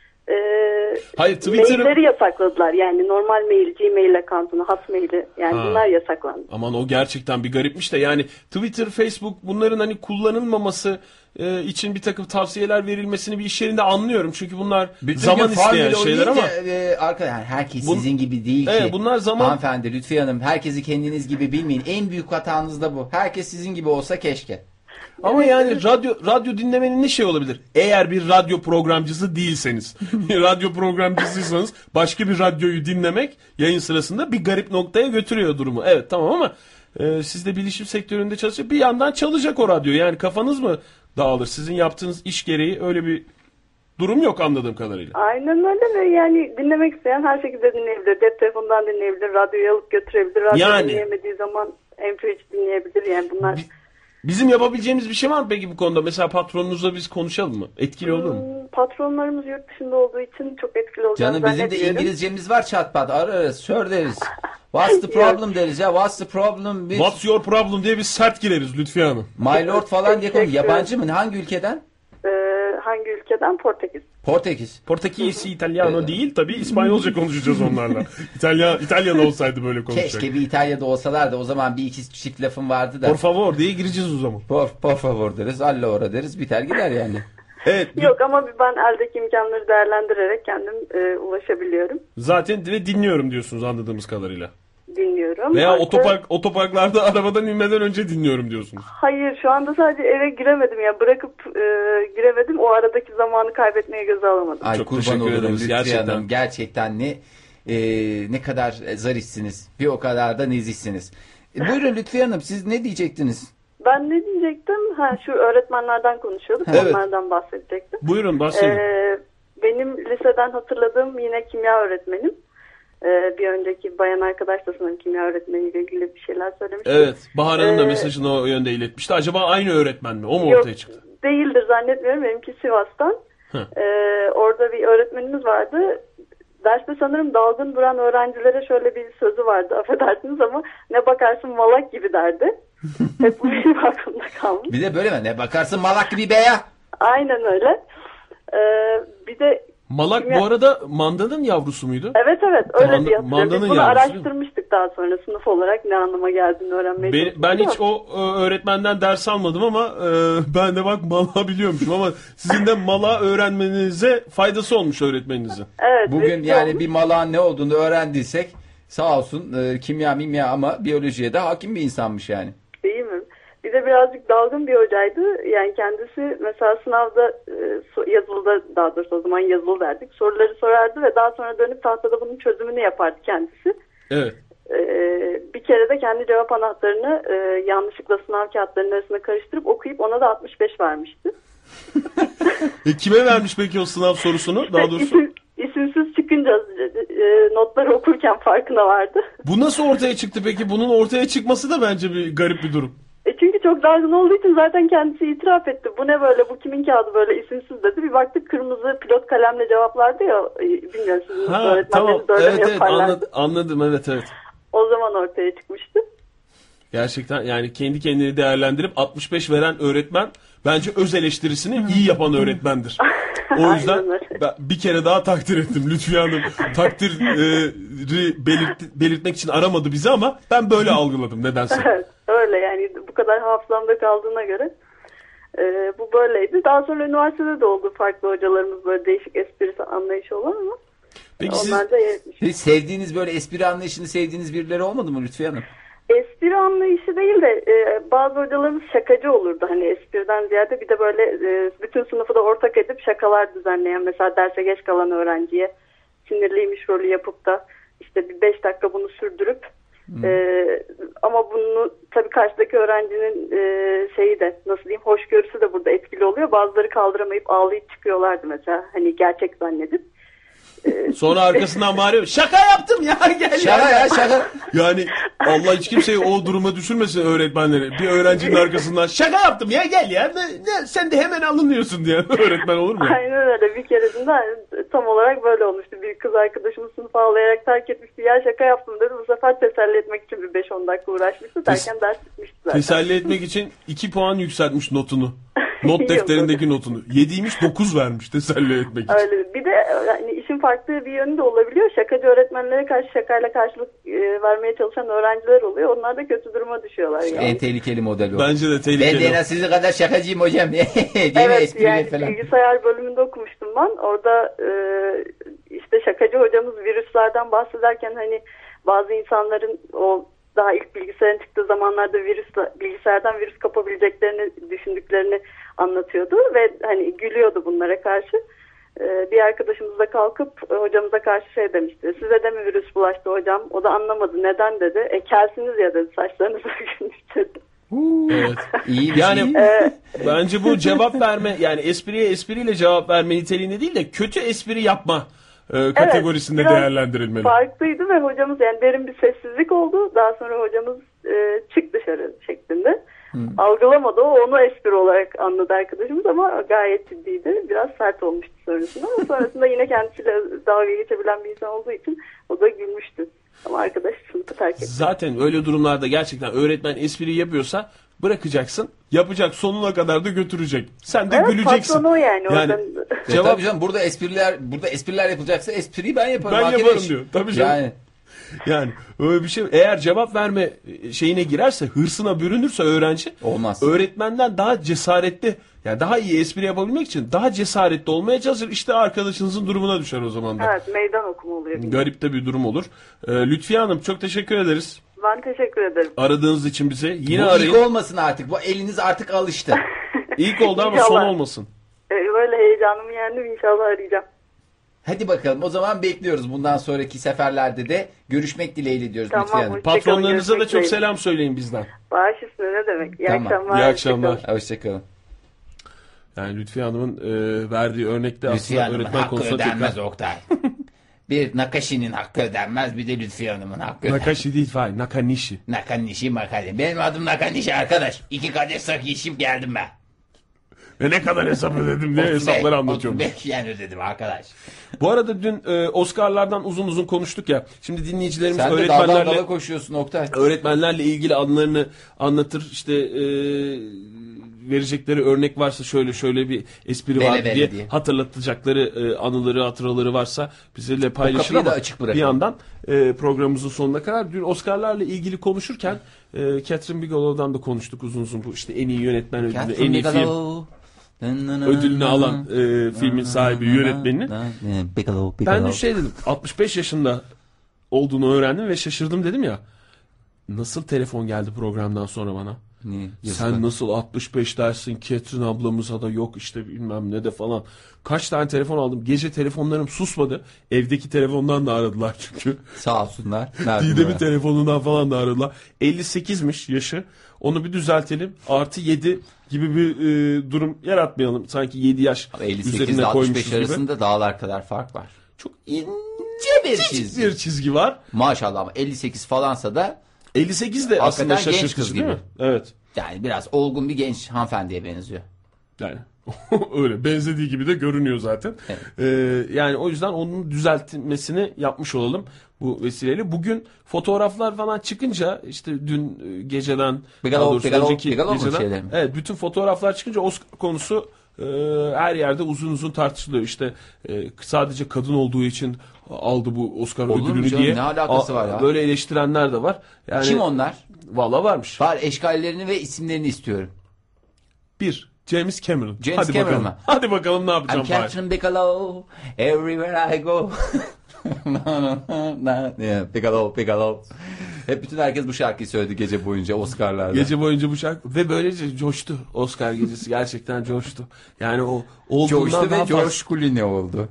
Hayır, Twitter'ı... Mailleri yasakladılar. Yani normal mail, Gmail account'unu, Hotmail'i, yani bunlar yasaklandı. Aman o gerçekten bir garipmiş de yani Twitter, Facebook bunların hani kullanılmaması için bir takım tavsiyeler verilmesini bir iş yerinde anlıyorum. Çünkü bunlar zaman isteyen şeyler ama yani herkes Bun- sizin gibi değil ki. Evet, bunlar zaman- Hanımefendi Lütfiye Hanım, herkesi kendiniz gibi bilmeyin. En büyük hatanız da bu. Herkes sizin gibi olsa keşke. ama yani radyo dinlemenin ne şey olabilir? Eğer bir radyo programcısı değilseniz, radyo programcısıysanız başka bir radyoyu dinlemek yayın sırasında bir garip noktaya götürüyor durumu. Evet tamam ama siz de bilişim sektöründe çalışıyor. Bir yandan çalacak o radyo. Yani kafanız mı dağılır? Sizin yaptığınız iş gereği öyle bir durum yok anladığım kadarıyla. Aynen öyle ve yani dinlemek isteyen her şekilde dinleyebilir. Cep telefonundan dinleyebilir, radyoyu alıp götürebilir. Radyo Yani. dinleyemediği zaman MP3 dinleyebilir. Yani bunlar... Bizim yapabileceğimiz bir şey var mı peki bu konuda? Mesela patronunuzla biz konuşalım mı? Etkili olur mu? Patronlarımız yurt dışında olduğu için çok etkili olacağını Canım bizim de zannetmiyorum. İngilizcemiz var, çatpat ararız, sir deriz. What's the problem deriz ya. What's the problem with What's your problem diye biz sert gireriz Lütfiye Hanım. my lord falan diye konu. Teşekkür Yabancı mı? Hangi ülkeden? Hangi ülkeden? Portekiz. Portekiz. Portekizci İtalyano değil tabii İspanyolca konuşacağız onlarla. İtalyan olsaydı böyle konuşacak. Keşke bir İtalya'da olsalar da o zaman bir iki çift lafım vardı da. Por favor diye gireceğiz o zaman. Por favor deriz. Allora deriz. Biter gider yani. Evet. Yok ama ben eldeki imkanları değerlendirerek kendim ulaşabiliyorum. Zaten ve dinliyorum diyorsunuz anladığımız kadarıyla. Dinliyorum. Veya Artı- otoparklarda arabadan inmeden önce dinliyorum diyorsunuz. Hayır, şu anda sadece eve giremedim ya. Bırakıp giremedim. O aradaki zamanı kaybetmeye göze alamadım. Ay Çok kurban teşekkür olurum ederiz, Lütfiye gerçekten. Hanım. Gerçekten ne kadar zarifsiniz. Bir o kadar da nezihsiniz. Buyurun Lütfiye Hanım, siz ne diyecektiniz? Ben ne diyecektim? Şu öğretmenlerden konuşuyorduk. Evet. Onlardan bahsedecektim. Buyurun bahsedin. Benim liseden hatırladığım yine kimya öğretmenim. Bir önceki bayan arkadaş da sanırım kimya öğretmeniyle ilgili bir şeyler söylemişti. Evet. Bahar Hanım da mesajını o yönde iletmişti. Acaba aynı öğretmen mi? O mu Yok, ortaya çıktı? değildir zannetmiyorum. Benimki Sivas'tan. Orada bir öğretmenimiz vardı. Derste sanırım dalgın duran öğrencilere şöyle bir sözü vardı. Affedersiniz ama ne bakarsın malak gibi derdi. Hep bu benim aklımda kalmış. Bir de böyle mi? Ne bakarsın malak gibi be ya. Aynen öyle. Bir de Malak bu arada mandanın yavrusu muydu? evet öyle Manda- diye hatırlıyorum. mandanın Biz bunu yavrusu, araştırmıştık daha sonra sınıf olarak ne anlama geldiğini öğrenmeye çalıştık. Ben hiç o öğretmenden ders almadım ama ben de bak mala biliyormuşum ama sizin de mala öğrenmenize faydası olmuş öğretmeninizin. Evet, Bugün yani bir malağın ne olduğunu öğrendiysek sağ olsun kimya ama biyolojiye de hakim bir insanmış yani. Değil mi? Bir de birazcık dalgın bir hocaydı. Yani kendisi mesela sınavda yazılıda, daha doğrusu o zaman yazılı derdik, soruları sorardı ve daha sonra dönüp tahtada bunun çözümünü yapardı kendisi. Evet. Bir kere de kendi cevap anahtarını yanlışlıkla sınav kağıtlarının arasında karıştırıp okuyup ona da 65 vermişti. Kime vermiş peki o sınav sorusunu? Daha doğrusu. İsimsiz çıkınca notları okurken farkına vardı. Bu nasıl ortaya çıktı peki? Bunun ortaya çıkması da bence bir garip bir durum. Çünkü çok dalgın olduğu için zaten kendisi itiraf etti. Bu ne böyle, bu kimin kağıdı böyle isimsiz dedi. Bir baktık kırmızı pilot kalemle cevaplardı ya. Bilmiyorum sizin öğretmenleriniz tamam. öyle mi Evet yaparlardı. anladım evet. O zaman ortaya çıkmıştı. Gerçekten yani kendi kendini değerlendirip 65 veren öğretmen bence öz eleştirisini iyi yapan öğretmendir. O yüzden Aynen öyle. ben bir kere daha takdir ettim Lütfiye Hanım. Takdiri belirtmek için aramadı bizi ama ben böyle algıladım nedense. Evet, öyle yani bu kadar hafızamda kaldığına göre bu böyleydi. Daha sonra üniversitede de oldu farklı hocalarımız böyle değişik espri anlayışı olan ama Peki onlar da yer etmiş. Hiç sevdiğiniz böyle espri anlayışını sevdiğiniz birileri olmadı mı Lütfiye Hanım? Espri anlayışı değil de bazı hocalarımız şakacı olurdu. Hani espriden ziyade bir de böyle bütün sınıfı da ortak edip şakalar düzenleyen, mesela derse geç kalan öğrenciye sinirliymiş rolü yapıp da işte bir 5 dakika bunu sürdürüp ama bunu tabii karşıdaki öğrencinin şeyi de nasıl diyeyim hoşgörüsü de burada etkili oluyor. Bazıları kaldıramayıp ağlayıp çıkıyorlardı mesela hani gerçek zannedip. Sonra arkasından bağırıyor. Şaka yaptım ya gel Şaka ya şaka. Yani Allah hiç kimseyi o duruma düşürmesin öğretmenleri. Bir öğrencinin arkasından şaka yaptım ya gel ya. Sen de hemen alınıyorsun diye öğretmen olur mu? Aynen öyle. Bir keresinde tam olarak böyle olmuştu. Bir kız arkadaşımız sınıfı ağlayarak terk etmişti. Ya şaka yaptım dedi. Bu sefer teselli etmek için bir 5-10 dakika uğraşmıştı. Derken ders bitmişti zaten. Teselli etmek için 2 puan yükseltmiş notunu. Not defterindeki notunu. 7'ymiş 9 vermiş teselli etmek için. Öyle. Bir de yani işin farklı bir yönü de olabiliyor. Şakacı öğretmenlere karşı şakayla karşılık vermeye çalışan öğrenciler oluyor. Onlar da kötü duruma düşüyorlar yani. En tehlikeli model o. Bence de tehlikeli. Ben de sizin kadar şakacıyım hocam. Değil mi? Evet Espriyle yani falan. bilgisayar bölümünde okumuştum ben. Orada işte şakacı hocamız virüslerden bahsederken hani bazı insanların o daha ilk bilgisayarın çıktığı zamanlarda bilgisayardan virüs kapabileceklerini düşündüklerini anlatıyordu ve hani gülüyordu bunlara karşı. Bir arkadaşımız da kalkıp hocamıza karşı şey demişti. Size de mi virüs bulaştı hocam? O da anlamadı. Neden dedi. Kelsiniz ya dedi. Saçlarınız dökülmüş dedi. Evet. İyi Yani bence bu cevap verme yani espriyle cevap verme niteliğinde değil de kötü espri yapma kategorisinde biraz değerlendirilmeli. Farklıydı ve hocamız yani derin bir sessizlik oldu. Daha sonra hocamız çık dışarı şeklinde. Algılamadı o. Onu espri olarak anladı arkadaşımız ama gayet ciddiydi. Biraz sert olmuştu sonrasında ama sonrasında yine kendisiyle dalga geçebilen bir insan olduğu için o da gülmüştü. Ama arkadaş sınıfı terk etti. Zaten öyle durumlarda gerçekten öğretmen espri yapıyorsa bırakacaksın. Yapacak sonuna kadar da götürecek. Sen de güleceksin. Patron o yani. Cevap tabii canım burada espriler yapılacaksa espriyi ben yaparım. ben arkadaş. yaparım diyor. Tabii canım. Yani öyle bir şey eğer cevap verme şeyine girerse hırsına bürünürse öğrenci olmaz. Öğretmenden daha cesaretli yani daha iyi espri yapabilmek için daha cesaretli olmaya çalışır. İşte arkadaşınızın durumuna düşer o zaman da. Evet meydan okuma oluyor. Garip de bir durum olur. Lütfiye Hanım çok teşekkür ederiz. Ben teşekkür ederim. Aradığınız için bize. Yine bu arayın. ilk olmasın artık. Bu eliniz artık alıştı. İlk oldu ama İnşallah. son olmasın. Böyle heyecanımı yendim inşallah arayacağım. Hadi bakalım, o zaman bekliyoruz. Bundan sonraki seferlerde de görüşmek dileğiyle diyoruz Tamam, Lütfiye Hanım. hoşça kalın, Patronlarınıza da görüşmek çok üzere. selam söyleyin bizden. Bağış üstüne ne demek? İyi Tamam. akşamlar. İyi akşamlar. hoşça kalın. Hoşçakalın. Yani Lütfiye Hanım'ın verdiği örnekte Lütfiye aslında Hanım'ın öğretmen hakkı konusunda ödenmez tekrar... Oktay. Bir Nakashi'nin hakkı ödenmez, bir de Lütfiye Hanım'ın hakkı ödenmez. Nakashi değil fay, Nakanishi. Nakanishi makale. Benim adım Nakanishi arkadaş. 2 kadeh sakı içip geldim ben. Ve ne kadar hesap ödedim diye hesapları anlatıyorum. 35 yen ödedim arkadaş. Bu arada dün Oscar'lardan uzun uzun konuştuk ya. Şimdi dinleyicilerimiz Sen de daldan öğretmenlerle dala koşuyorsun Oktay. öğretmenlerle ilgili anılarını anlatır. İşte verecekleri örnek varsa şöyle bir espri Vele var vele diye diye. hatırlatacakları anıları, hatıraları varsa bizimle paylaşın kapıyı da ama açık bir bırakın. yandan programımızın sonuna kadar dün Oscar'larla ilgili konuşurken Catherine Bigelow'dan da konuştuk uzun uzun. Bu işte en iyi yönetmen ödülünü, en iyi film ödülünü alan filmin sahibi yönetmenini. Ben de şey dedim, 65 yaşında olduğunu öğrendim ve şaşırdım dedim ya. Nasıl telefon geldi programdan sonra bana? Sen nasıl 65 dersin, Catherine ablamıza da yok işte bilmem ne de falan. Kaç tane telefon aldım. Gece telefonlarım susmadı. Evdeki telefondan da aradılar çünkü. Sağ olsunlar. Didem'in telefonundan falan da aradılar. 58'miş yaşı. Onu bir düzeltelim. Artı 7 gibi bir durum yaratmayalım. Sanki 7 yaş 58 üzerine ile 65 koymuşuz gibi. arasında dağlar kadar fark var. Çok ince bir çizgi. bir çizgi var. Maşallah, ama 58 falansa da 58 de aslında hakikaten genç şaşırtıcı kız değil gibi. mi? Evet. Yani biraz olgun bir genç hanımefendiye benziyor. Yani öyle benzediği gibi de görünüyor zaten. Evet. Yani o yüzden onun düzeltmesini yapmış olalım bu vesileyle. Bugün fotoğraflar falan çıkınca işte dün geceden daha doğrusu önceki geceden şeyler mi? evet, bütün fotoğraflar çıkınca Oscar konusu her yerde uzun uzun tartışılıyor. İşte sadece kadın olduğu için aldı bu Oscar Olur mu ödülünü canım? diye. Ne alakası var ya? Böyle eleştirenler de var. Yani, Kim onlar? Valla varmış. Var, eşkallerini ve isimlerini istiyorum. Bir, James Cameron. James Hadi Cameron bakalım. mı? Hadi bakalım ne I'm yapacağım. Fahir. Catherine Bigelow, everywhere I go. Bigelow. Hep bütün herkes bu şarkıyı söyledi gece boyunca Oscar'larda. Gece boyunca bu şarkı ve böylece coştu. Oscar gecesi gerçekten coştu. Yani o olduğundan Coştu daha ve fazla. coşkulu ne oldu?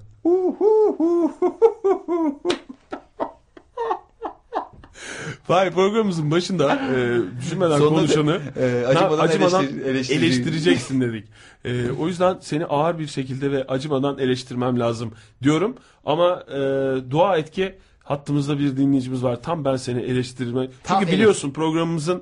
Hayır, programımızın başında düşünmeden Sonunda konuşanı acımadan eleştireceksin dedik. O yüzden seni ağır bir şekilde ve acımadan eleştirmem lazım diyorum. Ama dua et ki hattımızda bir dinleyicimiz var. Tam ben seni eleştirme. Tam Çünkü biliyorsun programımızın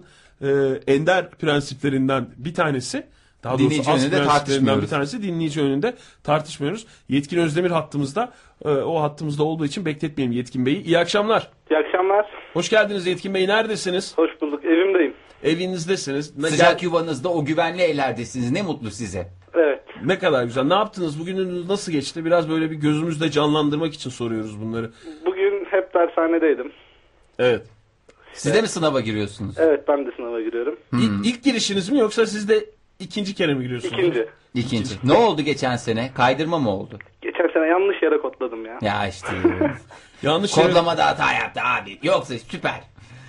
ender prensiplerinden bir tanesi. Daha doğrusu Dinleyici az önünde prensiplerinden tartışmıyoruz. bir tanesi dinleyici önünde tartışmıyoruz. Yetkin Özdemir hattımızda. O hattımızda olduğu için bekletmeyelim Yetkin Bey'i. İyi akşamlar. İyi akşamlar. Hoş geldiniz Yetkin Bey. Neredesiniz? Hoş bulduk. Evimdeyim. Evinizdesiniz. Sıcak yuvanızda, o güvenli evlerdesiniz. Ne mutlu size. Evet. Ne kadar güzel. Ne yaptınız? Bugününüz nasıl geçti? Biraz böyle bir gözümüzde canlandırmak için soruyoruz bunları. Bugün hep dershanedeydim. Evet. Siz de mi sınava giriyorsunuz? Evet, ben de sınava giriyorum. İlk girişiniz mi yoksa siz de ikinci kere mi giriyorsunuz? İkinci. Ne oldu geçen sene? Kaydırma mı oldu? Geçen sene yanlış yere kodladım ya. Ya işte. Yanlış yere... Kodlamada hata yaptı abi. Yoksa süper.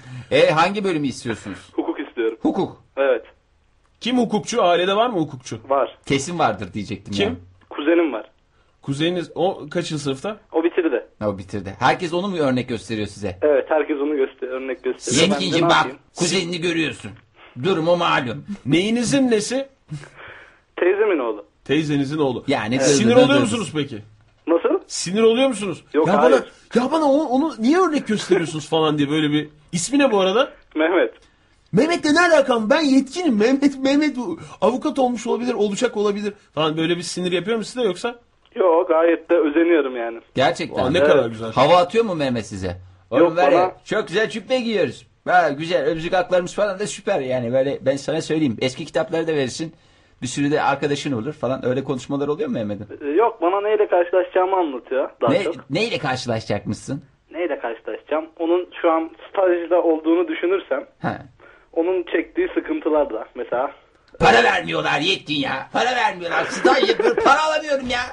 Hangi bölümü istiyorsunuz? Hukuk istiyorum. Hukuk. Evet. Kim hukukçu? Ailede var mı hukukçu? Var. Kesin vardır diyecektim. Kim? Ya. Kuzenim var. Kuzeniniz o kaçıncı sınıfta? O bitirdi. O bitirdi. Herkes onu mu örnek gösteriyor size? Evet, herkes onu örnek gösteriyor. Ben de Yetkincim ne bak, yapayım? kuzenini görüyorsun. Durumu malum. Neyinizin nesi? Teyzemin oğlu. Teyzenizin oğlu. Yani Sinir oluyor musunuz peki? Nasıl? Sinir oluyor musunuz? Yok, ya hayır. bana onu niye örnek gösteriyorsunuz falan diye böyle bir... İsmi ne bu arada? Mehmet. Mehmet'le ne alakam? Ben yetkinim. Mehmet avukat olmuş olabilir, olacak olabilir falan, böyle bir sinir yapıyor mu size yoksa? Yok, gayet de özeniyorum yani. Gerçekten. Aa, ne kadar güzel. Hava atıyor mu Mehmet size? Oğlum Yok, var bana- ya, çok güzel cübbe giyiyoruz. Ha, güzel, öpücük haklarımız falan da süper yani, böyle ben sana söyleyeyim. Eski kitapları da verirsin. Bir sürü de arkadaşın olur falan, öyle konuşmalar oluyor mu Mehmet'in? Yok, bana neyle karşılaşacağımı anlatıyor daha çok. Neyle karşılaşacakmışsın? Neyle karşılaşacağım? Onun şu an stajda olduğunu düşünürsem, Ha. onun çektiği sıkıntılarla mesela. Para vermiyorlar Yetkin ya. Para vermiyorlar. Staj yapıyorum, para alamıyorum ya.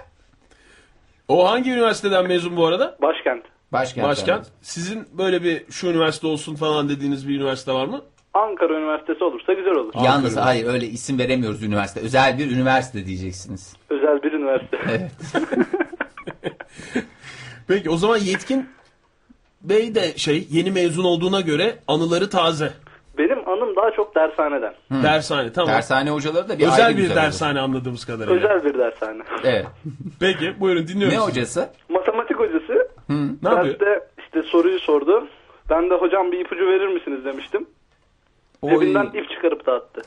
O hangi üniversiteden mezun bu arada? Başkent. Başkent. Sizin böyle bir şu üniversite olsun falan dediğiniz bir üniversite var mı? Ankara Üniversitesi olursa güzel olur. Yalnız Ankara. hayır, öyle isim veremiyoruz üniversite. Özel bir üniversite diyeceksiniz. Özel bir üniversite. Evet. Peki o zaman Yetkin Bey de yeni mezun olduğuna göre anıları taze. Benim anım daha çok dershaneden. Dershane tamam. Dershane hocaları da bir Özel ayrı bir güzel dershane anladığımız kadarıyla. Özel bir dershane. Evet. Peki buyurun dinliyoruz. Ne sizi. hocası? Matematik hocası Ne yapıyor? derste işte soruyu sordu. Ben de hocam bir ipucu verir misiniz demiştim. Cebinden ip çıkarıp dağıttı.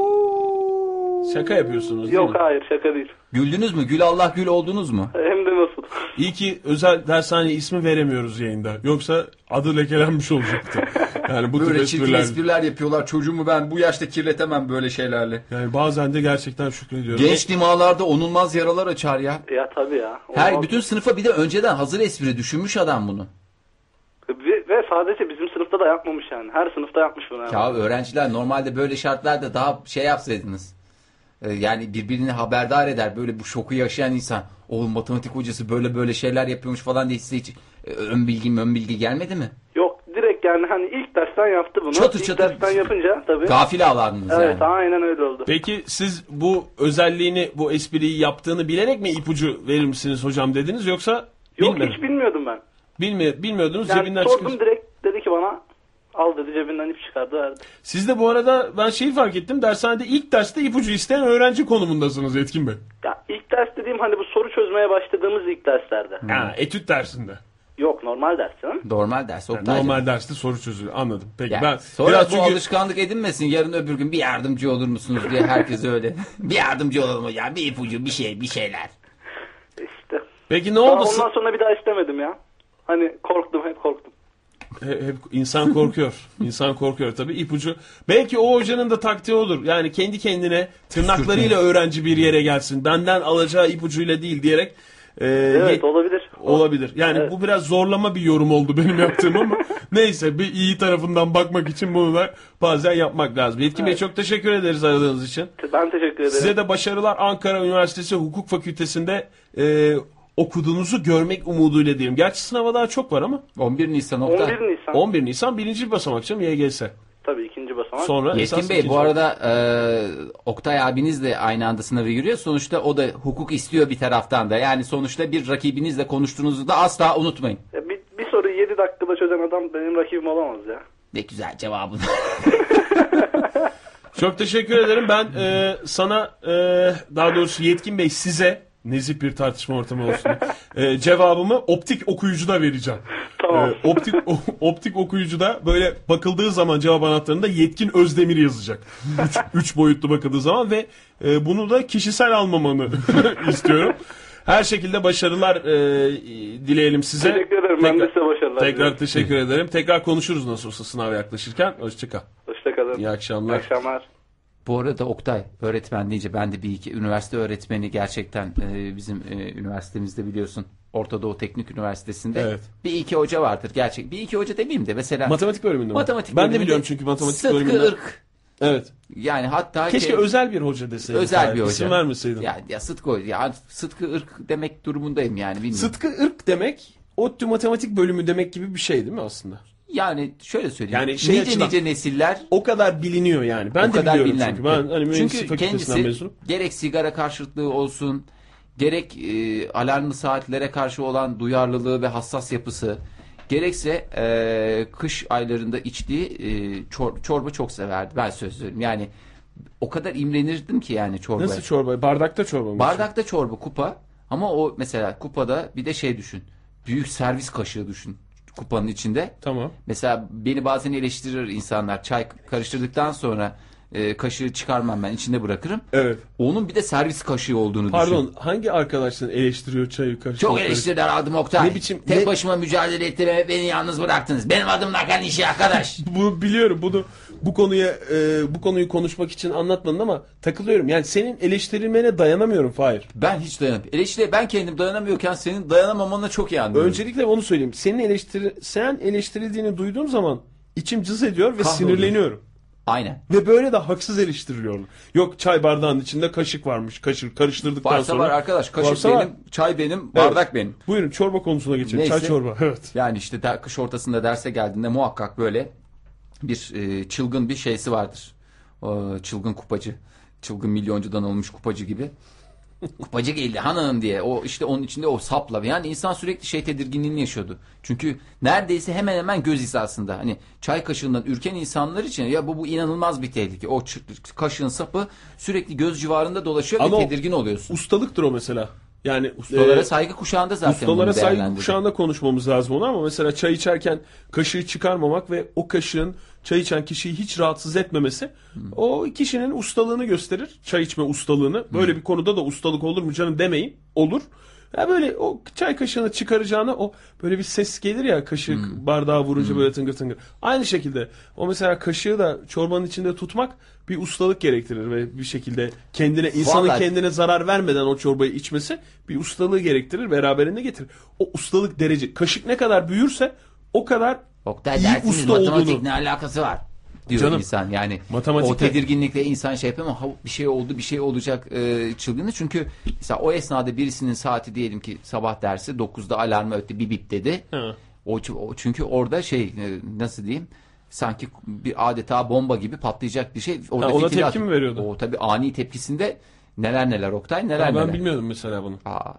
Şaka yapıyorsunuz değil Yok mi? hayır şaka değil. Güldünüz mü? Gül Allah gül oldunuz mu? Hem de nasıl? İyi ki özel dershane ismi veremiyoruz yayında. Yoksa adı lekelenmiş olacaktı. Yani bu tür Böyle çirkin espriler. espriler yapıyorlar. Çocuğumu ben bu yaşta kirletemem böyle şeylerle. Yani bazen de gerçekten şükrediyorum. Genç dimağlarda onulmaz yaralar açar ya. Ya tabii ya. Her bütün sınıfa bir de önceden hazır espri düşünmüş adam bunu. Ve sadece bizim sınıfta da yapmamış yani. Her sınıfta yapmış bunu. Yani. Ya öğrenciler normalde böyle şartlarda daha yapsaydınız. Yani birbirini haberdar eder. Böyle bu şoku yaşayan insan. Oğlum matematik hocası böyle şeyler yapıyormuş falan diye size hiç ön bilgi gelmedi mi? Yok direkt yani hani ilk dersten yaptı bunu. Çatır ilk çatır. dersten yapınca tabii. Gafile alardınız Evet yani. aynen öyle oldu. Peki siz bu özelliğini, bu espriyi yaptığını bilerek mi ipucu verir misiniz hocam dediniz yoksa Yok bilmiyorum. hiç bilmiyordum ben. Bilmiyordunuz Yani cebinden sordum çıkıyor. direkt dedi ki bana al dedi cebinden ip çıkardı verdi. Siz de bu arada ben fark ettim. Dershanede ilk derste ipucu isteyen öğrenci konumundasınız Yetkin Bey. Ya ilk ders dediğim hani bu soru çözmeye başladığımız ilk derslerde. Ha, etüt dersinde. Yok normal ders canım. Normal ders. Yani normal derste soru çözülüyor. Anladım. Peki Yani ben sonra biraz bu alışkanlık edinmesin. Yarın öbür gün bir yardımcı olur musunuz diye herkes öyle. Bir yardımcı olalım ya. Bir ipucu bir şeyler. İşte. Peki ne oldu? Ondan sonra bir daha istemedim ya. Hani hep korktum. Hep insan korkuyor. İnsan korkuyor tabii ipucu. Belki o hocanın da taktiği olur. Yani kendi kendine tırnaklarıyla öğrenci bir yere gelsin. Benden alacağı ipucuyla değil diyerek. Evet olabilir. Olabilir. Yani Evet. bu biraz zorlama bir yorum oldu benim yaptığım ama neyse bir iyi tarafından bakmak için bunu da bazen yapmak lazım. Yetkin Bey çok teşekkür ederiz aradığınız için. Ben teşekkür ederim. Size de başarılar. Ankara Üniversitesi Hukuk Fakültesi'nde okuduğunuzu görmek umuduyla diyelim. Gerçi sınava daha çok var ama. 11 Nisan 11 Nisan. 11 Nisan birinci basamak canım YGS. Tabii ikinci basamak. Sonra Yetkin Bey bu arada Oktay abiniz de aynı anda sınavı giriyor. Sonuçta o da hukuk istiyor bir taraftan da. Yani sonuçta bir rakibinizle konuştuğunuzu da asla unutmayın. Bir soruyu 7 dakikada çözen adam benim rakibim olamaz ya. Ne güzel cevabın. Çok teşekkür ederim. Ben sana daha doğrusu Yetkin Bey size nezih bir tartışma ortamı olsun. Cevabımı optik okuyucuda vereceğim. Tamam. Optik okuyucuda böyle bakıldığı zaman cevap anahtarında Yetkin Özdemir yazacak. 3 boyutlu bakıldığı zaman ve bunu da kişisel almamanı istiyorum. Her şekilde başarılar dileyelim size. Teşekkür ederim. Ben de size başarılar Tekrar dilerim. teşekkür ederim. Tekrar konuşuruz nasıl olsa sınav yaklaşırken. Hoşçakal. Hoşçakalın. İyi akşamlar. İyi akşamlar. Bu arada Oktay öğretmen deyince ben de bir iki üniversite öğretmeni gerçekten bizim üniversitemizde biliyorsun Orta Doğu Teknik Üniversitesi'nde Evet. bir iki hoca vardır gerçek. Bir iki hoca demeyeyim de mesela Matematik bölümünde mi? matematik Ben de bölümünde biliyorum çünkü matematik Sıtkı bölümünde. Irk. Evet. Yani hatta Keşke özel bir hoca deseydin. özel bir hoca. İsim vermeseydin. Ya Sıtkı Irk demek durumundayım yani bilmiyorum. Sıtkı Irk demek ODTÜ matematik bölümü demek gibi bir şey değil mi aslında? Yani şöyle söyleyeyim. Yani şey açıdan- nice nesiller O kadar biliniyor yani. Ben o de kadar biliyorum bilinen. çünkü. Ben hani mühendislik Çünkü fakültesinden kendisi mezunum. gerek sigara karşıtlığı olsun, gerek alarmlı saatlere karşı olan duyarlılığı ve hassas yapısı, gerekse kış aylarında içtiği çorba çok severdi. Ben söz söyleyeyim. Yani o kadar imrenirdim ki yani çorbaya. Nasıl çorba? Bardakta çorba mı? Bardakta çorba, kupa. Ama o mesela kupada bir de şey düşün. Büyük servis kaşığı düşün kupanın içinde. Tamam. Mesela beni bazen eleştirir insanlar. Çay karıştırdıktan sonra kaşığı çıkarmam ben içinde bırakırım. Evet. Onun bir de servis kaşığı olduğunu Pardon düşün. hangi arkadaşın eleştiriyor çayı karıştırmak? Çok eleştiriler aldım Oktay. Ne biçim- Tek ne- başıma mücadele ettireme beni yalnız bıraktınız. Benim adım Nakan işi arkadaş. Bunu biliyorum. Bu konuyu konuşmak için anlatmadın ama takılıyorum. Yani senin eleştirilmene dayanamıyorum Fahir. Ben hiç dayanamıyorum. Eleştiriye ben kendim dayanamıyorken senin dayanamamanla çok iyi anlıyorum. Öncelikle onu söyleyeyim. Sen eleştirildiğini duyduğum zaman içim cız ediyor ve Kahroluyor. sinirleniyorum. Aynen. Ve böyle de haksız eleştiriliyorlar. Yok çay bardağının içinde kaşık varmış. Karıştırdıktan Varsa sonra. var arkadaş. Kaşık Varsa benim, var. çay benim, bardak benim. Buyurun çorba konusuna geçelim. Neyse. Çay çorba. Evet. Yani işte kış ortasında derse geldiğinde muhakkak böyle bir çılgın bir şeysi vardır. O, çılgın kupacı. Çılgın milyoncudan olmuş kupacı gibi. Kupacık elli hanım diye o işte onun içinde o sapla yani insan sürekli şey tedirginliğini yaşıyordu. Çünkü neredeyse hemen hemen göz hizasında hani çay kaşığından ürken insanlar için ya bu inanılmaz bir tehlike. O kaşığın sapı sürekli göz civarında dolaşıyor ama ve tedirgin oluyorsun. Ustalıktır o mesela. Yani ustalara saygı kuşağında zaten ustalara saygı kuşağında konuşmamız lazım onu ama mesela çay içerken kaşığı çıkarmamak ve o kaşığın çay içen kişiyi hiç rahatsız etmemesi o kişinin ustalığını gösterir. Çay içme ustalığını. Böyle bir konuda da ustalık olur mu canım demeyin. Olur. Ya böyle o çay kaşığını çıkaracağına o böyle bir ses gelir ya kaşık bardağı vurunca böyle tıngır tıngır. Aynı şekilde o mesela kaşığı da çorbanın içinde tutmak bir ustalık gerektirir ve bir şekilde insanın Vallahi kendine zarar vermeden o çorbayı içmesi bir ustalığı gerektirir, beraberinde getirir. O ustalık derece kaşık ne kadar büyürse o kadar Oktay iyi dersimiz usta matematik olduğunu. ne alakası var diyor Canım, insan yani matematikte- o tedirginlikle insan şey yapıyor ama bir şey oldu bir şey olacak çılgını çünkü mesela o esnada birisinin saati diyelim ki sabah dersi 9'da alarmı öttü bir bip dedi Ha. çünkü orada nasıl diyeyim sanki bir adeta bomba gibi patlayacak bir şey orada ona fitil tepki mi veriyordu? O tabii ani tepkisinde neler Oktay neler Ben neler. bilmiyordum mesela bunu.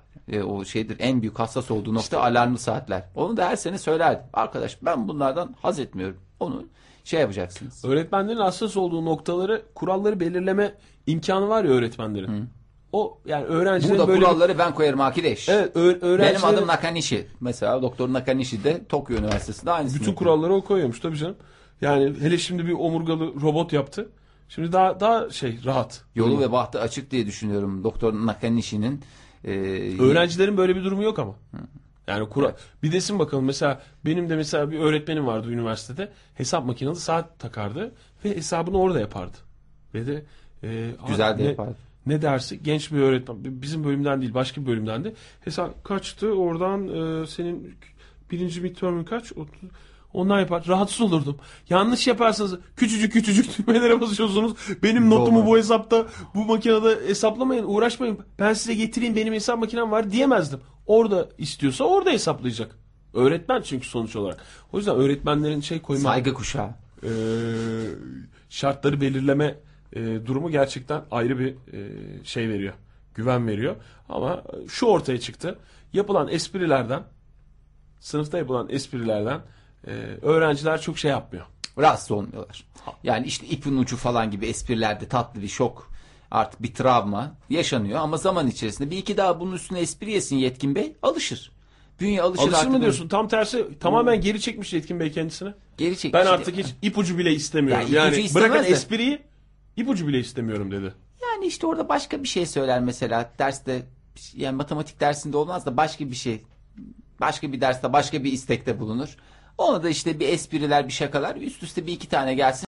O şeydir en büyük hassas olduğu nokta alarmlı saatler. Onu da her sene söylerdi. Arkadaş ben bunlardan haz etmiyorum. Onu şey yapacaksınız. Öğretmenlerin hassas olduğu noktaları, kuralları belirleme imkanı var ya öğretmenlerin. O yani öğrencilerin Burada böyle kuralları ben koyarım Akileş. Evet, Benim öğrencilerin adım Nakanishi. Mesela Doktor Nakanishi de Tokyo Üniversitesi'nde aynısını bütün yapıyor. kuralları o koyuyormuş tabii canım. Yani hele şimdi bir omurgalı robot yaptı. Şimdi daha rahat. Yolu ve bahtı açık diye düşünüyorum Doktor Nakanishi'nin. Öğrencilerin böyle bir durumu yok ama. Yani bir desin bakalım mesela benim de mesela bir öğretmenim vardı üniversitede. Hesap makineli saat takardı ve hesabını orada yapardı. Ve de Güzel de yapardı. Ne dersi? Genç bir öğretmen. Bizim bölümden değil başka bir bölümdendi. Hesap kaçtı oradan senin birinci midterm'ün kaç? Ondan yapar. Rahatsız olurdum. Yanlış yaparsanız küçücük düğmelere basıyorsunuz. Benim notumu bu hesapta bu makinede hesaplamayın uğraşmayın. Ben size getireyim benim hesap makinem var diyemezdim. Orada istiyorsa orada hesaplayacak. Öğretmen çünkü sonuç olarak. O yüzden öğretmenlerin koyma. Saygı kuşağı. Şartları belirleme durumu gerçekten ayrı bir şey veriyor. Güven veriyor. Ama şu ortaya çıktı. Sınıfta yapılan esprilerden öğrenciler çok şey yapmıyor. Rahatsız olmuyorlar. Yani işte ipin ucu falan gibi esprilerde tatlı bir şok artık bir travma yaşanıyor ama zaman içerisinde bir iki daha bunun üstüne espri yesin Yetkin Bey alışır. Bünye alışır Alışır artık. mı diyorsun? Tam tersi tamamen geri çekmiş Yetkin Bey kendisine. Geri çekmiş. Ben artık hiç ipucu bile istemiyorum. Ya ipucu Yani istemez bırakın de. espriyi ipucu bile istemiyorum dedi. Yani işte orada başka bir şey söyler mesela derste yani matematik dersinde olmaz da başka bir şey. Başka bir derste başka bir istekte bulunur. Onu da işte bir espriler bir şakalar üst üste bir iki tane gelsin.